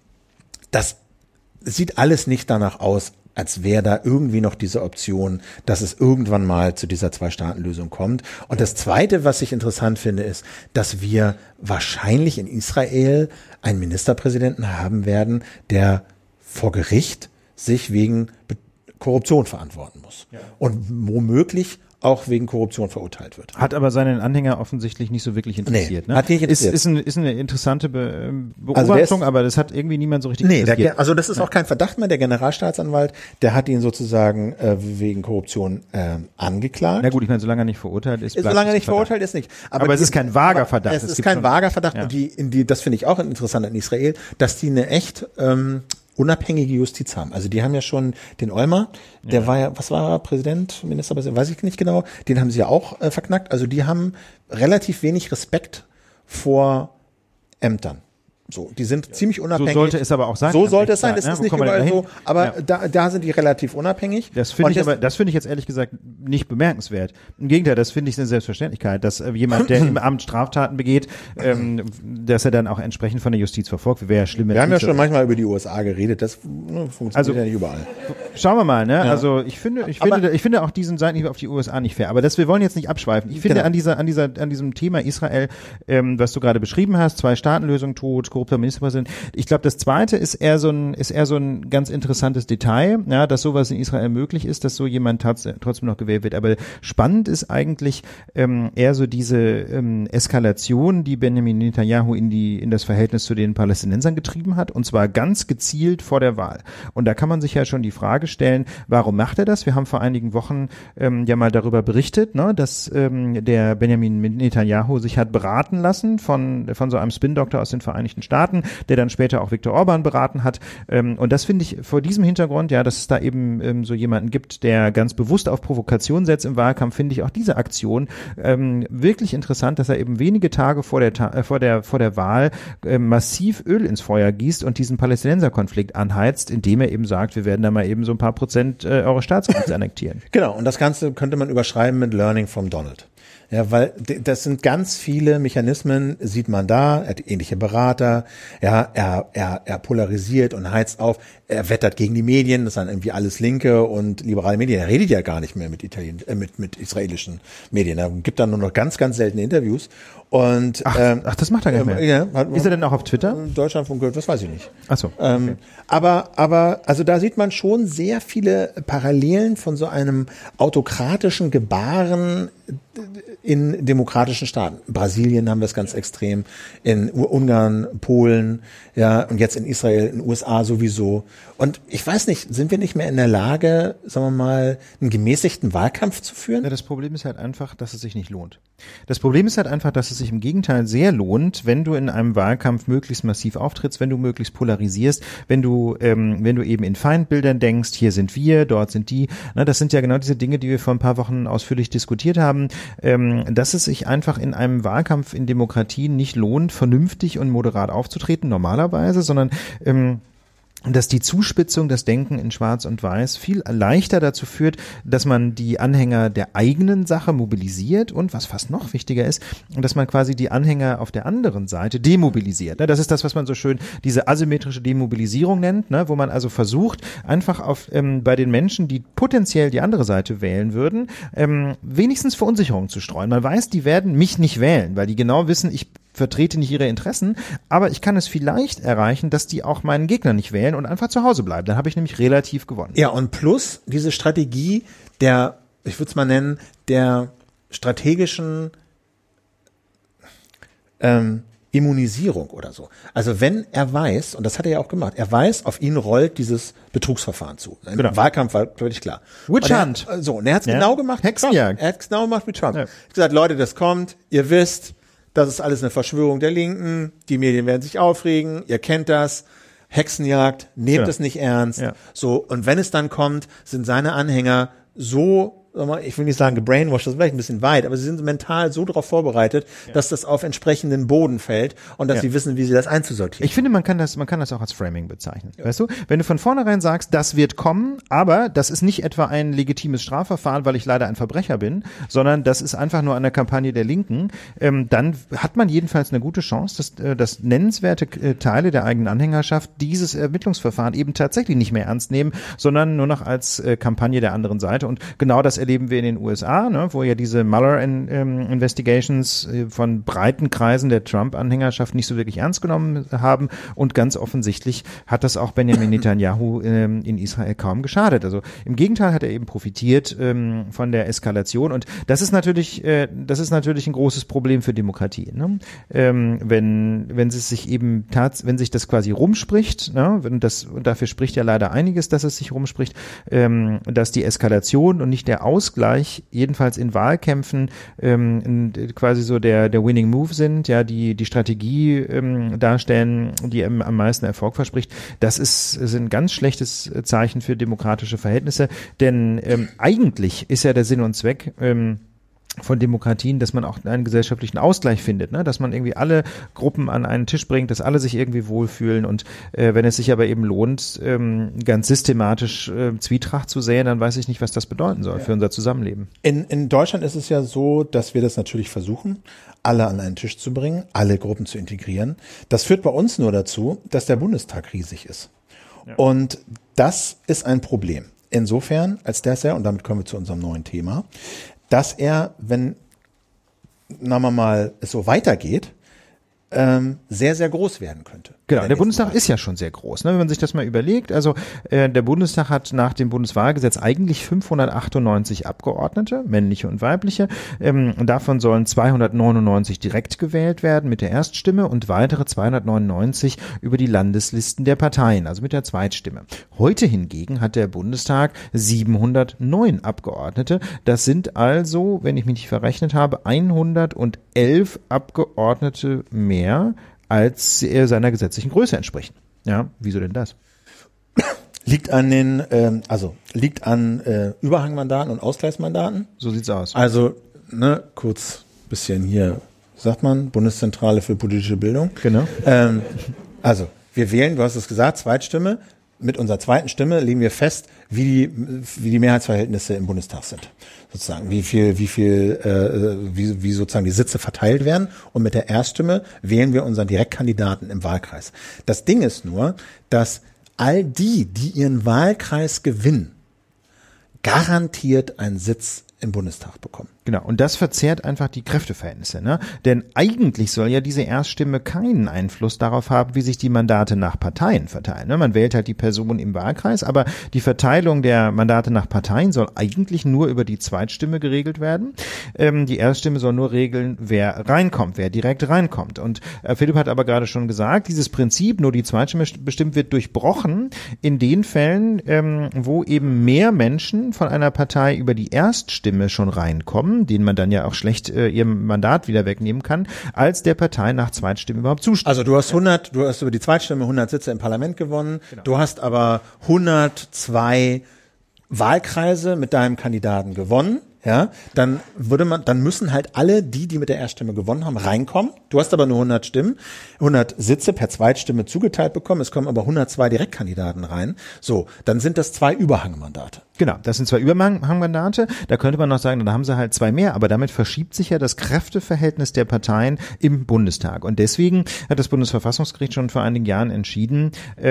das sieht alles nicht danach aus, als wäre da irgendwie noch diese Option, dass es irgendwann mal zu dieser 2-Staaten-Lösung kommt. Und das Zweite, was ich interessant finde, ist, dass wir wahrscheinlich in Israel einen Ministerpräsidenten haben werden, der vor Gericht sich wegen Korruption verantworten muss. Ja. Und womöglich auch wegen Korruption verurteilt wird. Hat aber seinen Anhänger offensichtlich nicht so wirklich interessiert. Nee, ne? Hat nicht interessiert. Ist eine interessante Beobachtung, aber das hat irgendwie niemand so richtig interessiert. Also das ist auch kein Verdacht mehr. Der Generalstaatsanwalt, der hat ihn sozusagen wegen Korruption angeklagt. Na gut, ich meine, solange er nicht verurteilt ist. Solange er nicht verurteilt ist, nicht. Aber es ist kein vager Verdacht. Es ist kein vager Verdacht. Ja. Und das finde ich auch interessant in Israel, dass die eine echt unabhängige Justiz haben. Also die haben ja schon den Olmer, der war ja, was war er, Präsident, Ministerpräsident, weiß ich nicht genau, den haben sie ja auch verknackt. Also die haben relativ wenig Respekt vor Ämtern. So, die sind ziemlich unabhängig. So sollte es aber auch sein. So sollte es sein. Es ist nicht überall so, aber da sind die relativ unabhängig. Das finde ich jetzt ehrlich gesagt nicht bemerkenswert. Im Gegenteil, das finde ich eine Selbstverständlichkeit, dass jemand, der im Amt Straftaten begeht, dass er dann auch entsprechend von der Justiz verfolgt. Wäre ja schlimm. Wir haben ja schon manchmal über die USA geredet. Das funktioniert ja nicht überall. Schauen wir mal, ne? Ja. Also ich finde auch diesen Seitenhieb auf die USA nicht fair. Aber wir wollen jetzt nicht abschweifen. Ich finde an diesem Thema Israel, was du gerade beschrieben hast, 2-Staaten-Lösung tot, korrupter Ministerpräsident. Ich glaube, das Zweite ist eher so ein ganz interessantes Detail, ja, dass sowas in Israel möglich ist, dass so jemand trotzdem noch gewählt wird. Aber spannend ist eigentlich eher so diese Eskalation, die Benjamin Netanyahu in das Verhältnis zu den Palästinensern getrieben hat, und zwar ganz gezielt vor der Wahl. Und da kann man sich ja schon die Frage stellen, warum macht er das? Wir haben vor einigen Wochen ja mal darüber berichtet, ne, dass der Benjamin Netanyahu sich hat beraten lassen von so einem Spin-Doktor aus den Vereinigten Staaten, der dann später auch Viktor Orban beraten hat. Und das finde ich vor diesem Hintergrund, ja, dass es da eben so jemanden gibt, der ganz bewusst auf Provokation setzt im Wahlkampf, finde ich auch diese Aktion wirklich interessant, dass er eben wenige Tage vor der Wahl massiv Öl ins Feuer gießt und diesen Palästinenser-Konflikt anheizt, indem er eben sagt, wir werden da mal eben so ein paar Prozent eures Staatsgebiets annektieren. Genau, und das Ganze könnte man überschreiben mit Learning from Donald. Ja, weil das sind ganz viele Mechanismen, sieht man da, er hat ähnliche Berater, ja, er polarisiert und heizt auf, er wettert gegen die Medien, das sind irgendwie alles linke und liberale Medien, er redet ja gar nicht mehr mit israelischen Medien, er gibt dann nur noch ganz, ganz seltene Interviews und ach, das macht er gar nicht mehr. Ja, ist er denn auch auf Twitter? Deutschlandfunk gehört, das weiß ich nicht. Ach so. Okay. Aber also da sieht man schon sehr viele Parallelen von so einem autokratischen Gebaren in demokratischen Staaten. In Brasilien haben wir es ganz extrem, in Ungarn, Polen, ja, und jetzt in Israel, in den USA sowieso. Und ich weiß nicht, sind wir nicht mehr in der Lage, sagen wir mal, einen gemäßigten Wahlkampf zu führen? Ja, das Problem ist halt einfach, dass es sich nicht lohnt. Das Problem ist halt einfach, dass es sich im Gegenteil sehr lohnt, wenn du in einem Wahlkampf möglichst massiv auftrittst, wenn du möglichst polarisierst, wenn du eben in Feindbildern denkst, hier sind wir, dort sind die. Na, das sind ja genau diese Dinge, die wir vor ein paar Wochen ausführlich diskutiert haben, dass es sich einfach in einem Wahlkampf in Demokratien nicht lohnt, vernünftig und moderat aufzutreten, normalerweise, sondern dass die Zuspitzung, das Denken in Schwarz und Weiß viel leichter dazu führt, dass man die Anhänger der eigenen Sache mobilisiert und, was fast noch wichtiger ist, dass man quasi die Anhänger auf der anderen Seite demobilisiert. Das ist das, was man so schön diese asymmetrische Demobilisierung nennt, wo man also versucht, einfach bei den Menschen, die potenziell die andere Seite wählen würden, wenigstens Verunsicherung zu streuen. Man weiß, die werden mich nicht wählen, weil die genau wissen, ich vertrete nicht ihre Interessen, aber ich kann es vielleicht erreichen, dass die auch meinen Gegner nicht wählen und einfach zu Hause bleiben. Dann habe ich nämlich relativ gewonnen. Ja, und plus diese Strategie der, ich würde es mal nennen, der strategischen Immunisierung oder so. Also wenn er weiß, und das hat er ja auch gemacht, er weiß, auf ihn rollt dieses Betrugsverfahren zu. Im Wahlkampf war völlig klar. Witch Hunt. Und er hat es genau gemacht. Hexenjagd. Er hat es genau gemacht mit Trump. Er hat gesagt, Leute, das kommt, ihr wisst, das ist alles eine Verschwörung der Linken, die Medien werden sich aufregen, ihr kennt das, Hexenjagd, nehmt es nicht ernst. Ja. So, und wenn es dann kommt, sind seine Anhänger so, ich will nicht sagen gebrainwashed, das ist vielleicht ein bisschen weit, aber sie sind mental so darauf vorbereitet, dass das auf entsprechenden Boden fällt und dass sie wissen, wie sie das einzusortieren. Ich finde, man kann das auch als Framing bezeichnen. Ja. Weißt du, wenn du von vornherein sagst, das wird kommen, aber das ist nicht etwa ein legitimes Strafverfahren, weil ich leider ein Verbrecher bin, sondern das ist einfach nur eine Kampagne der Linken, dann hat man jedenfalls eine gute Chance, dass nennenswerte Teile der eigenen Anhängerschaft dieses Ermittlungsverfahren eben tatsächlich nicht mehr ernst nehmen, sondern nur noch als Kampagne der anderen Seite. Und genau das erleben wir in den USA, wo ja diese Mueller-Investigations von breiten Kreisen der Trump-Anhängerschaft nicht so wirklich ernst genommen haben, und ganz offensichtlich hat das auch Benjamin Netanyahu in Israel kaum geschadet. Also im Gegenteil hat er eben profitiert von der Eskalation, und das ist natürlich ein großes Problem für Demokratie, wenn sich das quasi rumspricht, und dafür spricht ja leider einiges, dass es sich rumspricht, dass die Eskalation und nicht der Ausgleich, jedenfalls in Wahlkämpfen, quasi so der Winning Move sind, ja, die Strategie darstellen, die am meisten Erfolg verspricht. Das ist ein ganz schlechtes Zeichen für demokratische Verhältnisse, denn eigentlich ist ja der Sinn und Zweck von Demokratien, dass man auch einen gesellschaftlichen Ausgleich findet, dass man irgendwie alle Gruppen an einen Tisch bringt, dass alle sich irgendwie wohlfühlen, und wenn es sich aber eben lohnt, ganz systematisch Zwietracht zu säen, dann weiß ich nicht, was das bedeuten soll für unser Zusammenleben. In Deutschland ist es ja so, dass wir das natürlich versuchen, alle an einen Tisch zu bringen, alle Gruppen zu integrieren. Das führt bei uns nur dazu, dass der Bundestag riesig ist. Ja. Und das ist ein Problem. Insofern, und damit kommen wir zu unserem neuen Thema, dass er, wenn, sagen wir mal, es so weitergeht, sehr, sehr groß werden könnte. Genau, der Bundestag ist ja schon sehr groß, ne? Wenn man sich das mal überlegt. Also der Bundestag hat nach dem Bundeswahlgesetz eigentlich 598 Abgeordnete, männliche und weibliche. Davon sollen 299 direkt gewählt werden mit der Erststimme und weitere 299 über die Landeslisten der Parteien, also mit der Zweitstimme. Heute hingegen hat der Bundestag 709 Abgeordnete. Das sind also, wenn ich mich nicht verrechnet habe, 111 Abgeordnete mehr, als seiner gesetzlichen Größe entsprechen. Ja, wieso denn das? Liegt an Überhangmandaten und Ausgleichsmandaten. So sieht's aus. Also, kurz bisschen hier, sagt man, Bundeszentrale für politische Bildung. Genau. Also, wir wählen, du hast es gesagt, Zweitstimme. Mit unserer zweiten Stimme legen wir fest, wie die Mehrheitsverhältnisse im Bundestag sind. Sozusagen, wie sozusagen die Sitze verteilt werden. Und mit der Erststimme wählen wir unseren Direktkandidaten im Wahlkreis. Das Ding ist nur, dass all die ihren Wahlkreis gewinnen, garantiert einen Sitz im Bundestag bekommen. Genau, und das verzerrt einfach die Kräfteverhältnisse, ne? Denn eigentlich soll ja diese Erststimme keinen Einfluss darauf haben, wie sich die Mandate nach Parteien verteilen, ne? Man wählt halt die Person im Wahlkreis, aber die Verteilung der Mandate nach Parteien soll eigentlich nur über die Zweitstimme geregelt werden. Die Erststimme soll nur regeln, wer reinkommt, wer direkt reinkommt. Und Philipp hat aber gerade schon gesagt, dieses Prinzip, nur die Zweitstimme bestimmt, wird durchbrochen in den Fällen, wo eben mehr Menschen von einer Partei über die Erststimme schon reinkommen, denen man dann ja auch schlecht ihr Mandat wieder wegnehmen kann, als der Partei nach Zweitstimme überhaupt zustimmt. Also du hast über die Zweitstimme 100 Sitze im Parlament gewonnen, genau. Du hast aber 102 Wahlkreise mit deinem Kandidaten gewonnen. Ja, dann müssen halt alle die mit der Erststimme gewonnen haben, reinkommen. Du hast aber nur 100 Sitze per Zweitstimme zugeteilt bekommen. Es kommen aber 102 Direktkandidaten rein. So, dann sind das 2 Überhangmandate. Genau, das sind 2 Überhangmandate. Da könnte man noch sagen, da haben sie halt 2 mehr, aber damit verschiebt sich ja das Kräfteverhältnis der Parteien im Bundestag. Und deswegen hat das Bundesverfassungsgericht schon vor einigen Jahren entschieden,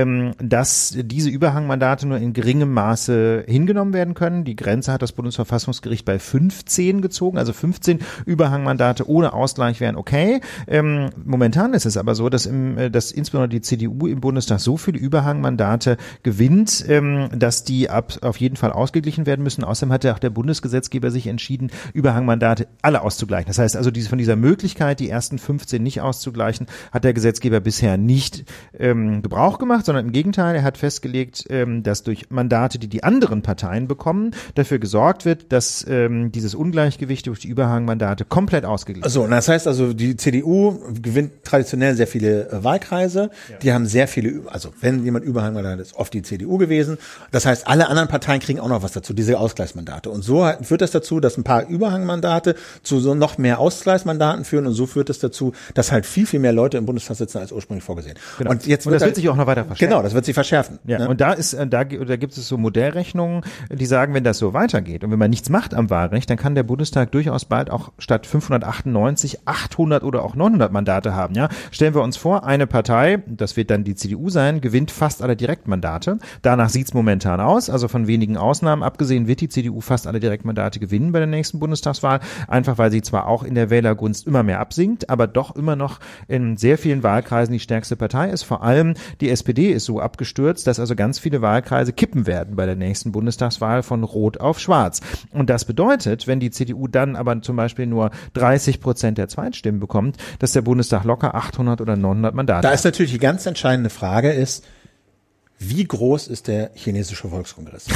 dass diese Überhangmandate nur in geringem Maße hingenommen werden können. Die Grenze hat das Bundesverfassungsgericht bei 15 gezogen, also 15 Überhangmandate ohne Ausgleich wären okay. Momentan ist es aber so, dass insbesondere die CDU im Bundestag so viele Überhangmandate gewinnt, dass die auf jeden Fall ausgeglichen werden müssen. Außerdem hat ja auch der Bundesgesetzgeber sich entschieden, Überhangmandate alle auszugleichen. Das heißt also, von dieser Möglichkeit, die ersten 15 nicht auszugleichen, hat der Gesetzgeber bisher nicht Gebrauch gemacht, sondern im Gegenteil, er hat festgelegt, dass durch Mandate, die die anderen Parteien bekommen, dafür gesorgt wird, dass dieses Ungleichgewicht durch die Überhangmandate komplett ausgeglichen. So, und das heißt also, die CDU gewinnt traditionell sehr viele Wahlkreise. Ja. Die haben sehr viele, also wenn jemand Überhangmandat ist, oft die CDU gewesen. Das heißt, alle anderen Parteien kriegen auch noch was dazu, diese Ausgleichsmandate. Und so führt das dazu, dass ein paar Überhangmandate zu so noch mehr Ausgleichsmandaten führen. Und so führt es dazu, dass halt viel, viel mehr Leute im Bundestag sitzen als ursprünglich vorgesehen. Genau. Und das wird sich auch noch weiter verschärfen. Genau, das wird sich verschärfen. Ja, ne? Und da gibt es so Modellrechnungen, die sagen, wenn das so weitergeht und wenn man nichts macht am Wahlrecht, dann kann der Bundestag durchaus bald auch statt 598 800 oder auch 900 Mandate haben. Ja, stellen wir uns vor, eine Partei, das wird dann die CDU sein, gewinnt fast alle Direktmandate. Danach sieht's momentan aus. Also von wenigen Ausnahmen abgesehen wird die CDU fast alle Direktmandate gewinnen bei der nächsten Bundestagswahl. Einfach weil sie zwar auch in der Wählergunst immer mehr absinkt, aber doch immer noch in sehr vielen Wahlkreisen die stärkste Partei ist. Vor allem die SPD ist so abgestürzt, dass also ganz viele Wahlkreise kippen werden bei der nächsten Bundestagswahl von Rot auf Schwarz. Und das bedeutet, wenn die CDU dann aber zum Beispiel nur 30% der Zweitstimmen bekommt, dass der Bundestag locker 800 oder 900 Mandate hat. Da ist natürlich die ganz entscheidende Frage ist, wie groß ist der chinesische Volkskongress?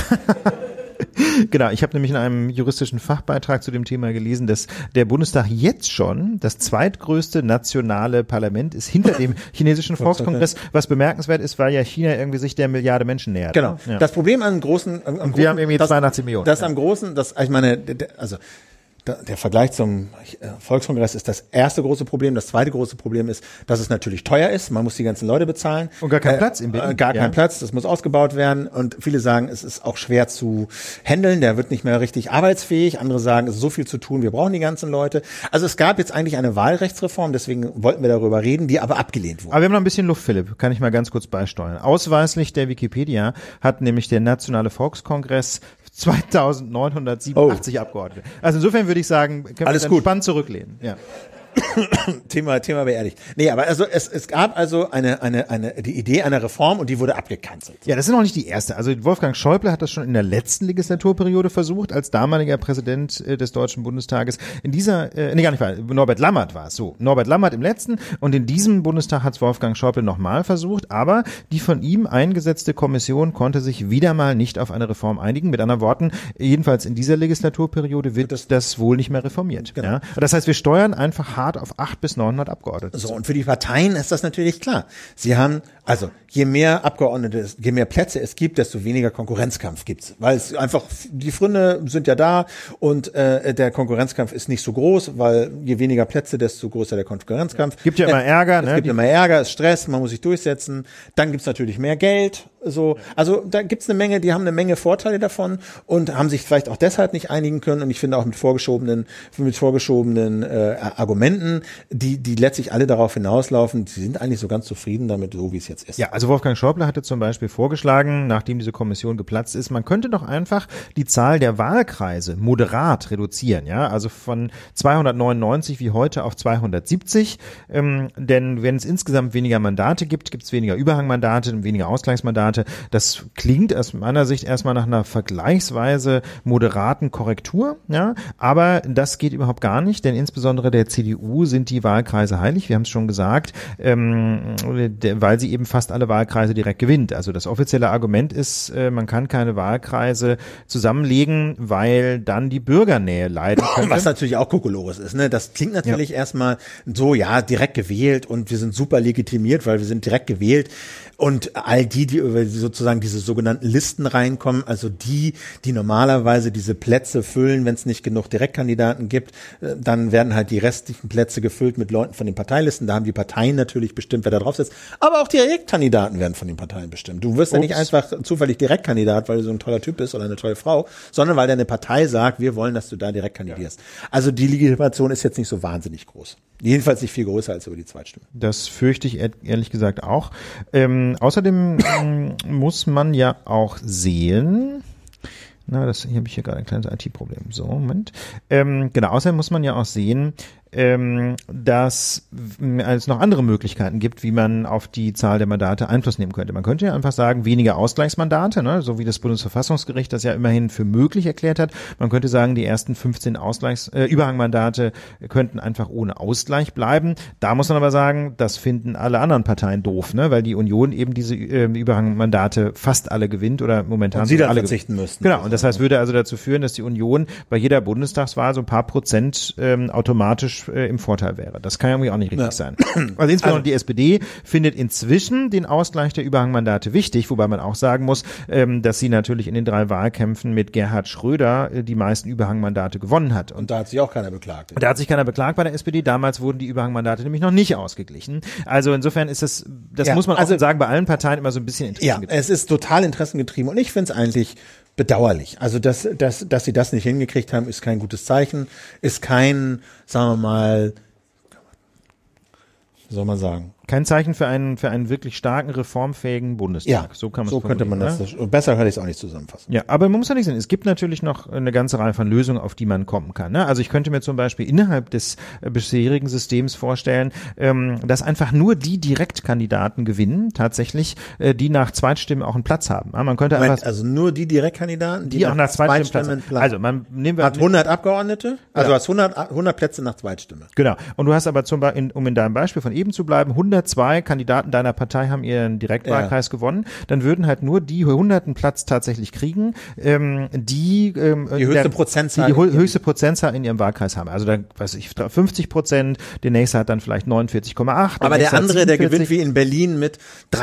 Genau, ich habe nämlich in einem juristischen Fachbeitrag zu dem Thema gelesen, dass der Bundestag jetzt schon das zweitgrößte nationale Parlament ist hinter dem chinesischen Volkskongress, was bemerkenswert ist, weil ja China irgendwie sich der Milliarde Menschen nähert. Genau. Ja. Das Problem an großen, wir haben irgendwie 82 Millionen. Ich meine, der Vergleich zum Volkskongress ist das erste große Problem. Das zweite große Problem ist, dass es natürlich teuer ist. Man muss die ganzen Leute bezahlen. Und gar keinen Platz im Bild. Gar keinen Platz. Das muss ausgebaut werden. Und viele sagen, es ist auch schwer zu handeln. Der wird nicht mehr richtig arbeitsfähig. Andere sagen, es ist so viel zu tun. Wir brauchen die ganzen Leute. Also es gab jetzt eigentlich eine Wahlrechtsreform. Deswegen wollten wir darüber reden, die aber abgelehnt wurde. Aber wir haben noch ein bisschen Luft, Philipp. Kann ich mal ganz kurz beisteuern. Ausweislich der Wikipedia hat nämlich der Nationale Volkskongress 2987 Abgeordnete. Also insofern würde ich sagen, können wir alles dann gut. Spannend zurücklehnen. Ja. Thema beerdigt. Nee, aber also es gab also die Idee einer Reform und die wurde abgekanzelt. Ja, das ist noch nicht die erste. Also Wolfgang Schäuble hat das schon in der letzten Legislaturperiode versucht, als damaliger Präsident des Deutschen Bundestages. In dieser, gar nicht wahr, Norbert Lammert war es so. Norbert Lammert im letzten und in diesem Bundestag hat es Wolfgang Schäuble nochmal versucht, aber die von ihm eingesetzte Kommission konnte sich wieder mal nicht auf eine Reform einigen. Mit anderen Worten, jedenfalls in dieser Legislaturperiode wird das wohl nicht mehr reformiert. Genau. Ja? Und das heißt, wir steuern einfach hart auf 800 bis 900 Abgeordnete. So, und für die Parteien ist das natürlich klar. Sie haben, also je mehr Abgeordnete, je mehr Plätze es gibt, desto weniger Konkurrenzkampf gibt's. Weil es einfach, die Fründe sind ja da und der Konkurrenzkampf ist nicht so groß, weil je weniger Plätze, desto größer der Konkurrenzkampf. Gibt ja immer Ärger. Es gibt immer Ärger, es ist Stress, man muss sich durchsetzen. Dann gibt's natürlich mehr Geld. So, also da gibt's eine Menge, die haben eine Menge Vorteile davon und haben sich vielleicht auch deshalb nicht einigen können. Und ich finde auch mit vorgeschobenen Argumenten, die letztlich alle darauf hinauslaufen, sie sind eigentlich so ganz zufrieden damit, so wie es jetzt ist. Ja, also Wolfgang Schäuble hatte zum Beispiel vorgeschlagen, nachdem diese Kommission geplatzt ist, man könnte doch einfach die Zahl der Wahlkreise moderat reduzieren, ja, also von 299 wie heute auf 270, denn wenn es insgesamt weniger Mandate gibt, gibt es weniger Überhangmandate und weniger Ausgleichsmandate. Das klingt aus meiner Sicht erstmal nach einer vergleichsweise moderaten Korrektur, ja, aber das geht überhaupt gar nicht, denn insbesondere der CDU sind die Wahlkreise heilig, wir haben es schon gesagt, weil sie eben fast alle Wahlkreise direkt gewinnt. Also das offizielle Argument ist, man kann keine Wahlkreise zusammenlegen, weil dann die Bürgernähe leiden könnte. Was natürlich auch Kokolores ist, ne? Das klingt natürlich erstmal so, ja, direkt gewählt und wir sind super legitimiert, weil wir sind direkt gewählt. Und all die über sozusagen diese sogenannten Listen reinkommen, also die normalerweise diese Plätze füllen, wenn es nicht genug Direktkandidaten gibt, dann werden halt die restlichen Plätze gefüllt mit Leuten von den Parteilisten. Da haben die Parteien natürlich bestimmt, wer da drauf sitzt. Aber auch die Direktkandidaten werden von den Parteien bestimmt. Du wirst ja nicht einfach zufällig Direktkandidat, weil du so ein toller Typ bist oder eine tolle Frau, sondern weil deine Partei sagt, wir wollen, dass du da direkt kandidierst. Also die Legitimation ist jetzt nicht so wahnsinnig groß. Jedenfalls nicht viel größer als über die Zweitstimme. Das fürchte ich ehrlich gesagt auch. Außerdem muss man ja auch sehen, hier habe ich hier gerade ein kleines IT-Problem. So, Moment. Genau, außerdem muss man ja auch sehen, dass es noch andere Möglichkeiten gibt, wie man auf die Zahl der Mandate Einfluss nehmen könnte. Man könnte ja einfach sagen, weniger Ausgleichsmandate, ne, so wie das Bundesverfassungsgericht das ja immerhin für möglich erklärt hat. Man könnte sagen, die ersten 15 Überhangmandate könnten einfach ohne Ausgleich bleiben. Da muss man aber sagen, das finden alle anderen Parteien doof, ne, weil die Union eben diese Überhangmandate fast alle gewinnt oder momentan und sie da alle verzichten müssten. Genau, und das heißt, würde also dazu führen, dass die Union bei jeder Bundestagswahl so ein paar Prozent automatisch im Vorteil wäre. Das kann ja irgendwie auch nicht richtig sein. Also insbesondere die SPD findet inzwischen den Ausgleich der Überhangmandate wichtig, wobei man auch sagen muss, dass sie natürlich in den 3 Wahlkämpfen mit Gerhard Schröder die meisten Überhangmandate gewonnen hat. Und da hat sich auch keiner beklagt. Da hat sich keiner beklagt bei der SPD. Damals wurden die Überhangmandate nämlich noch nicht ausgeglichen. Also insofern ist das muss man auch sagen, bei allen Parteien immer so ein bisschen interessengetrieben. Ja, es ist total interessengetrieben und ich finde es eigentlich bedauerlich. Also, dass sie das nicht hingekriegt haben, ist kein gutes Zeichen, ist kein, sagen wir mal, wie soll man sagen? Kein Zeichen für einen wirklich starken, reformfähigen Bundestag. Ja, so kann man so könnte man das. Ne? Besser kann ich es auch nicht zusammenfassen. Ja, aber man muss ja nicht sehen, es gibt natürlich noch eine ganze Reihe von Lösungen, auf die man kommen kann. Ne? Also ich könnte mir zum Beispiel innerhalb des bisherigen Systems vorstellen, dass einfach nur die Direktkandidaten gewinnen, tatsächlich, die nach Zweitstimmen auch einen Platz haben. Ja, man könnte einfach, also nur die Direktkandidaten, die auch nach Zweitstimmen Platz haben. Also nehmen wir hat 100 Abgeordnete, also hast 100 Plätze nach Zweitstimme. Genau. Und du hast aber um in deinem Beispiel von eben zu bleiben, 102 Kandidaten deiner Partei haben ihren Direktwahlkreis gewonnen, dann würden halt nur die 100. Platz tatsächlich kriegen, die höchste Prozentzahl, die höchste Prozentzahl in ihrem Wahlkreis haben. Also da, weiß ich, 50%, der nächste hat dann vielleicht 49,8. Aber der andere, der gewinnt wie in Berlin mit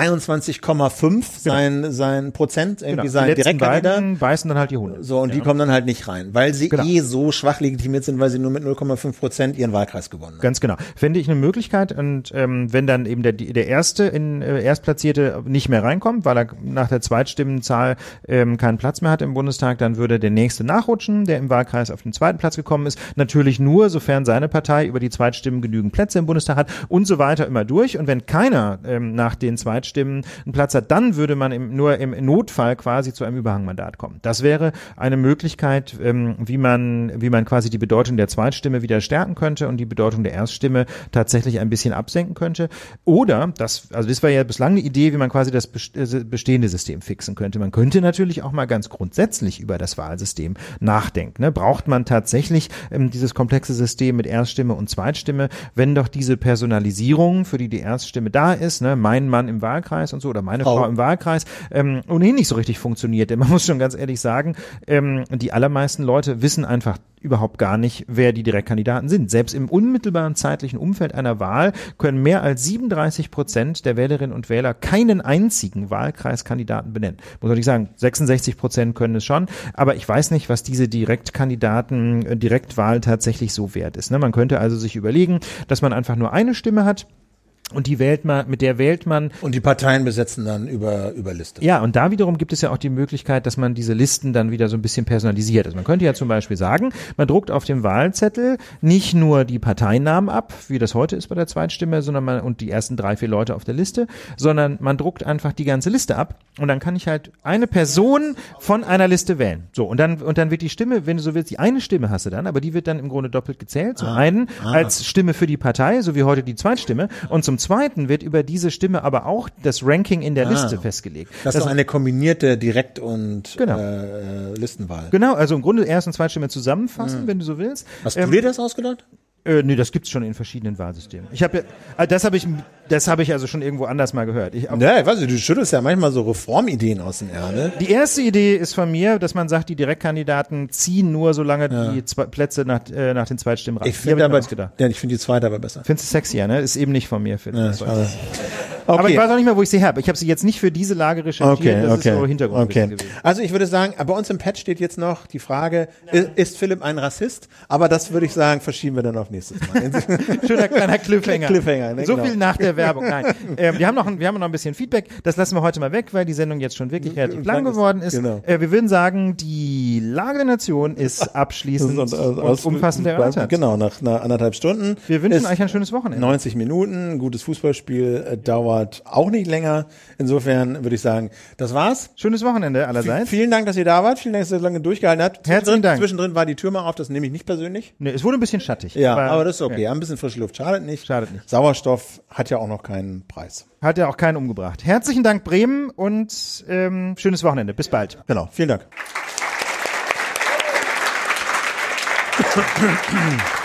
23,5 sein Prozent, irgendwie sein Direktkandidat. Beißen dann halt die 100. So, und die kommen dann halt nicht rein, weil sie so schwach legitimiert sind, weil sie nur mit 0,5% ihren Wahlkreis gewonnen haben. Ganz genau. Fände ich eine Möglichkeit und wenn dann dann eben der Erstplatzierte nicht mehr reinkommt, weil er nach der Zweitstimmenzahl keinen Platz mehr hat im Bundestag, dann würde der Nächste nachrutschen, der im Wahlkreis auf den zweiten Platz gekommen ist. Natürlich nur, sofern seine Partei über die Zweitstimmen genügend Plätze im Bundestag hat und so weiter immer durch. Und wenn keiner nach den Zweitstimmen einen Platz hat, dann würde man nur im Notfall quasi zu einem Überhangmandat kommen. Das wäre eine Möglichkeit, wie man quasi die Bedeutung der Zweitstimme wieder stärken könnte und die Bedeutung der Erststimme tatsächlich ein bisschen absenken könnte. Oder, das war ja bislang eine Idee, wie man quasi das bestehende System fixen könnte. Man könnte natürlich auch mal ganz grundsätzlich über das Wahlsystem nachdenken. Ne? Braucht man tatsächlich dieses komplexe System mit Erststimme und Zweitstimme, wenn doch diese Personalisierung, für die Erststimme da ist, ne, mein Mann im Wahlkreis und so oder meine Frau im Wahlkreis, ohnehin nicht so richtig funktioniert. Denn man muss schon ganz ehrlich sagen, die allermeisten Leute wissen einfach überhaupt gar nicht, wer die Direktkandidaten sind. Selbst im unmittelbaren zeitlichen Umfeld einer Wahl können mehr als 37% der Wählerinnen und Wähler keinen einzigen Wahlkreiskandidaten benennen. Muss ich sagen, 66% können es schon, aber ich weiß nicht, was diese Direktwahl tatsächlich so wert ist. Ne? Man könnte also sich überlegen, dass man einfach nur eine Stimme hat. Und mit der wählt man. Und die Parteien besetzen dann über Liste. Ja, und da wiederum gibt es ja auch die Möglichkeit, dass man diese Listen dann wieder so ein bisschen personalisiert. Also man könnte ja zum Beispiel sagen, man druckt auf dem Wahlzettel nicht nur die Parteinamen ab, wie das heute ist bei der Zweitstimme, sondern und die ersten 3, 4 Leute auf der Liste, sondern man druckt einfach die ganze Liste ab und dann kann ich halt eine Person von einer Liste wählen. So, und dann wird die Stimme, wenn du so willst, die eine Stimme hast du dann, aber die wird dann im Grunde doppelt gezählt. Zum einen als Stimme für die Partei, so wie heute die Zweitstimme, und zum Zweiten wird über diese Stimme aber auch das Ranking in der Liste festgelegt. Das ist doch eine kombinierte Direkt- und Listenwahl. Genau, also im Grunde Erst- und Zweitstimme zusammenfassen, wenn du so willst. Hast du dir das ausgedacht? Nee, das gibt's schon in verschiedenen Wahlsystemen. Das habe ich also schon irgendwo anders mal gehört. Ich weiß nicht, du schüttelst ja manchmal so Reformideen aus dem Ärmel. Die erste Idee ist von mir, dass man sagt, die Direktkandidaten ziehen nur, solange die Plätze nach den Zweitstimmen reichen. Ich finde die zweite aber besser. Findest du sexier, ne? Ist eben nicht von mir. Okay. Aber ich weiß auch nicht mehr, wo ich sie habe. Ich habe sie jetzt nicht für diese Lage recherchiert. Das ist so Hintergrund gewesen. Also ich würde sagen, bei uns im Pad steht jetzt noch die Frage, ist Philipp ein Rassist? Aber das würde ich sagen, verschieben wir dann auf nächstes Mal. Schöner kleiner Cliffhanger. Ne, so viel nach der Werbung. Nein, wir haben noch ein bisschen Feedback. Das lassen wir heute mal weg, weil die Sendung jetzt schon wirklich relativ lang geworden ist. Genau. Wir würden sagen, die Lage der Nation ist abschließend und umfassend erörtert. Genau, nach 1,5 Stunden. Wir wünschen euch ein schönes Wochenende. 90 Minuten, gutes Fußballspiel dauert auch nicht länger. Insofern würde ich sagen, das war's. Schönes Wochenende allerseits. Vielen Dank, dass ihr da wart. Vielen Dank, dass ihr so lange durchgehalten habt. Herzlichen Dank. Zwischendrin war die Tür mal auf, das nehme ich nicht persönlich. Nee, es wurde ein bisschen schattig. Ja, aber das ist okay. Ja. Ein bisschen frische Luft schadet nicht. Sauerstoff hat ja auch noch keinen Preis. Hat ja auch keinen umgebracht. Herzlichen Dank, Bremen, und schönes Wochenende. Bis bald. Genau. Vielen Dank.